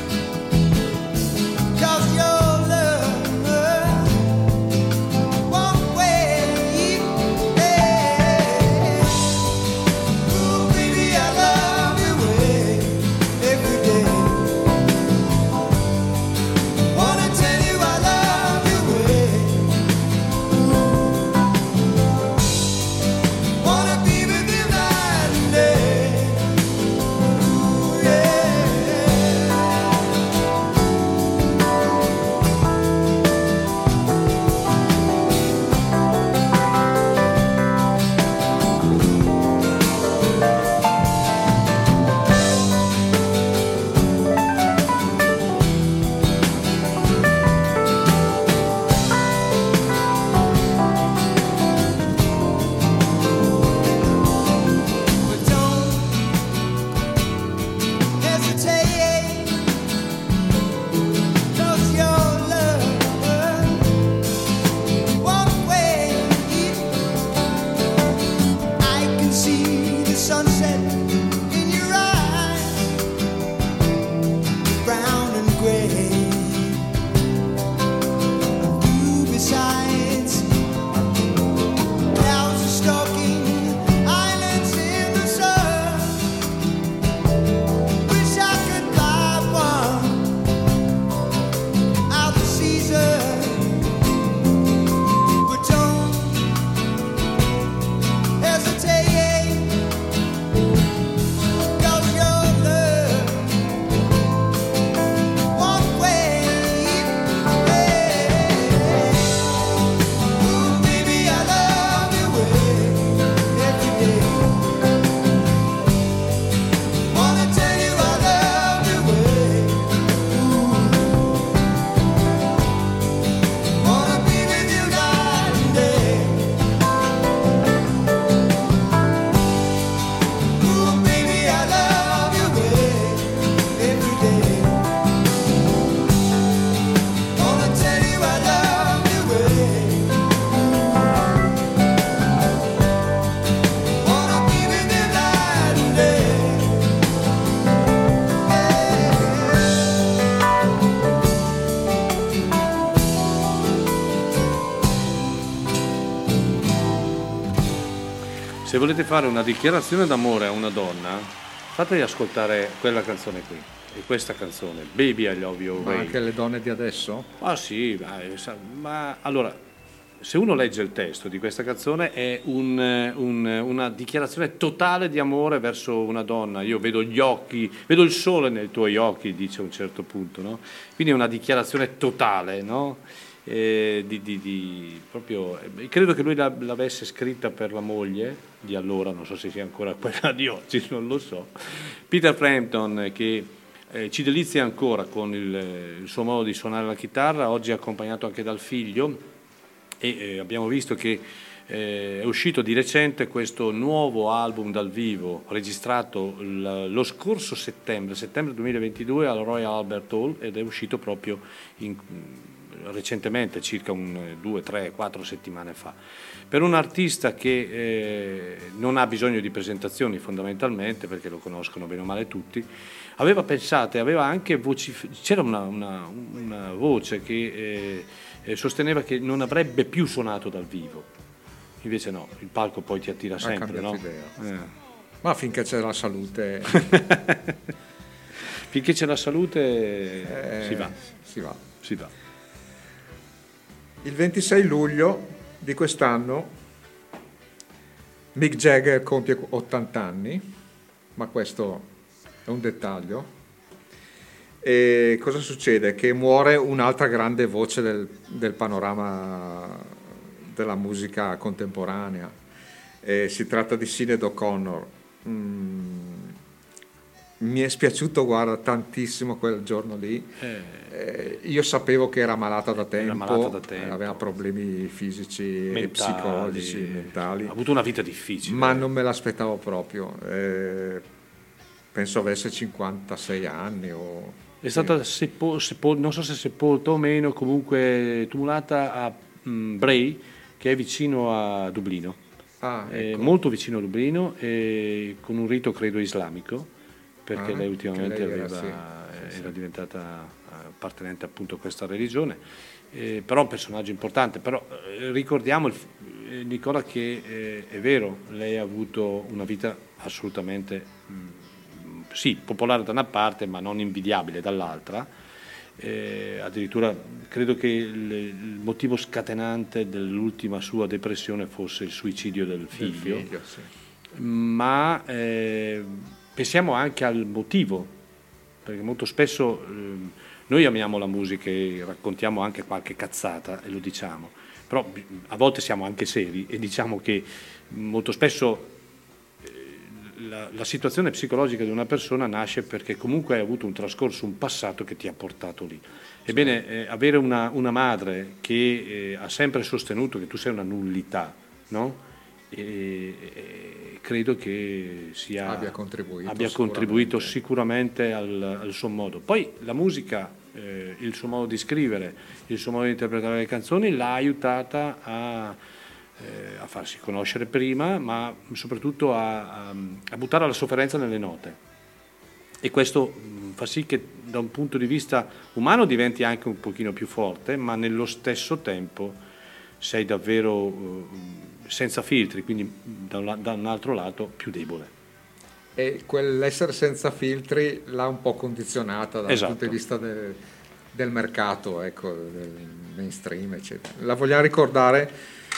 Speaker 6: 'cause your love won't wait. Hey, ooh, baby, I love your way set in your eyes, brown and gray, and blue besides. Clouds are stalking islands in the sun. Wish I could buy one out the season.
Speaker 3: Se volete fare una dichiarazione d'amore a una donna, fatevi ascoltare quella canzone qui e questa canzone, Baby I Love You
Speaker 4: Ma
Speaker 3: Way.
Speaker 4: anche le donne di adesso?
Speaker 3: Ah sì, ma, ma allora, se uno legge il testo di questa canzone è un, un, una dichiarazione totale di amore verso una donna. Io vedo gli occhi, vedo il sole nei tuoi occhi, dice a un certo punto, no? Quindi è una dichiarazione totale, no? Eh, di, di, di, proprio, eh, credo che lui la, l'avesse scritta per la moglie di allora, non so se sia ancora quella di oggi, non lo so. Peter Frampton, che eh, ci delizia ancora con il, il suo modo di suonare la chitarra, oggi accompagnato anche dal figlio, e eh, abbiamo visto che eh, è uscito di recente questo nuovo album dal vivo registrato l- lo scorso settembre, settembre duemilaventidue al Royal Albert Hall, ed è uscito proprio in recentemente, circa un, due, tre, quattro settimane fa. Per un artista che eh, non ha bisogno di presentazioni fondamentalmente, perché lo conoscono bene o male tutti, aveva pensato, aveva anche vocif- c'era una, una, una voce che eh, sosteneva che non avrebbe più suonato dal vivo, invece no, il palco poi ti attira sempre, no?
Speaker 4: Idea. Eh. Ma finché c'è la salute
Speaker 3: finché c'è la salute eh, si va
Speaker 4: si va
Speaker 3: si va.
Speaker 4: Il ventisei luglio di quest'anno Mick Jagger compie ottanta anni, ma questo è un dettaglio. E cosa succede? Che muore un'altra grande voce del, del panorama della musica contemporanea. E si tratta di Sinéad O'Connor. Mm, mi è spiaciuto, guarda, tantissimo quel giorno lì. Eh. Eh, io sapevo che era malata da tempo,
Speaker 3: era malata da tempo.
Speaker 4: Aveva problemi fisici mentali, e psicologici, mentali.
Speaker 3: Ha avuto una vita difficile.
Speaker 4: Ma non me l'aspettavo proprio. Eh, penso avesse cinquantasei anni. O,
Speaker 3: è stata sepol- sepol- non so se sepolta o meno, comunque tumulata a mh, Bray, che è vicino a Dublino.
Speaker 4: Ah, ecco.
Speaker 3: Molto vicino a Dublino, e con un rito credo islamico, perché
Speaker 4: ah,
Speaker 3: lei ultimamente
Speaker 4: lei
Speaker 3: aveva,
Speaker 4: era, sì, sì,
Speaker 3: era
Speaker 4: sì.
Speaker 3: diventata appartenente appunto a questa religione, eh, però un personaggio importante. Però eh, ricordiamo il, eh, Nicola, che eh, è vero, lei ha avuto una vita assolutamente mh, sì, popolare da una parte, ma non invidiabile dall'altra. Eh, addirittura credo che il, il motivo scatenante dell'ultima sua depressione fosse il suicidio del figlio,
Speaker 4: del figlio sì.
Speaker 3: Ma eh, pensiamo anche al motivo, perché molto spesso eh, noi amiamo la musica e raccontiamo anche qualche cazzata e lo diciamo, però a volte siamo anche seri e diciamo che molto spesso La, la situazione psicologica di una persona nasce perché comunque hai avuto un trascorso, un passato che ti ha portato lì. Ebbene, eh, avere una, una madre che eh, ha sempre sostenuto che tu sei una nullità, no? E, e credo che sia,
Speaker 4: abbia contribuito
Speaker 3: abbia
Speaker 4: sicuramente,
Speaker 3: contribuito sicuramente al, al suo modo. Poi la musica, eh, il suo modo di scrivere, il suo modo di interpretare le canzoni l'ha aiutata a eh, a farsi conoscere prima, ma soprattutto a, a, a buttare la sofferenza nelle note. E questo mh, fa sì che da un punto di vista umano diventi anche un pochino più forte, ma nello stesso tempo sei davvero uh, senza filtri, quindi da un, da un altro lato più debole.
Speaker 4: E quell'essere senza filtri l'ha un po' condizionata dal
Speaker 3: Esatto.
Speaker 4: punto di vista del, del mercato, ecco, del mainstream, eccetera. La vogliamo ricordare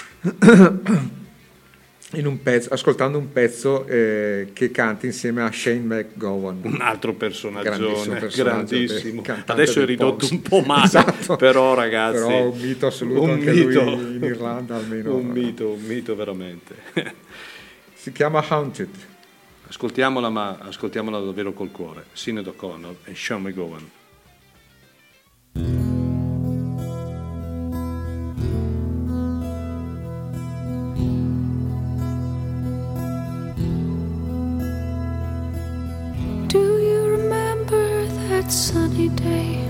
Speaker 4: in un pezzo, ascoltando un pezzo eh, che canta insieme a Shane McGowan,
Speaker 3: Un altro personaggio
Speaker 4: grandissimo, personaggio
Speaker 3: grandissimo.
Speaker 4: cantante
Speaker 3: Adesso è
Speaker 4: dei
Speaker 3: ridotto
Speaker 4: Pogues.
Speaker 3: un po' male,
Speaker 4: Esatto.
Speaker 3: però ragazzi,
Speaker 4: però un mito assoluto,
Speaker 3: un
Speaker 4: anche
Speaker 3: mito.
Speaker 4: lui in Irlanda almeno.
Speaker 3: un mito, un mito veramente.
Speaker 4: Si chiama Haunted.
Speaker 3: Ascoltiamola, ma ascoltiamola davvero col cuore. Sinead O'Connor e Sean McGowan.
Speaker 9: Do you remember that sunny day?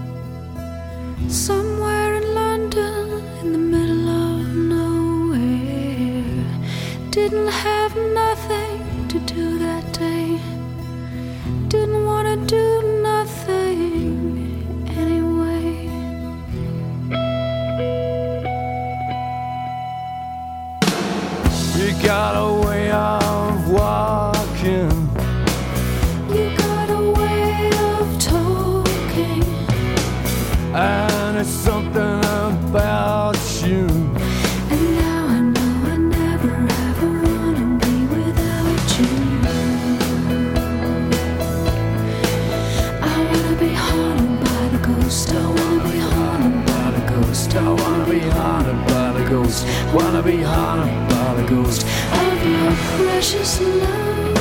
Speaker 9: Somewhere in London, in the middle of nowhere. Didn't have nothing to do that day. Didn't want to do nothing anyway.
Speaker 8: You got a way of walking,
Speaker 9: You got a way of talking,
Speaker 8: and it's something about you.
Speaker 9: and now I know I never ever wanna be without you. I wanna be haunted by the ghost. I wanna be haunted by the ghost.
Speaker 8: I wanna be haunted by the ghost. Wanna be haunted by the ghost.
Speaker 9: Of your precious love,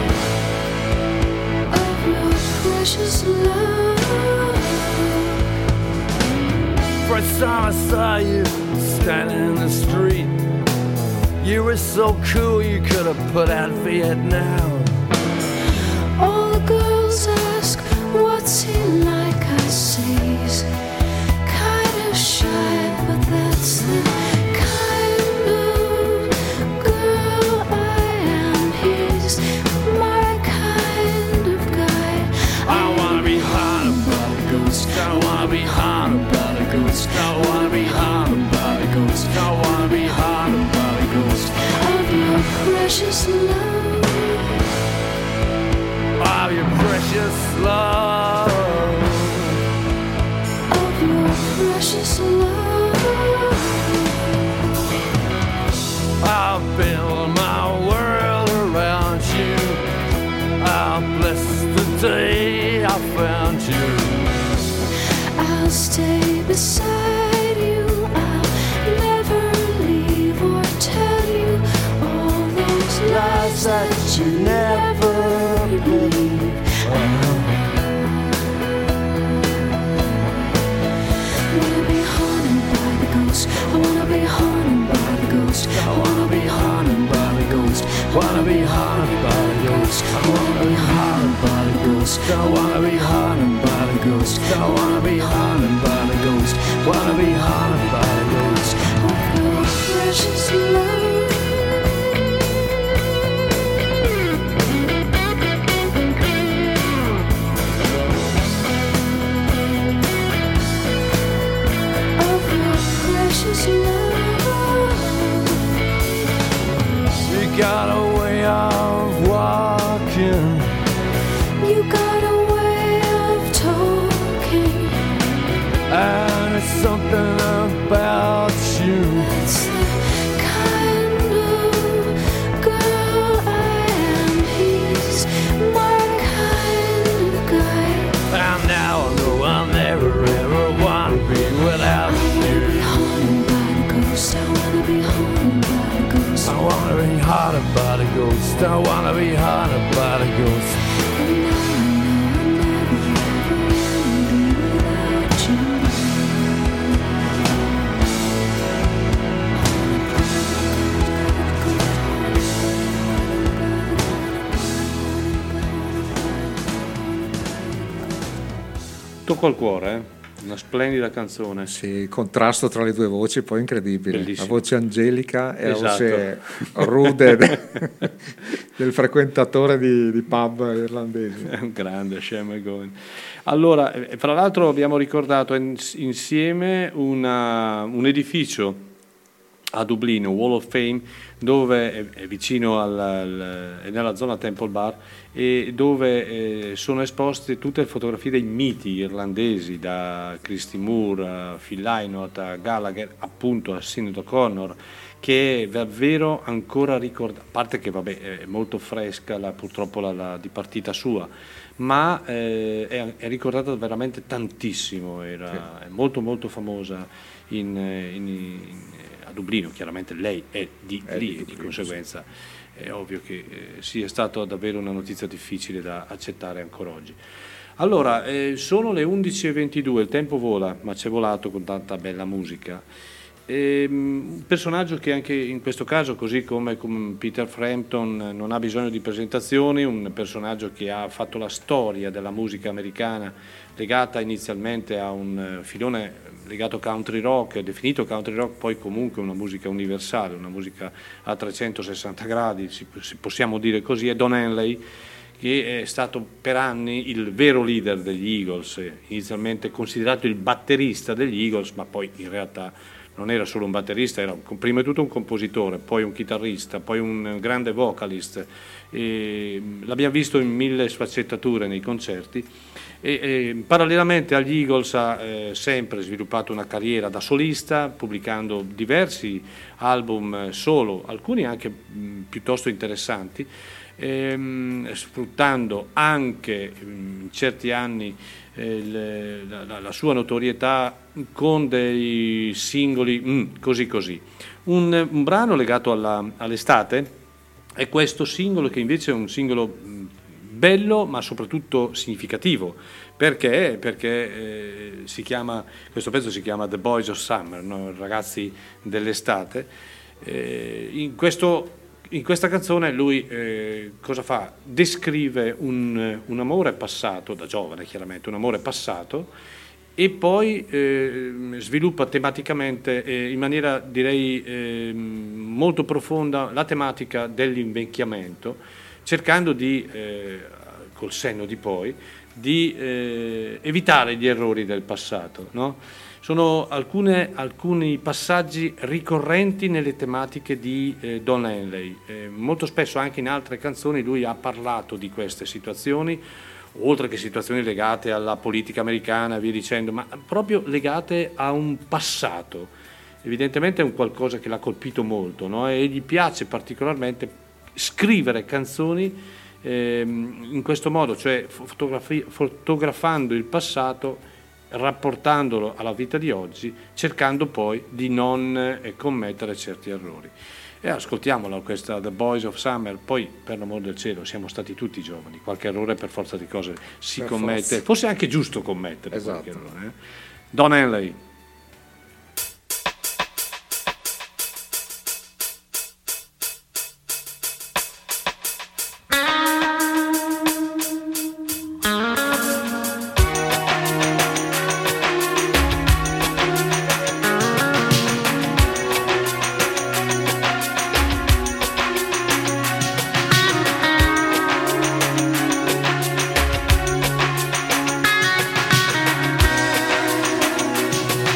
Speaker 9: of your precious love.
Speaker 8: First time I saw you standing in the street, you were so cool you could have put out Vietnam.
Speaker 9: All the girls ask, what's he like? I say he's kind of shy, but that's the kind of girl I am. He's my kind of guy.
Speaker 8: I wanna be haunted by the ghost. I wanna be haunted by the ghost. I wanna be haunted by the ghost. I wanna be haunted by the ghost.
Speaker 9: Of your precious love,
Speaker 8: Of your precious love.
Speaker 9: of your precious love.
Speaker 8: I'll build my world around you. I'll bless the day I found you.
Speaker 9: I'll stay beside you. I'll never leave or tell you all those lies that you never believe. Wanna be haunted by the ghost. I wanna be haunted by the ghost.
Speaker 8: I wanna be haunted by the ghost. Wanna be haunted by the ghost. I wanna be haunted by the ghost. I wanna be haunted by the ghost. I wanna be haunted by the ghost. Wanna be haunted by the ghost.
Speaker 9: Of your precious love. Of your precious love.
Speaker 8: You got a way of walking,
Speaker 9: You got a way of talking.
Speaker 8: and it's something about you.
Speaker 9: It's the kind of girl I am. He's my kind of guy.
Speaker 8: And now I know I'll never ever want to be without
Speaker 9: I wanna be
Speaker 8: you.
Speaker 9: haunted by the ghost. I wanna be haunted by the ghost.
Speaker 8: I wanna be haunted by the ghost. I wanna be haunted by the ghost.
Speaker 9: And now I know I never ever wanna be without you.
Speaker 3: Tocco al cuore, eh? una splendida canzone.
Speaker 4: Sì, il contrasto tra le due voci poi è incredibile.
Speaker 3: Bellissimo.
Speaker 4: La voce angelica e
Speaker 3: Esatto.
Speaker 4: la voce rude de- del frequentatore di, di pub irlandesi.
Speaker 3: È un grande Shane MacGowan. Allora, eh, fra l'altro abbiamo ricordato in- insieme una- un edificio a Dublino, Wall of Fame, dove è, è vicino al, al, è nella zona Temple Bar, e dove eh, sono esposte tutte le fotografie dei miti irlandesi, da Christy Moore a Phil Lynott a Gallagher, appunto a Sinead O'Connor, che è davvero ancora ricordata, a parte che vabbè è molto fresca la, purtroppo la, la dipartita sua, ma eh, è, è ricordata veramente tantissimo, era è molto molto famosa in, in, in a Dublino. Chiaramente lei è di
Speaker 4: È
Speaker 3: lì
Speaker 4: di
Speaker 3: e di
Speaker 4: Dublino,
Speaker 3: conseguenza è ovvio che eh, sia stata davvero una notizia difficile da accettare ancora oggi. Allora, eh, sono le undici e ventidue, il tempo vola, ma c'è volato con tanta bella musica. E, un personaggio che anche in questo caso, così come, come Peter Frampton, non ha bisogno di presentazioni, un personaggio che ha fatto la storia della musica americana, legata inizialmente a un filone legato country rock, definito country rock, poi comunque una musica universale, una musica a trecentosessanta gradi, si, si possiamo dire così, è Don Henley, che è stato per anni il vero leader degli Eagles, inizialmente considerato il batterista degli Eagles, ma poi in realtà non era solo un batterista, era prima di tutto un compositore, poi un chitarrista, poi un grande vocalist. E l'abbiamo visto in mille sfaccettature nei concerti. E, e, parallelamente agli Eagles ha eh, sempre sviluppato una carriera da solista, pubblicando diversi album solo, alcuni anche mh, piuttosto interessanti, ehm, sfruttando anche in certi anni eh, le, la, la sua notorietà con dei singoli mm, così così. Un, un brano legato alla, all'estate è questo singolo, che invece è un singolo mh, bello ma soprattutto significativo. Perché? Perché eh, si chiama, questo pezzo si chiama The Boys of Summer, no? Ragazzi dell'estate. Eh, in, questo, in questa canzone lui eh, cosa fa? Descrive un, un amore passato, da giovane chiaramente, un amore passato, e poi eh, sviluppa tematicamente eh, in maniera direi eh, molto profonda la tematica dell'invecchiamento, cercando di, eh, col senno di poi, di eh, evitare gli errori del passato, no? Sono alcune, alcuni passaggi ricorrenti nelle tematiche di eh, Don Henley. Eh, molto spesso anche in altre canzoni lui ha parlato di queste situazioni, oltre che situazioni legate alla politica americana e via dicendo, ma proprio legate a un passato. Evidentemente è un qualcosa che l'ha colpito molto, no? E gli piace particolarmente scrivere canzoni in questo modo, cioè fotografi- fotografando il passato, rapportandolo alla vita di oggi, cercando poi di non eh, commettere certi errori. E ascoltiamola questa The Boys of Summer. Poi, per l'amor del cielo, siamo stati tutti giovani, qualche errore per forza di cose si
Speaker 4: per
Speaker 3: commette,
Speaker 4: forza.
Speaker 3: forse è anche giusto commettere,
Speaker 4: esatto,
Speaker 3: qualche errore, eh? Don Henley.
Speaker 6: Thank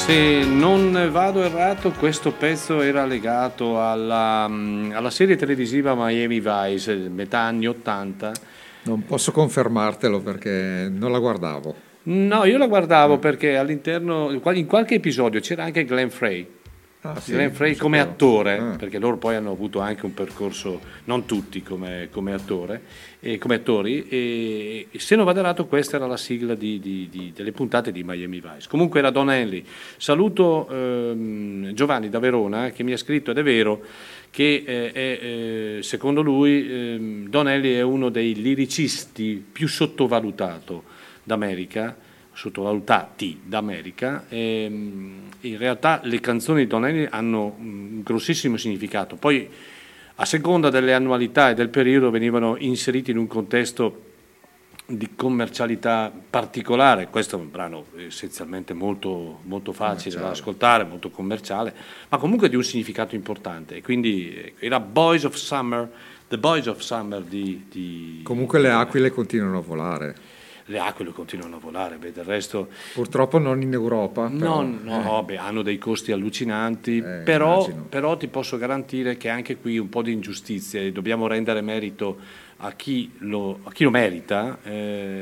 Speaker 3: Se non vado errato, questo pezzo era legato alla, alla serie televisiva Miami Vice, metà anni ottanta.
Speaker 4: Non posso confermartelo perché non la guardavo.
Speaker 3: No, io la guardavo perché all'interno, in qualche episodio c'era anche Glenn Frey.
Speaker 4: Ah, sì,
Speaker 3: Glenn Frey
Speaker 4: non
Speaker 3: come
Speaker 4: sapevo.
Speaker 3: attore,
Speaker 4: Ah.
Speaker 3: perché loro poi hanno avuto anche un percorso, non tutti come, come attore, e come attori, e, e se non vado errato questa era la sigla di, di, di, delle puntate di Miami Vice. Comunque era Don Henley. Saluto ehm, Giovanni da Verona che mi ha scritto, ed è vero, che eh, è, eh, secondo lui ehm, Don Henley è uno dei liricisti più sottovalutato d'America, sottovalutati d'America. E, in realtà le canzoni di Don Henley hanno un grossissimo significato, poi a seconda delle annualità e del periodo venivano inseriti in un contesto di commercialità particolare. Questo è un brano essenzialmente molto, molto facile da ascoltare, molto commerciale, ma comunque di un significato importante, e quindi era Boys of Summer, The Boys of Summer di, di
Speaker 4: Comunque le aquile continuano a volare.
Speaker 3: Le aquile continuano a volare, beh, del resto
Speaker 4: Purtroppo non in Europa. Però,
Speaker 3: no, no,
Speaker 4: eh.
Speaker 3: beh, hanno dei costi allucinanti,
Speaker 4: Eh,
Speaker 3: però,
Speaker 4: immagino.
Speaker 3: però ti posso garantire che anche qui un po' di ingiustizia, e dobbiamo rendere merito a chi lo, a chi lo merita. Eh,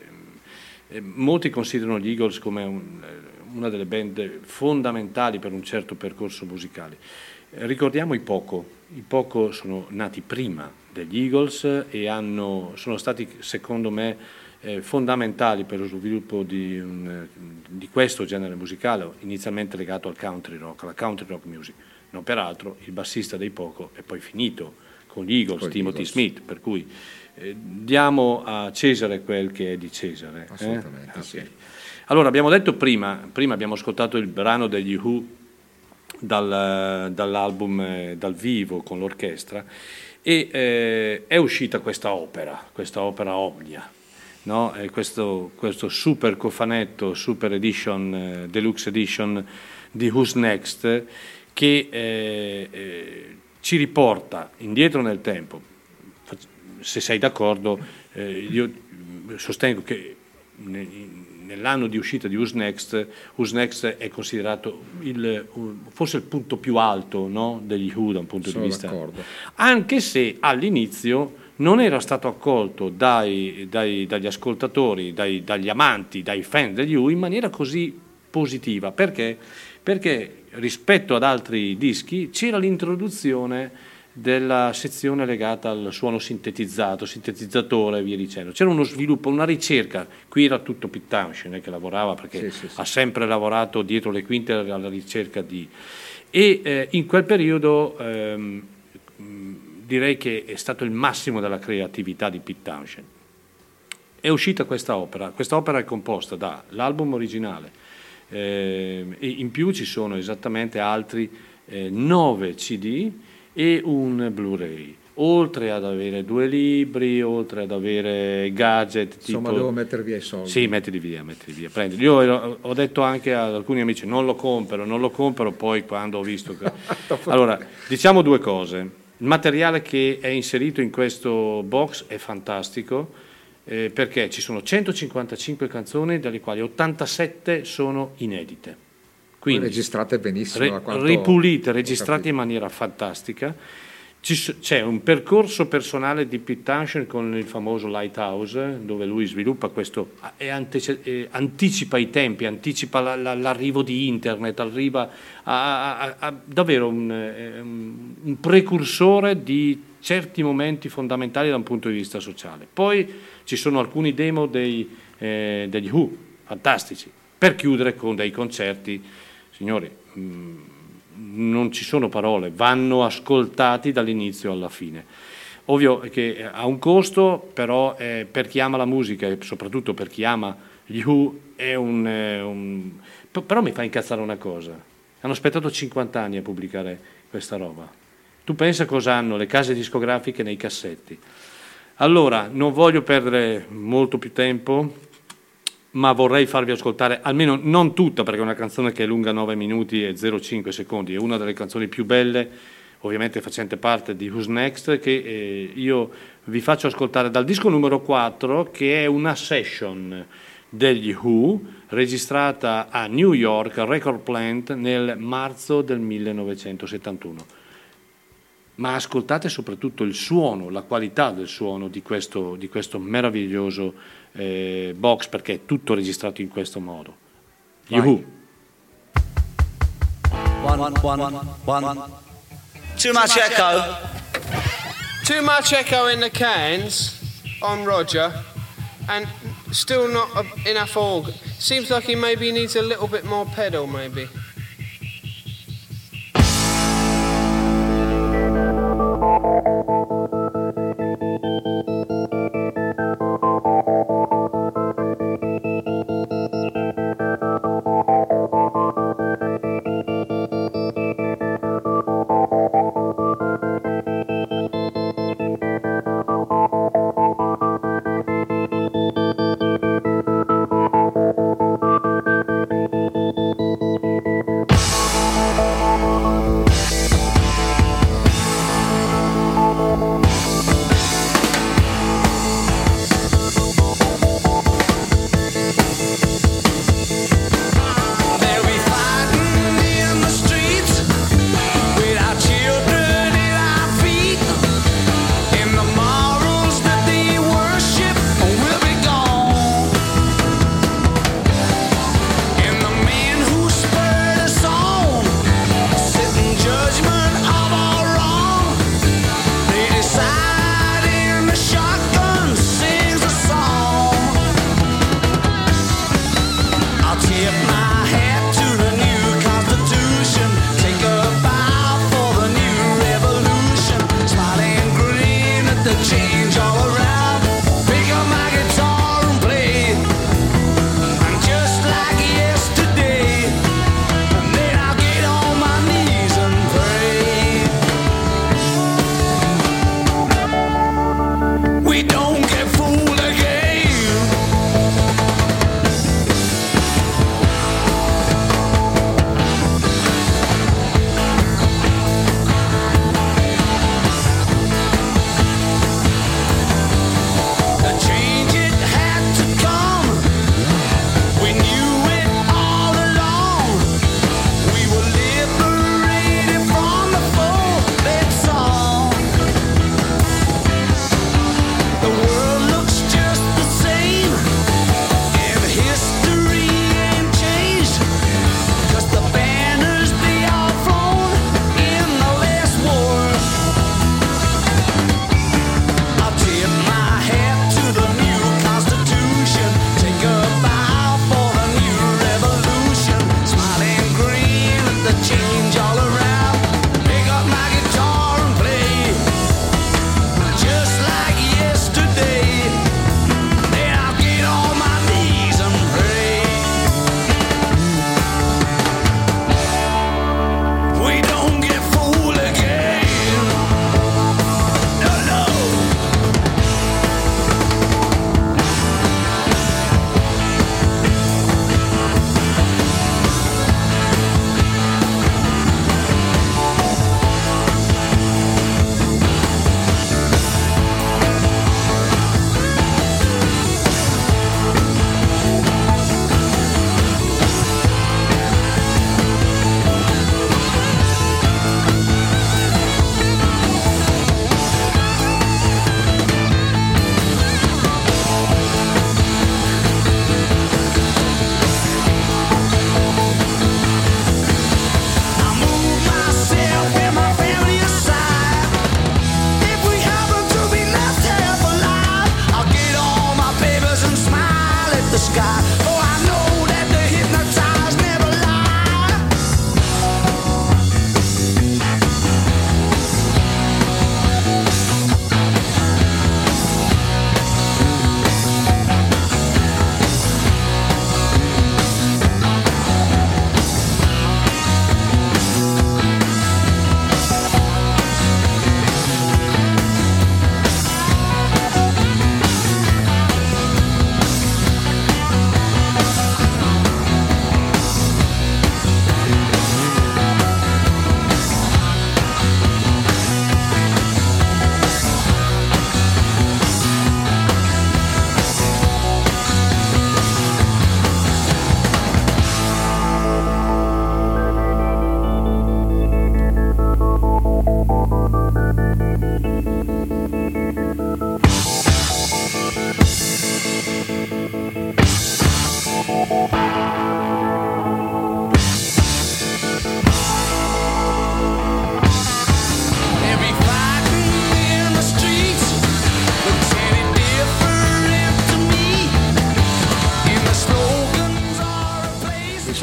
Speaker 3: eh, molti considerano gli Eagles come un, una delle band fondamentali per un certo percorso musicale. Eh, ricordiamo i Poco. I Poco sono nati prima degli Eagles e hanno, sono stati, secondo me, Eh, fondamentali per lo sviluppo di, un, di questo genere musicale, inizialmente legato al country rock, alla country rock music. Non peraltro il bassista dei Poco è poi finito con gli Eagles,
Speaker 4: Con gli
Speaker 3: Timothy
Speaker 4: Eagles.
Speaker 3: Smith, per cui eh, diamo a Cesare quel che è di Cesare. eh?
Speaker 4: Assolutamente,
Speaker 3: Ok.
Speaker 4: sì.
Speaker 3: Allora, abbiamo detto prima, prima abbiamo ascoltato il brano degli Who dal, dall'album eh, dal vivo con l'orchestra, e eh, è uscita questa opera, questa opera Omnia. No? E questo, questo super cofanetto, super edition, eh, deluxe edition di Who's Next, che eh, eh, ci riporta indietro nel tempo. Se sei d'accordo, eh, io sostengo che ne, nell'anno di uscita di Who's Next, Who's Next è considerato il, forse il punto più alto, no? degli Who da un punto
Speaker 4: Sono
Speaker 3: di vista,
Speaker 4: d'accordo.
Speaker 3: anche se all'inizio non era stato accolto dai, dai, dagli ascoltatori, dai, dagli amanti, dai fan degli Who in maniera così positiva. Perché? Perché rispetto ad altri dischi c'era l'introduzione della sezione legata al suono sintetizzato, sintetizzatore e via dicendo. C'era uno sviluppo, una ricerca. Qui era tutto Pete Townshend che lavorava, perché
Speaker 4: Sì, sì, sì.
Speaker 3: ha sempre lavorato dietro le quinte alla ricerca di... E eh, in quel periodo... Ehm, direi che è stato il massimo della creatività di Pete Townshend. È uscita questa opera, questa opera è composta dall'album originale, eh, e in più ci sono esattamente altri eh, nove C D e un Blu-ray, oltre ad avere due libri, oltre ad avere gadget tipo...
Speaker 4: Insomma, devo mettere via i soldi.
Speaker 3: Sì, mettili via, mettili via, prendili. Io ho- ho detto anche ad alcuni amici, non lo compro, non lo compro, poi quando ho visto che... Allora, diciamo due cose. Il materiale che è inserito in questo box è fantastico, eh, perché ci sono centocinquantacinque canzoni, dalle quali ottantasette sono inedite. Quindi,
Speaker 4: registrate benissimo.
Speaker 3: Re-
Speaker 4: da quanto
Speaker 3: ripulite,
Speaker 4: ho
Speaker 3: registrate
Speaker 4: capito.
Speaker 3: in maniera fantastica. Ci so- c'è un percorso personale di Pete Townshend con il famoso Lighthouse, dove lui sviluppa questo e antece- e anticipa i tempi, anticipa la- la- l'arrivo di internet, arriva a, a- a- davvero un, eh, un precursore di certi momenti fondamentali da un punto di vista sociale. Poi ci sono alcuni demo dei, eh, degli Who, fantastici, per chiudere con dei concerti, signori, mh, non ci sono parole, vanno ascoltati dall'inizio alla fine. Ovvio che ha un costo, però eh, per chi ama la musica e soprattutto per chi ama gli Who è un, eh, un... P- però mi fa incazzare una cosa: hanno aspettato cinquanta anni a pubblicare questa roba. Tu pensa cosa hanno le case discografiche nei cassetti. Allora, non voglio perdere molto più tempo, ma vorrei farvi ascoltare almeno non tutta, perché è una canzone che è lunga nove minuti e zero virgola cinque secondi, è una delle canzoni più belle, ovviamente facente parte di Who's Next, che eh, io vi faccio ascoltare dal disco numero quattro, che è una session degli Who, registrata a New York Record Plant nel marzo del millenovecentosettantuno. Ma ascoltate soprattutto il suono, la qualità del suono di questo, di questo meraviglioso eh, box, perché è tutto registrato in questo modo. Yuhu!
Speaker 8: One, one, one, one. Too much echo.
Speaker 10: Too much echo in the cans on Roger, and still not a, enough org. Seems like he maybe needs a little bit more pedal, maybe.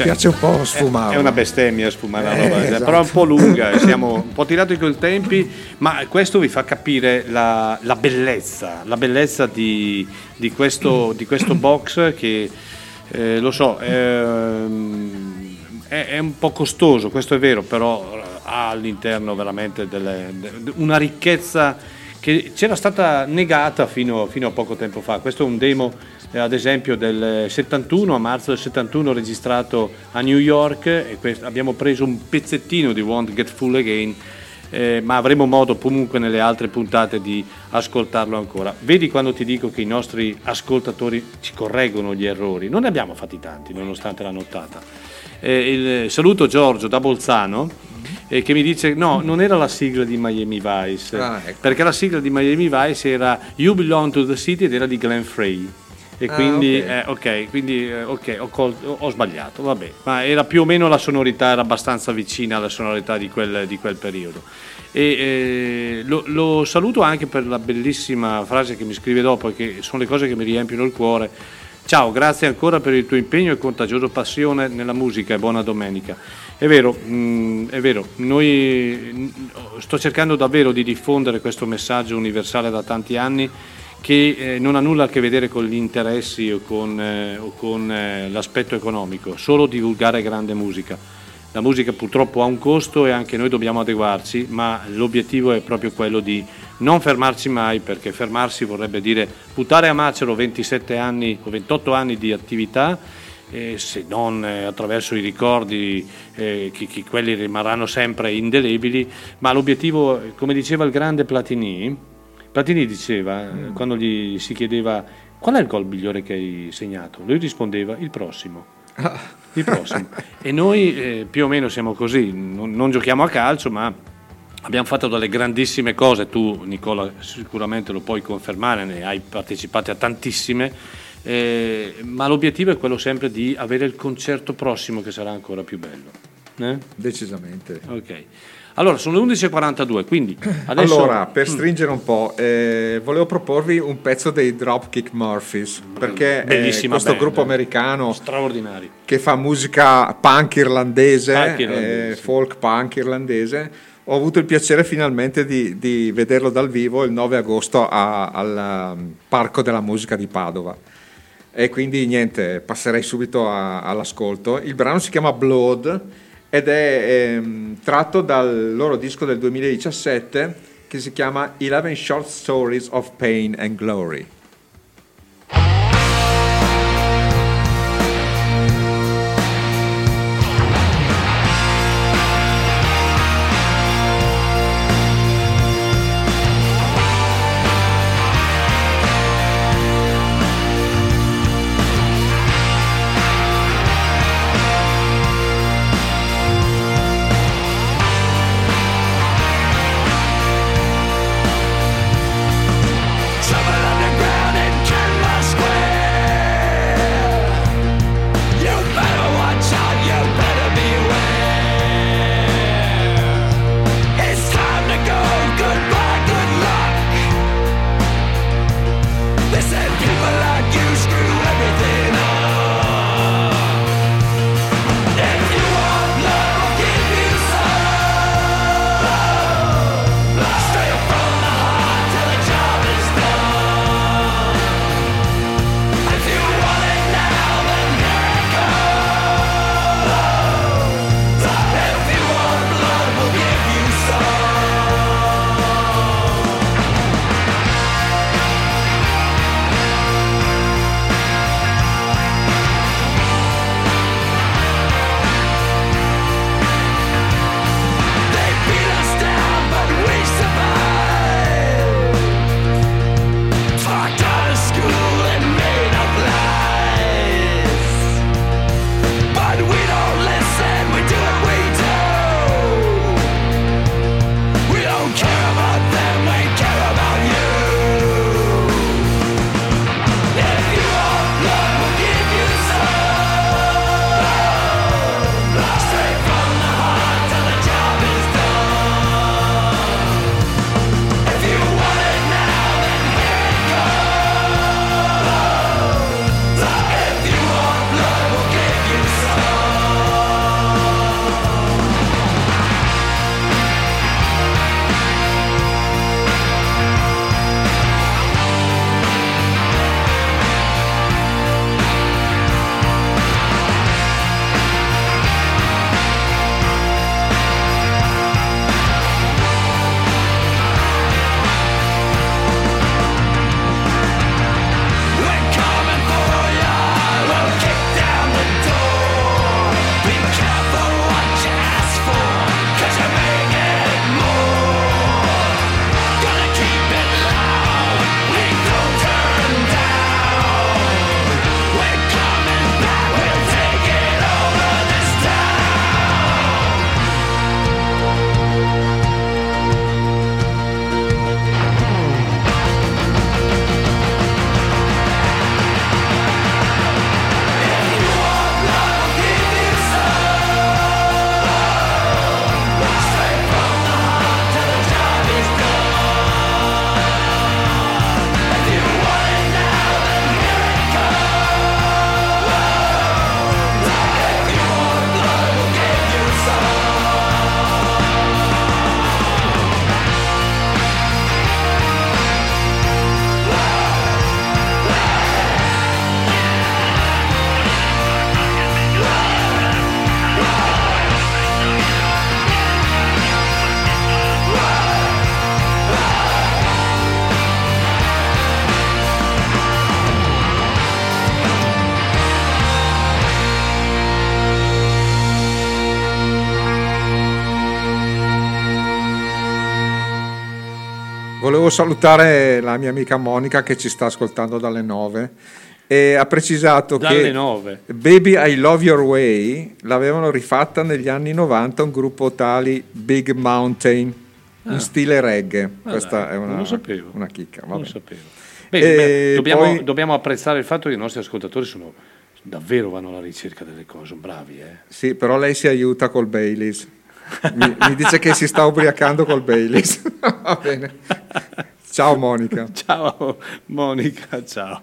Speaker 4: piace un po' sfumare.
Speaker 3: È una bestemmia sfumare la
Speaker 4: Eh,
Speaker 3: roba,
Speaker 4: esatto.
Speaker 3: però è un po' lunga, siamo un po' tirati coi tempi, ma questo vi fa capire la, la bellezza, la bellezza di, di, questo, di questo box che, eh, lo so, ehm, è, è un po' costoso, questo è vero, però ha all'interno veramente delle, de- una ricchezza che c'era stata negata fino, fino a poco tempo fa. Questo è un demo, eh, ad esempio, del settantuno, a marzo del settantuno, registrato a New York, e quest- abbiamo preso un pezzettino di Won't Get Full Again, eh, ma avremo modo comunque nelle altre puntate di ascoltarlo ancora. Vedi quando ti dico che i nostri ascoltatori ci correggono gli errori? Non ne abbiamo fatti tanti, nonostante la nottata. Eh, il saluto Giorgio da Bolzano, eh, che mi dice no, non era la sigla di Miami Vice,
Speaker 4: Ah, ecco.
Speaker 3: perché la sigla di Miami Vice era You Belong to the City ed era di Glenn Frey, e
Speaker 4: Ah,
Speaker 3: quindi
Speaker 4: ok.
Speaker 3: eh, ok, quindi eh, ok, ho, col- ho sbagliato, vabbè, ma era più o meno la sonorità, era abbastanza vicina alla sonorità di quel, di quel periodo. E eh, lo, lo saluto anche per la bellissima frase che mi scrive dopo, che sono le cose che mi riempiono il cuore. Ciao, grazie ancora per il tuo impegno e contagiosa passione nella musica, e buona domenica. È vero, mh, è vero, noi mh, sto cercando davvero di diffondere questo messaggio universale da tanti anni, che eh, non ha nulla a che vedere con gli interessi o con, eh, o con eh, l'aspetto economico, solo divulgare grande musica. La musica purtroppo ha un costo e anche noi dobbiamo adeguarci, ma l'obiettivo è proprio quello di non fermarci mai, perché fermarsi vorrebbe dire buttare a macero ventisette anni o ventotto anni di attività, eh, se non eh, attraverso i ricordi, eh, che, che quelli rimarranno sempre indelebili, ma l'obiettivo, come diceva il grande Platini, Platini diceva, eh, quando gli si chiedeva qual è il gol migliore che hai segnato, lui rispondeva il prossimo. Il prossimo. E noi eh, più o meno siamo così, non, non giochiamo a calcio, ma abbiamo fatto delle grandissime cose. Tu, Nicola, sicuramente lo puoi confermare, ne hai partecipato a tantissime, eh, ma l'obiettivo è quello sempre di avere il concerto prossimo, che sarà ancora più bello. Eh?
Speaker 4: Decisamente.
Speaker 3: Ok. Allora, sono le undici e quarantadue, quindi adesso...
Speaker 4: Allora, per stringere un po', eh, volevo proporvi un pezzo dei Dropkick Murphys, perché eh,
Speaker 3: Bellissima
Speaker 4: questo
Speaker 3: band,
Speaker 4: gruppo americano
Speaker 3: straordinari,
Speaker 4: che fa musica punk irlandese,
Speaker 3: Punk irlandese,
Speaker 4: eh,
Speaker 3: sì.
Speaker 4: folk punk irlandese, ho avuto il piacere finalmente di, di vederlo dal vivo il nove agosto a- al um, Parco della Musica di Padova. E quindi niente, passerei subito a- all'ascolto. Il brano si chiama Blood ed è ehm, tratto dal loro disco del duemiladiciassette che si chiama eleven Short Stories of Pain and Glory.
Speaker 6: Trouble underground.
Speaker 4: volevo salutare la mia amica Monica che ci sta ascoltando dalle nove e ha precisato
Speaker 3: dalle
Speaker 4: che
Speaker 3: nove.
Speaker 4: Baby I Love Your Way l'avevano rifatta negli anni novanta un gruppo tali Big Mountain in
Speaker 3: Ah.
Speaker 4: stile reggae.
Speaker 3: Ah,
Speaker 4: questa
Speaker 3: dai,
Speaker 4: è una,
Speaker 3: non lo sapevo.
Speaker 4: una chicca.
Speaker 3: Non
Speaker 4: vabbè.
Speaker 3: lo sapevo. Bene,
Speaker 4: E
Speaker 3: beh, dobbiamo,
Speaker 4: poi-
Speaker 3: dobbiamo apprezzare il fatto che i nostri ascoltatori sono davvero vanno alla ricerca delle cose, sono bravi, eh.
Speaker 4: Sì, però lei si aiuta col Baileys. Mi, mi dice che si sta ubriacando col Baileys. Va bene. Ciao Monica.
Speaker 3: Ciao Monica, ciao.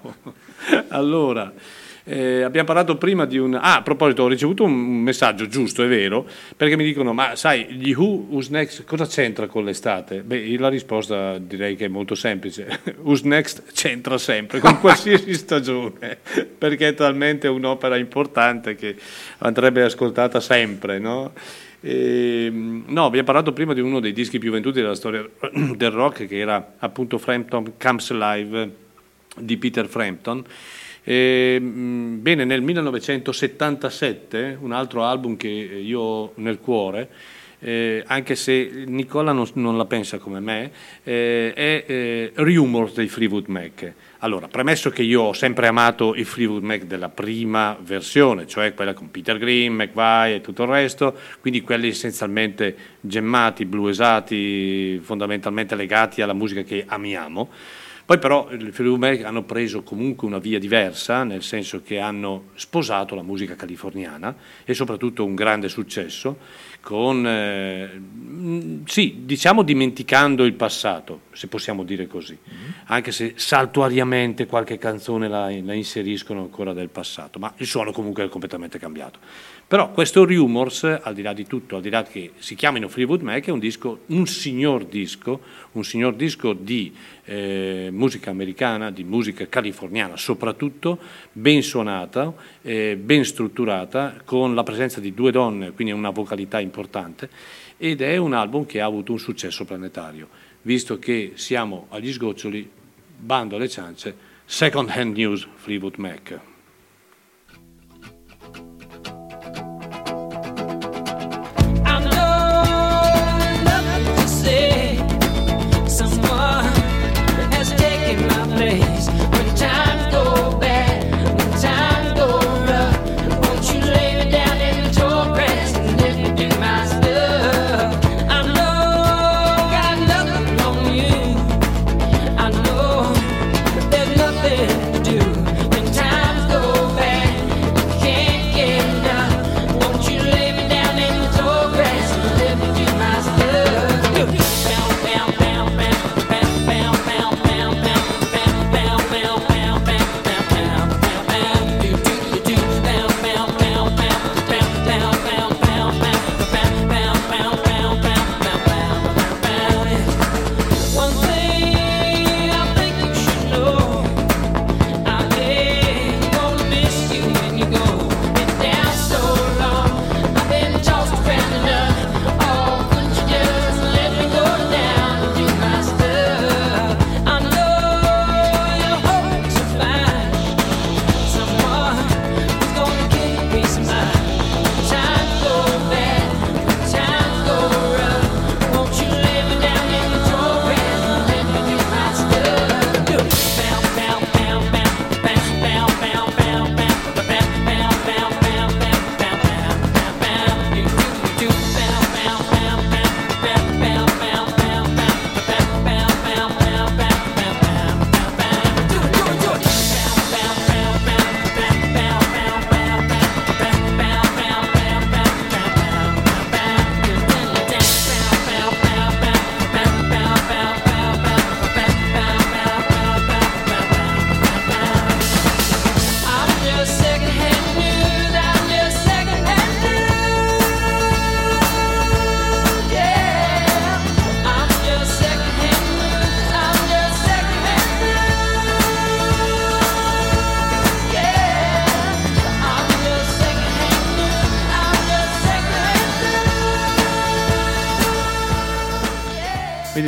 Speaker 3: Allora, eh, abbiamo parlato prima di un... Ah, a proposito, ho ricevuto un messaggio giusto, è vero, perché mi dicono, ma sai, gli Who, Who's Next, cosa c'entra con l'estate? Beh, la risposta direi che è molto semplice. Who's Next c'entra sempre, con qualsiasi stagione, perché è talmente un'opera importante che andrebbe ascoltata sempre, no? E, no, abbiamo parlato prima di uno dei dischi più venduti della storia del rock, che era appunto Frampton Comes Live di Peter Frampton. E, mh, bene, nel millenovecentosettantasette, un altro album che io ho nel cuore, eh, anche se Nicola non, non la pensa come me, eh, è eh, Rumors dei Fleetwood Mac. Allora, premesso che io ho sempre amato i Fleetwood Mac della prima versione, cioè quella con Peter Green, McVie e tutto il resto, quindi quelli essenzialmente gemmati, bluesati, fondamentalmente legati alla musica che amiamo. Poi però i Fleetwood Mac hanno preso comunque una via diversa, nel senso che hanno sposato la musica californiana e soprattutto un grande successo, con, eh, sì, diciamo dimenticando il passato, se possiamo dire così, mm-hmm. anche se saltuariamente qualche canzone la, la inseriscono ancora del passato, ma il suono comunque è completamente cambiato. Però questo Rumors, al di là di tutto, al di là che si chiamino Fleetwood Mac, è un disco, un signor disco, un signor disco di eh, musica americana, di musica californiana soprattutto, ben suonata, eh, ben strutturata, con la presenza di due donne, quindi una vocalità importante, ed è un album che ha avuto un successo planetario. Visto che siamo agli sgoccioli, bando alle ciance, Second Hand News Fleetwood Mac.
Speaker 6: Times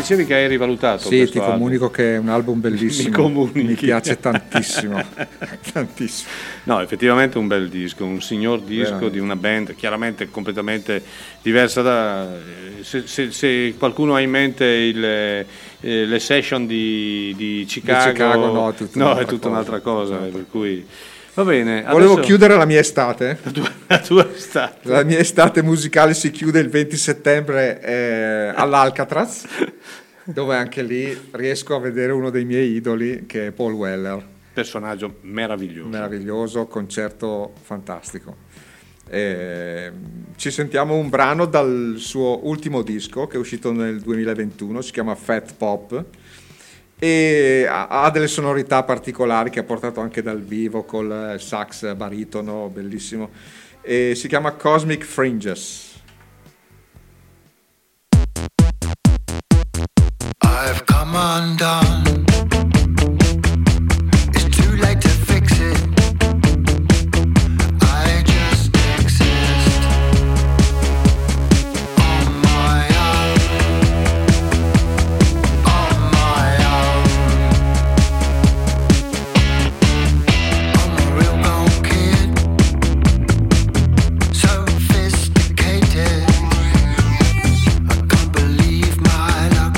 Speaker 3: dicevi che hai rivalutato
Speaker 4: Sì,
Speaker 3: questo
Speaker 4: ti
Speaker 3: album.
Speaker 4: comunico che è un album bellissimo.
Speaker 3: Mi comunichi.
Speaker 4: Mi piace tantissimo. Tantissimo.
Speaker 3: No, effettivamente un bel disco, un signor disco
Speaker 4: Veramente.
Speaker 3: di una band chiaramente completamente diversa da... Se, se- se qualcuno ha in mente il, eh, le session di, di Chicago,
Speaker 4: Chicago, no, è tutta
Speaker 3: no,
Speaker 4: un'altra
Speaker 3: è tutta
Speaker 4: cosa.
Speaker 3: un'altra cosa, per cui... Va bene.
Speaker 4: Volevo
Speaker 3: adesso-
Speaker 4: chiudere la mia estate.
Speaker 3: La tua, la tua estate.
Speaker 4: La mia estate musicale si chiude il venti settembre eh, all'Alcatraz, dove anche lì riesco a vedere uno dei miei idoli, che è Paul Weller.
Speaker 3: Personaggio meraviglioso.
Speaker 4: Meraviglioso, concerto fantastico. Eh, ci sentiamo un brano dal suo ultimo disco, che è uscito nel duemilaventuno, si chiama Fat Pop, e ha, ha delle sonorità particolari che ha portato anche dal vivo col sax baritono, bellissimo, e si chiama Cosmic Fringes.
Speaker 11: I've come undone. It's too late to fix it. I just exist on my own. On my own. I'm a real gold kid. Sophisticated. I can't believe my luck.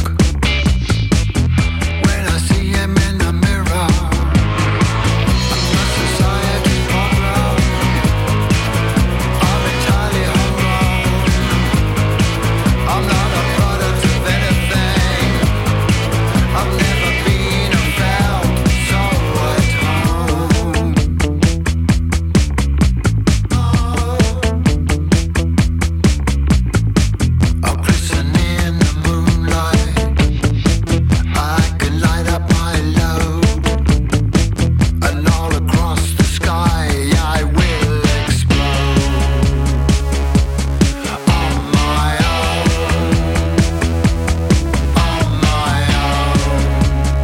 Speaker 11: When I see him in the mirror, I'm a society problem. I'm entirely homegrown. I'm not a product of anything. I've never been or felt so at home. I'll glisten in the moonlight. I can light up my load, and all across the sky I will explode. On my own, on my own.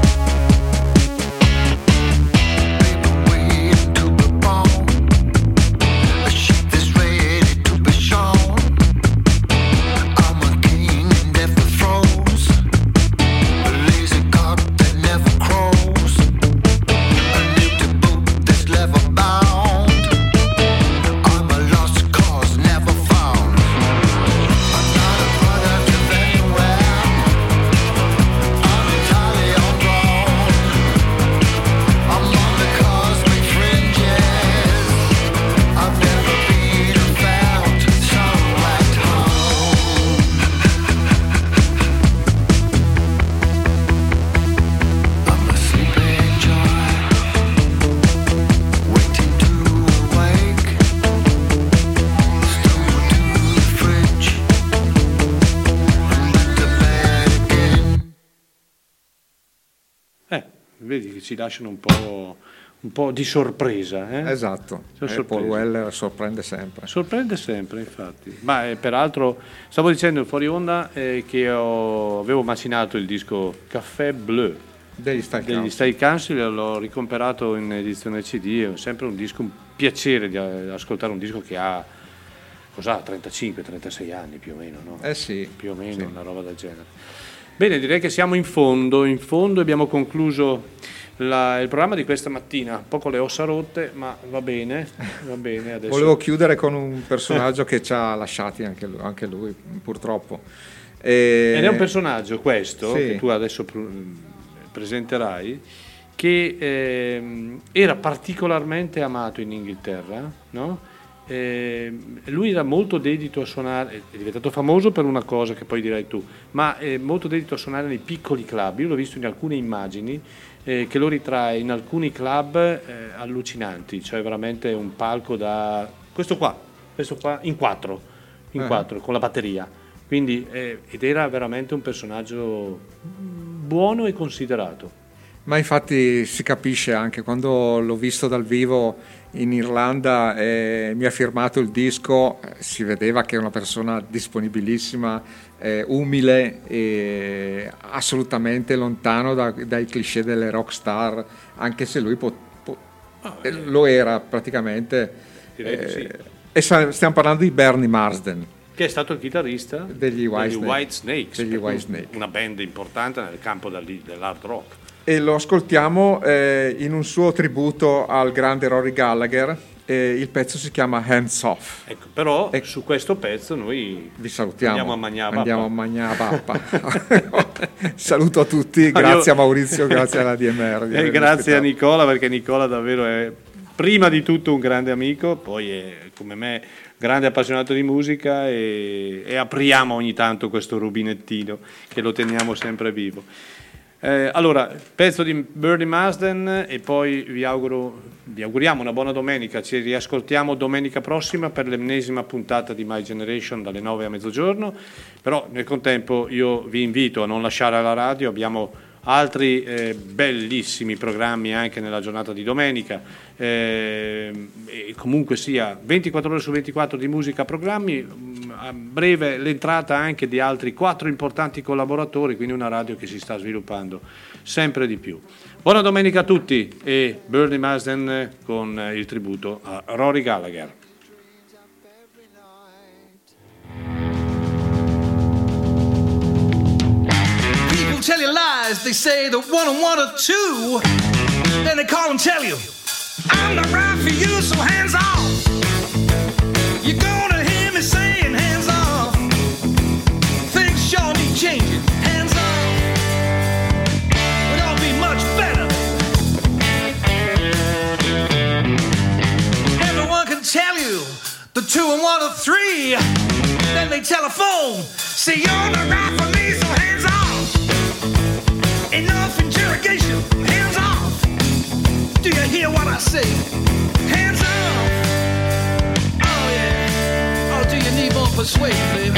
Speaker 11: Paper weighing to the bone, a sheep that's ready to be shown. I'm a king in death throes. A lazy god that never crows. A empty book that's leather bound. I'm a lost cause never found. I'm not a product of anywhere. I'm entirely homegrown. I'm on the cosmic fringes. I've never been or felt so at home. I'm a sleeping giant, waiting to awake. Stumble to the fridge, and back to bed again.
Speaker 3: Eh, vedi che ci lasciano un po', un po' di sorpresa. Eh?
Speaker 4: Esatto,
Speaker 3: Sono
Speaker 4: e
Speaker 3: sorprese.
Speaker 4: Paul Weller sorprende sempre.
Speaker 3: Sorprende sempre, infatti. Ma eh, peraltro, stavo dicendo fuori onda eh, che ho- avevo macinato il disco Café Bleu
Speaker 4: Degli Style
Speaker 3: degli
Speaker 4: Council.
Speaker 3: Style Council, l'ho ricomperato in edizione C D, è sempre un disco, un piacere di eh, ascoltare un disco che ha, cos'ha, trentacinque trentasei anni più o meno, no?
Speaker 4: Eh sì,
Speaker 3: Più o meno,
Speaker 4: sì.
Speaker 3: una roba del genere. Bene, direi che siamo in fondo, in fondo abbiamo concluso la- il programma di questa mattina, un po' con le ossa rotte, ma va bene, va bene adesso.
Speaker 4: Volevo chiudere con un personaggio che ci ha lasciati anche lui, anche lui, purtroppo. E...
Speaker 3: Ed è un personaggio questo,
Speaker 4: Sì.
Speaker 3: che tu adesso pr- presenterai, che ehm, era particolarmente amato in Inghilterra, no? Eh, lui era molto dedito a suonare, è diventato famoso per una cosa che poi dirai tu, ma è molto dedito a suonare nei piccoli club. Io l'ho visto in alcune immagini eh, che lo ritrae in alcuni club eh, allucinanti, cioè veramente un palco da questo qua, questo qua in quattro, in
Speaker 4: Eh.
Speaker 3: quattro con la batteria. Quindi, eh, ed era veramente un personaggio buono e considerato.
Speaker 4: Ma infatti si capisce anche quando l'ho visto dal vivo in Irlanda e mi ha firmato il disco, eh, si vedeva che è una persona disponibilissima, eh, umile e assolutamente lontano da- dai cliché delle rock star, anche se lui po- po- eh, lo era praticamente.
Speaker 3: Direi di sì.
Speaker 4: E sa- stiamo parlando di Bernie Marsden.
Speaker 3: che è stato il chitarrista
Speaker 4: degli White Snake.
Speaker 3: White Snakes,
Speaker 4: Degli White Snake.
Speaker 3: una band importante nel campo dell'i- dell'hard rock.
Speaker 4: E lo ascoltiamo eh, in un suo tributo al grande Rory Gallagher. E il pezzo si chiama Hands Off.
Speaker 3: Ecco, però su questo pezzo noi
Speaker 4: vi salutiamo.
Speaker 3: Andiamo a mangiare
Speaker 4: Andiamo a mangiare pappa. Saluto a tutti, grazie a Maurizio, grazie alla D M R.
Speaker 3: E grazie a Nicola, perché Nicola davvero è prima di tutto un grande amico, poi è come me grande appassionato di musica e, e apriamo ogni tanto questo rubinettino che lo teniamo sempre vivo. Eh, allora, pezzo di Birdie Marsden e poi vi auguro, vi auguriamo una buona domenica. Ci riascoltiamo domenica prossima per l'ennesima puntata di My Generation dalle nove a mezzogiorno, però nel contempo io vi invito a non lasciare la radio, abbiamo altri eh, bellissimi programmi anche nella giornata di domenica, eh, e comunque sia ventiquattro ore su ventiquattro di musica programmi, a breve l'entrata anche di altri quattro importanti collaboratori, quindi una radio che si sta sviluppando sempre di più. Buona domenica a tutti e Birdie Marsden con il tributo a Rory Gallagher.
Speaker 2: People tell you lies, they say that one and one are two. Then they call and tell you, I'm not right for you, so hands off. You're gonna hear me saying hands off. Things sure need changing, hands off. We'd all be much better. Everyone can tell you the two and one are three. Then they telephone, say you're not right for me, so hands off. Enough interrogation, hands off. Do you hear what I say? Hands off. Oh yeah. Oh, do you need more persuasion, baby?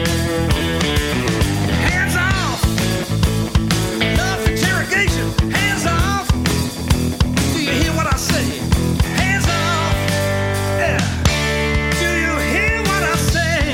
Speaker 2: Hands off. Enough interrogation, hands off. Do you hear what I say? Hands off. Yeah. Do you hear what I say?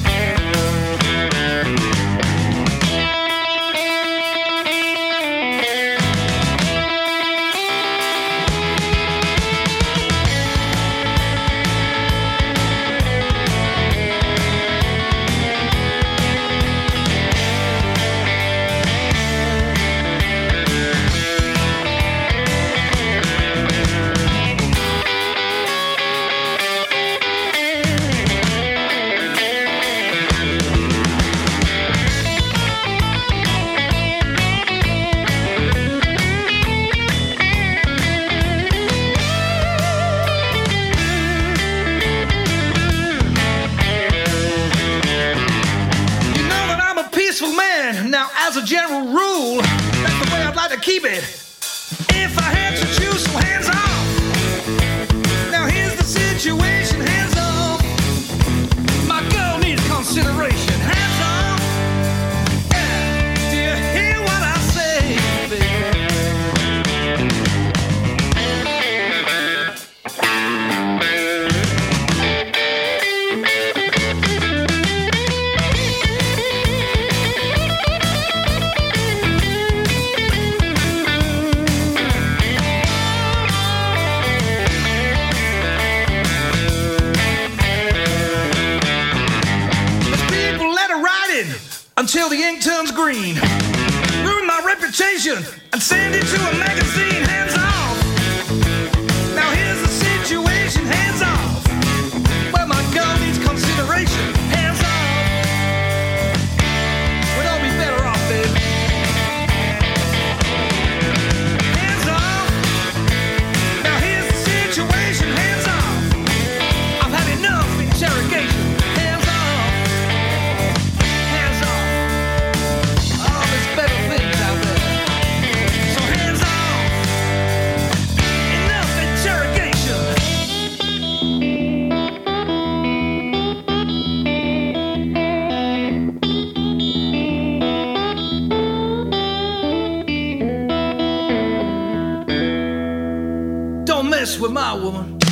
Speaker 2: As a general rule, that's the way I'd like to keep it. If I had to choose, so hands off. Now here's the situation, hands off. My girl needs consideration, hands off. Yeah. Do you hear what I say, baby? Until the ink turns green, ruin my reputation and send it to a magazine. Hands off. Now here's the situation. Hands off. Well, my girl needs consideration. Hands off. We'd all be better off, babe. Hands off. Now here's the situation. Hands off. I've had enough interrogation. With my woman.